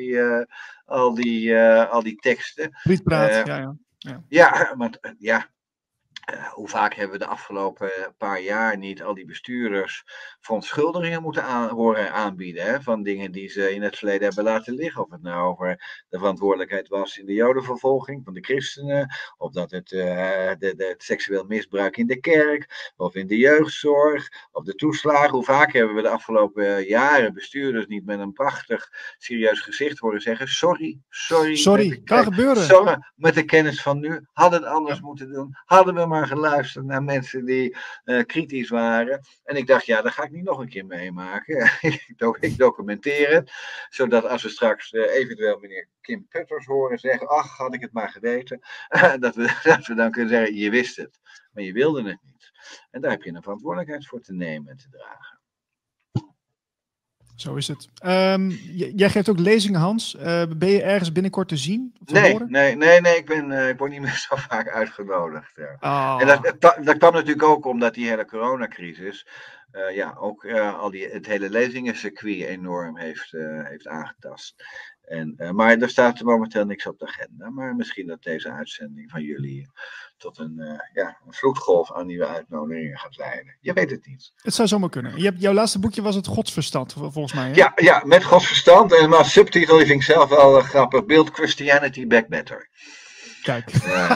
C: al die teksten.
A: Prietpraat,
C: ja, want hoe vaak hebben we de afgelopen paar jaar niet al die bestuurders verontschuldigingen moeten horen aanbieden, hè, van dingen die ze in het verleden hebben laten liggen. Of het nou over de verantwoordelijkheid was in de jodenvervolging van de christenen, of dat het seksueel misbruik in de kerk, of in de jeugdzorg, of de toeslagen. Hoe vaak hebben we de afgelopen jaren bestuurders niet met een prachtig serieus gezicht horen zeggen, sorry,
A: kan gebeuren.
C: Sorry, met de kennis van nu, hadden het anders moeten doen, hadden we maar geluisterd naar mensen die kritisch waren. En ik dacht, ja, dat ga ik niet nog een keer meemaken. Ik documenteer het, zodat als we straks eventueel meneer Kim Putters horen zeggen, ach, had ik het maar geweten, dat we dan kunnen zeggen, je wist het, maar je wilde het niet. En daar heb je een verantwoordelijkheid voor te nemen en te dragen.
A: Zo is het. Jij geeft ook lezingen, Hans. Ben je ergens binnenkort te zien?
C: Nee. Ik word niet meer zo vaak uitgenodigd. Ja. Oh. En dat kwam natuurlijk ook omdat die hele coronacrisis het hele lezingencircuit enorm heeft aangetast. Maar er staat momenteel niks op de agenda. Maar misschien dat deze uitzending van jullie tot een vloedgolf aan nieuwe uitnodigingen gaat leiden. Je weet het niet.
A: Het zou zomaar kunnen. Jouw laatste boekje was het Godsverstand, volgens mij. Hè?
C: Ja, met Godsverstand. En maar subtitel, die vind ik zelf wel grappig. Build Christianity Back Better.
A: Kijk.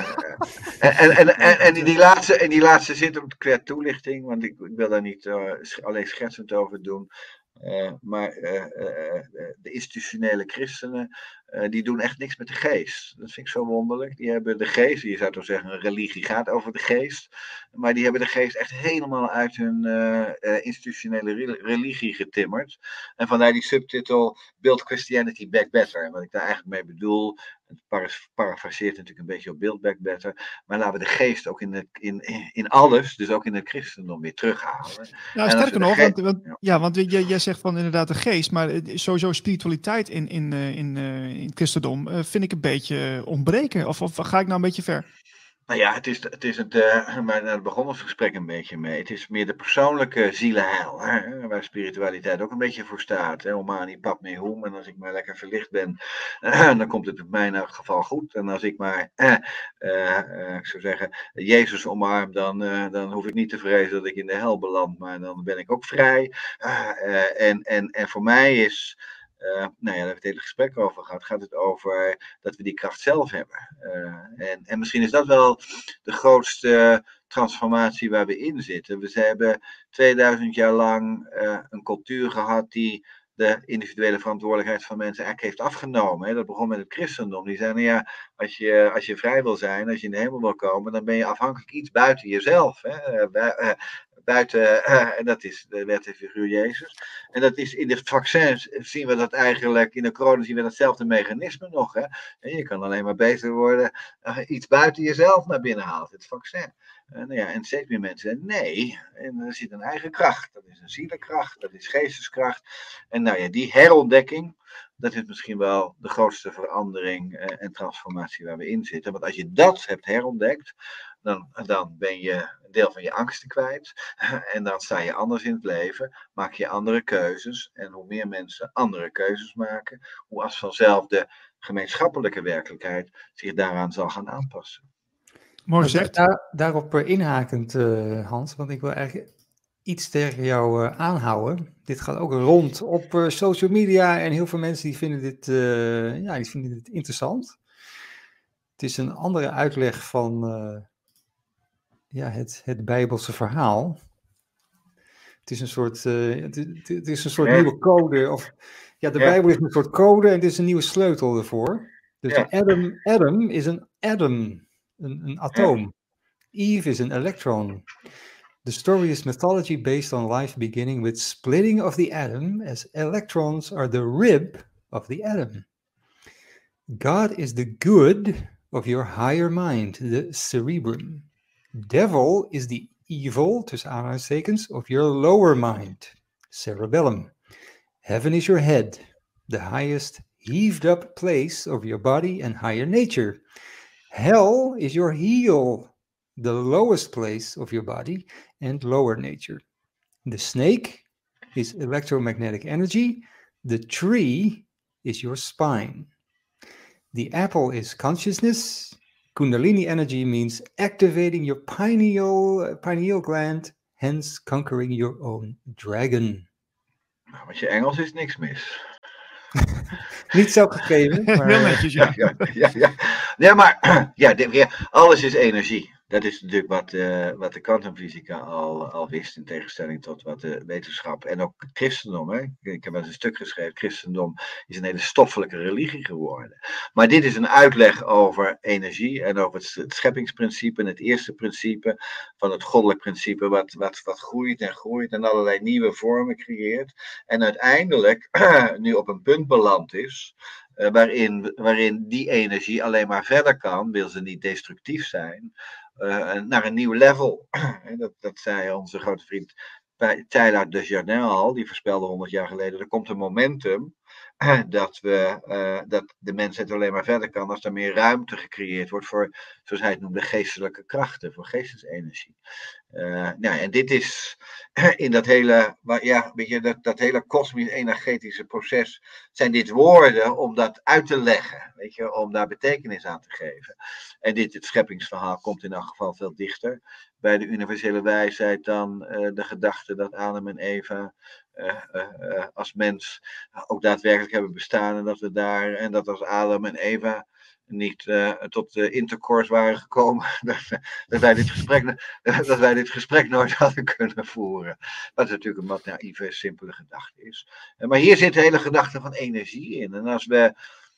C: En die laatste zit op de toelichting, want ik wil daar niet alleen schetsend over doen. Maar de institutionele christenen, die doen echt niks met de geest. Dat vind ik zo wonderlijk. Die hebben de geest, je zou toch zeggen, een religie gaat over de geest. Maar die hebben de geest echt helemaal uit hun institutionele religie getimmerd. En vandaar die subtitel Build Christianity Back Better. En wat ik daar eigenlijk mee bedoel, het parafraseert natuurlijk een beetje op Build Back Better. Maar laten we de geest ook in alles, dus ook in het christendom, weer terughalen.
A: Nou, sterker nog, want jij zegt van inderdaad de geest, maar sowieso spiritualiteit in het christendom vind ik een beetje ontbreken. Of ga ik nou een beetje ver?
C: Nou ja, maar daar begon ons gesprek een beetje mee. Het is meer de persoonlijke zielenheil, hè, waar spiritualiteit ook een beetje voor staat. Hè. Omani padme hum, en als ik maar lekker verlicht ben, dan komt het in mijn geval goed. En als ik maar, ik zou zeggen, Jezus omarm, dan hoef ik niet te vrezen dat ik in de hel beland, maar dan ben ik ook vrij. En voor mij is... daar hebben we het hele gesprek over gehad. Gaat het over dat we die kracht zelf hebben. En misschien is dat wel de grootste transformatie waar we in zitten. We hebben 2000 jaar lang een cultuur gehad die de individuele verantwoordelijkheid van mensen eigenlijk heeft afgenomen. Hè. Dat begon met het christendom. Die zeiden, ja, als je vrij wil zijn, als je in de hemel wil komen, dan ben je afhankelijk iets buiten jezelf. Hè. En dat is de wet en figuur Jezus. En dat is in de vaccins zien we dat eigenlijk, in de corona zien we datzelfde mechanisme nog. Hè. En je kan alleen maar beter worden iets buiten jezelf naar binnen haalt, het vaccin. En steeds meer mensen zeggen nee, en er zit een eigen kracht. Dat is een zielenkracht, dat is geesteskracht. En die herontdekking, dat is misschien wel de grootste verandering en transformatie waar we in zitten. Want als je dat hebt herontdekt, dan ben je een deel van je angsten kwijt. En dan sta je anders in het leven, maak je andere keuzes. En hoe meer mensen andere keuzes maken, hoe als vanzelf de gemeenschappelijke werkelijkheid zich daaraan zal gaan aanpassen.
A: Mooi gezegd.
B: Daarop inhakend, Hans, want ik wil eigenlijk iets tegen jou aanhouden. Dit gaat ook rond op social media en heel veel mensen die vinden dit interessant. Het is een andere uitleg van het Bijbelse verhaal. Het is een soort nieuwe code. De Bijbel is een soort code en het is een nieuwe sleutel ervoor. Dus Adam is een atom. Een atoom. Eve is an electron. The story is mythology based on life beginning with splitting of the atom, as electrons are the rib of the atom. God is the good of your higher mind, the cerebrum. Devil is the evil, tussen aanhalingstekens, of your lower mind, cerebellum. Heaven is your head, the highest heaved up place of your body and higher nature. Hell is your heel, the lowest place of your body and lower nature. The snake is electromagnetic energy. The tree is your spine. The apple is consciousness. Kundalini energy means activating your pineal gland, hence conquering your own dragon.
C: Nou, met je Engels is niks mis.
B: Niet zo gegeven. Maar...
A: Heel netjes, ja.
C: Ja, maar alles is energie. Dat is natuurlijk wat de kwantumfysica al wist, in tegenstelling tot wat de wetenschap en ook het christendom. Hè. Ik heb wel eens een stuk geschreven, het christendom is een hele stoffelijke religie geworden. Maar dit is een uitleg over energie en over het scheppingsprincipe en het eerste principe van het goddelijk principe, wat groeit en groeit en allerlei nieuwe vormen creëert. En uiteindelijk nu op een punt beland is, waarin die energie alleen maar verder kan, wil ze niet destructief zijn, naar een nieuw level. Dat zei onze grote vriend Teilhard de Chardin al, die voorspelde 100 jaar geleden, er komt een momentum dat de mensheid alleen maar verder kan als er meer ruimte gecreëerd wordt voor, zoals hij het noemde, geestelijke krachten, voor geestesenergie. En dit is in dat hele, dat hele kosmisch-energetische proces, zijn dit woorden om dat uit te leggen, weet je, om daar betekenis aan te geven. En het scheppingsverhaal komt in elk geval veel dichter bij de universele wijsheid dan de gedachte dat Adam en Eva als mens ook daadwerkelijk hebben bestaan en dat als Adam en Eva niet tot intercourse waren gekomen, dat wij dit gesprek nooit hadden kunnen voeren. Wat natuurlijk een wat naïeve, simpele gedachte is. Maar hier zit de hele gedachte van energie in. En als we...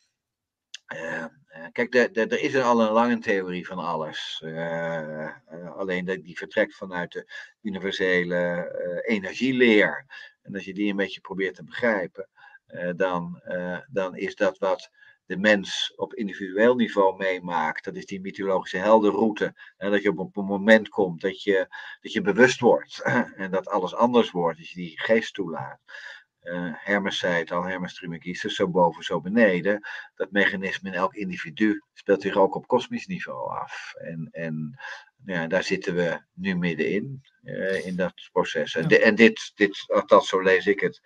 C: kijk, er is al een lange theorie van alles. Alleen die vertrekt vanuit de universele energieleer. En als je die een beetje probeert te begrijpen, dan is dat wat de mens op individueel niveau meemaakt. Dat is die mythologische heldenroute. Dat je op een moment komt dat je bewust wordt. En dat alles anders wordt. Dat je die geest toelaat. Hermes zei het al, Hermes Trismegistus, zo boven, zo beneden. Dat mechanisme in elk individu speelt zich ook op kosmisch niveau af. En daar zitten we nu middenin, in dat proces. En dit, althans zo lees ik het,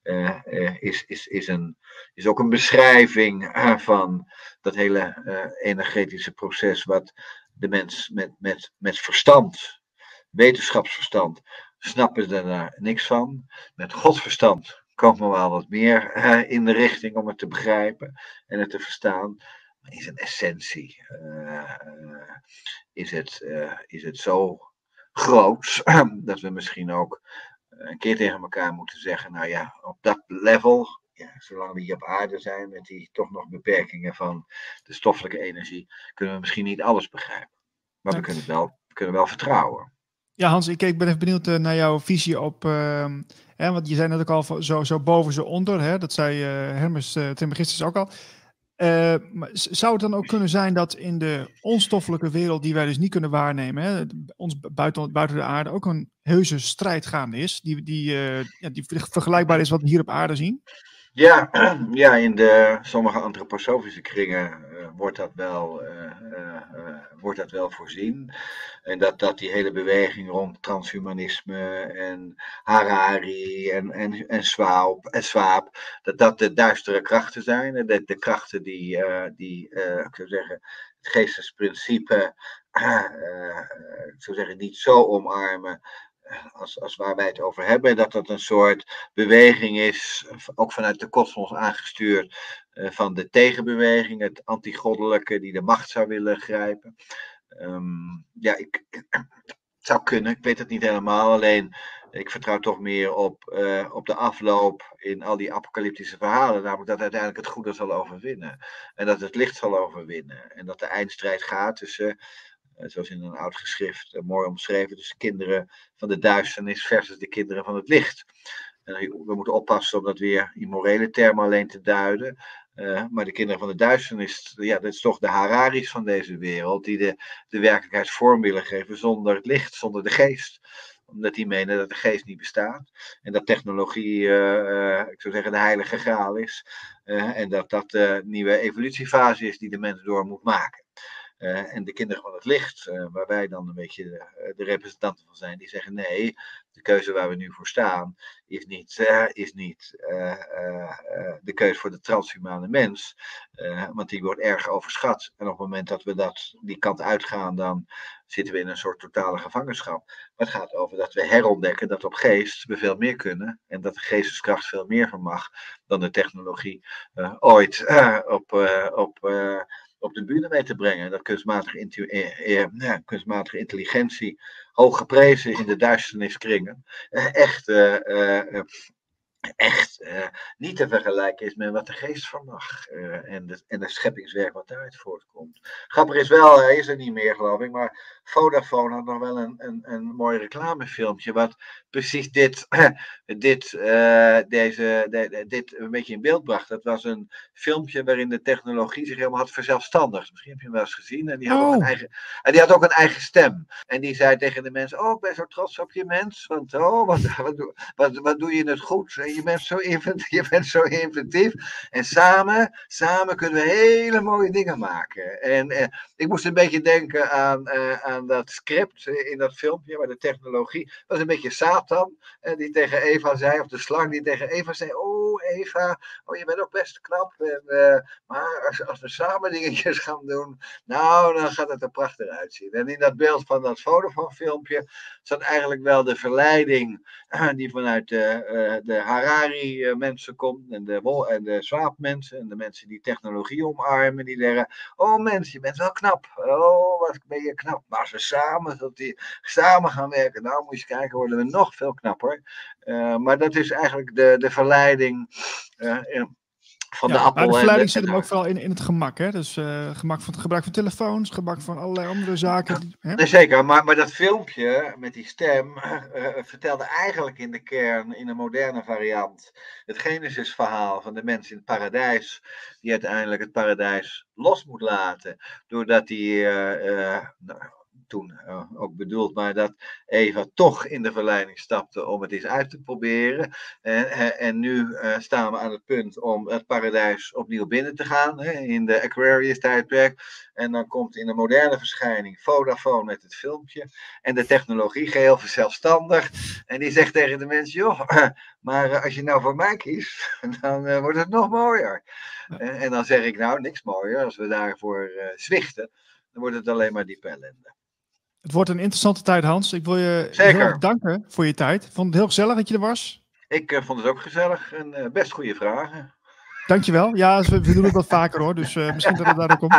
C: is ook een beschrijving van dat hele energetische proces wat de mens met verstand, wetenschapsverstand, snappen ze daar niks van. Met godsverstand komen we al wat meer in de richting om het te begrijpen en het te verstaan. Maar in zijn essentie is het zo groot dat we misschien ook een keer tegen elkaar moeten zeggen, nou ja, op dat level, zolang we hier op aarde zijn met die toch nog beperkingen van de stoffelijke energie, kunnen we misschien niet alles begrijpen. Maar we kunnen wel vertrouwen.
A: Ja, Hans, ik ben even benieuwd naar jouw visie op, want je zei net ook al zo boven, zo onder, hè? Dat zei Hermes Trismegistus ook al. Maar zou het dan ook kunnen zijn dat in de onstoffelijke wereld die wij dus niet kunnen waarnemen, hè, ons buiten de aarde, ook een heuse strijd gaande is, die vergelijkbaar is wat we hier op aarde zien?
C: Ja, in sommige antroposofische kringen wordt dat wel voorzien. En dat die hele beweging rond transhumanisme en Harari en Swaap, dat de duistere krachten zijn. De krachten die ik zou zeggen, het geestesprincipe niet zo omarmen als waar wij het over hebben, dat een soort beweging is, ook vanuit de kosmos aangestuurd, van de tegenbeweging, het antigoddelijke die de macht zou willen grijpen. Het zou kunnen, ik weet het niet helemaal, alleen ik vertrouw toch meer op de afloop in al die apocalyptische verhalen, namelijk dat uiteindelijk het goede zal overwinnen en dat het licht zal overwinnen en dat de eindstrijd gaat tussen, zoals in een oud geschrift mooi omschreven, dus de kinderen van de duisternis versus de kinderen van het licht. We moeten oppassen om dat weer in morele termen alleen te duiden. Maar de kinderen van de duisternis, dat is toch de Hararis van deze wereld, die de werkelijkheid vorm willen geven zonder het licht, zonder de geest. Omdat die menen dat de geest niet bestaat. En dat technologie, ik zou zeggen, de heilige graal is. En dat de nieuwe evolutiefase is die de mens door moet maken. En de kinderen van het licht, waar wij dan een beetje de representanten van zijn, die zeggen nee, de keuze waar we nu voor staan is niet de keuze voor de transhumane mens, want die wordt erg overschat. En op het moment dat we die kant uitgaan, dan zitten we in een soort totale gevangenschap. Maar het gaat over dat we herontdekken dat op geest we veel meer kunnen en dat de geesteskracht veel meer vermag dan de technologie ooit op de bühne mee te brengen. Dat kunstmatige intelligentie, hoog geprezen in de duisterniskringen, echt niet te vergelijken is met wat de geest vermag. En het scheppingswerk wat daaruit voortkomt. Grappig is wel, hij is er niet meer geloof ik, maar Vodafone had nog wel een mooi reclamefilmpje wat precies dit een beetje in beeld bracht. Dat was een filmpje waarin de technologie zich helemaal had verzelfstandigd. Misschien heb je hem wel eens gezien. En die had ook een eigen stem. En die zei tegen de mensen, ik ben zo trots op je mens. Want wat doe je het goed. En je bent zo inventief. En samen kunnen we hele mooie dingen maken. En ik moest een beetje denken aan dat script in dat filmpje, waar de technologie, dat was een beetje Satan, die tegen Eva zei, of de slang die tegen Eva zei, oh Eva, je bent ook best knap. Maar als we samen dingetjes gaan doen, nou, dan gaat het er prachtig uitzien. En in dat beeld van dat Vodafone-filmpje zat eigenlijk wel de verleiding die vanuit de Harari-mensen komt, en de Swaap-mensen, en de mensen die technologie omarmen, die zeggen, oh mens, je bent wel knap. Oh, wat ben je knap. Maar als we samen gaan werken, nou moet je kijken, worden we nog veel knapper. Maar dat is eigenlijk de verleiding van de appel.
A: Maar de verleiding zit hem ook vooral in het gemak. Hè? Dus gemak van het gebruik van telefoons, gemak van allerlei andere zaken. Hè?
C: Nee, zeker, maar dat filmpje met die stem vertelde eigenlijk in de kern, in een moderne variant, het Genesis-verhaal van de mens in het paradijs, die uiteindelijk het paradijs los moet laten, doordat hij... toen ook bedoeld, maar dat Eva toch in de verleiding stapte om het eens uit te proberen. En nu staan we aan het punt om het paradijs opnieuw binnen te gaan, in de Aquarius-tijdperk. En dan komt in de moderne verschijning Vodafone met het filmpje en de technologie geheel zelfstandig. En die zegt tegen de mensen, joh, maar als je nou voor mij kiest, dan wordt het nog mooier. En dan zeg ik, nou, niks mooier. Als we daarvoor zwichten, dan wordt het alleen maar diepe ellende.
A: Het wordt een interessante tijd, Hans. Ik wil je heel erg danken voor je tijd. Ik vond het heel gezellig dat je er was.
C: Ik vond het ook gezellig en best goede vragen.
A: Dankjewel. Ja, we doen het wat vaker hoor, dus misschien dat het daar ook komt.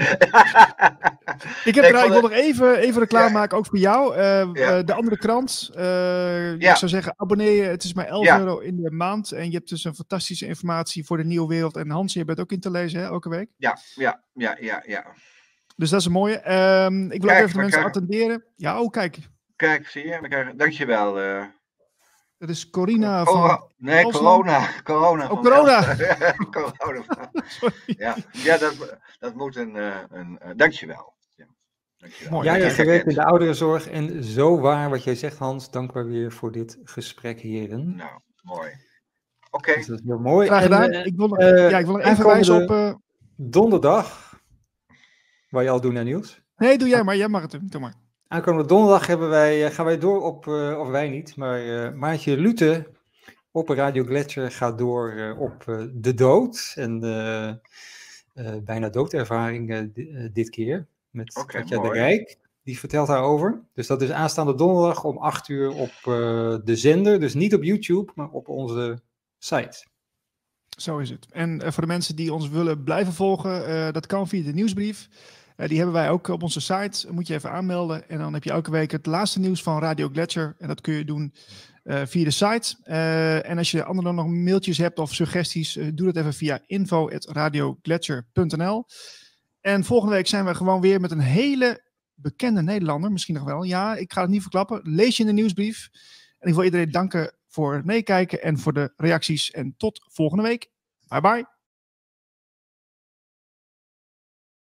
A: Ik wil nog even reclame maken, ook voor jou. De andere krant. Ik zou zeggen, abonneer je. Het is maar €11 in de maand. En je hebt dus een fantastische informatie voor de nieuwe wereld. En Hans, je bent ook in te lezen, hè, elke week?
C: Ja.
A: Dus dat is een mooie. Ik wil ook even de mensen attenderen. Ja, kijk.
C: Kijk, zie je? Dankjewel.
A: Dat is Corina van...
C: Nee, corona. Corona.
A: Oh, corona.
C: Corona. Ja, dat moet een dankjewel.
B: Mooi. Jij hebt gewerkt in de ouderenzorg en zo waar wat jij zegt, Hans. Dank maar weer voor dit gesprek, heren.
C: Nou, mooi. Oké.
B: Dus dat is heel mooi.
A: Graag gedaan. Ik wil nog even wijzen op...
B: Donderdag. Waar je al doen, Niels?
A: Nee, doe jij maar. Jij mag het doen. Doe maar.
B: Aankomende donderdag gaan wij door op, of wij niet, maar Maartje Lute op Radio Gletscher gaat door op de dood. En bijna doodervaring dit keer. Met Katja de Rijk. Die vertelt daarover. Dus dat is aanstaande donderdag om 8:00 op de zender. Dus niet op YouTube, maar op onze site.
A: Zo is het. En voor de mensen die ons willen blijven volgen, dat kan via de nieuwsbrief. Die hebben wij ook op onze site. Moet je even aanmelden. En dan heb je elke week het laatste nieuws van Radio Gletscher. En dat kun je doen via de site. En als je anderen nog mailtjes hebt of suggesties, doe dat even via info@radiogletscher.nl. En volgende week zijn we gewoon weer met een hele bekende Nederlander. Misschien nog wel. Ja, ik ga het niet verklappen. Lees je in de nieuwsbrief. En ik wil iedereen danken voor het meekijken en voor de reacties. En tot volgende week. Bye bye.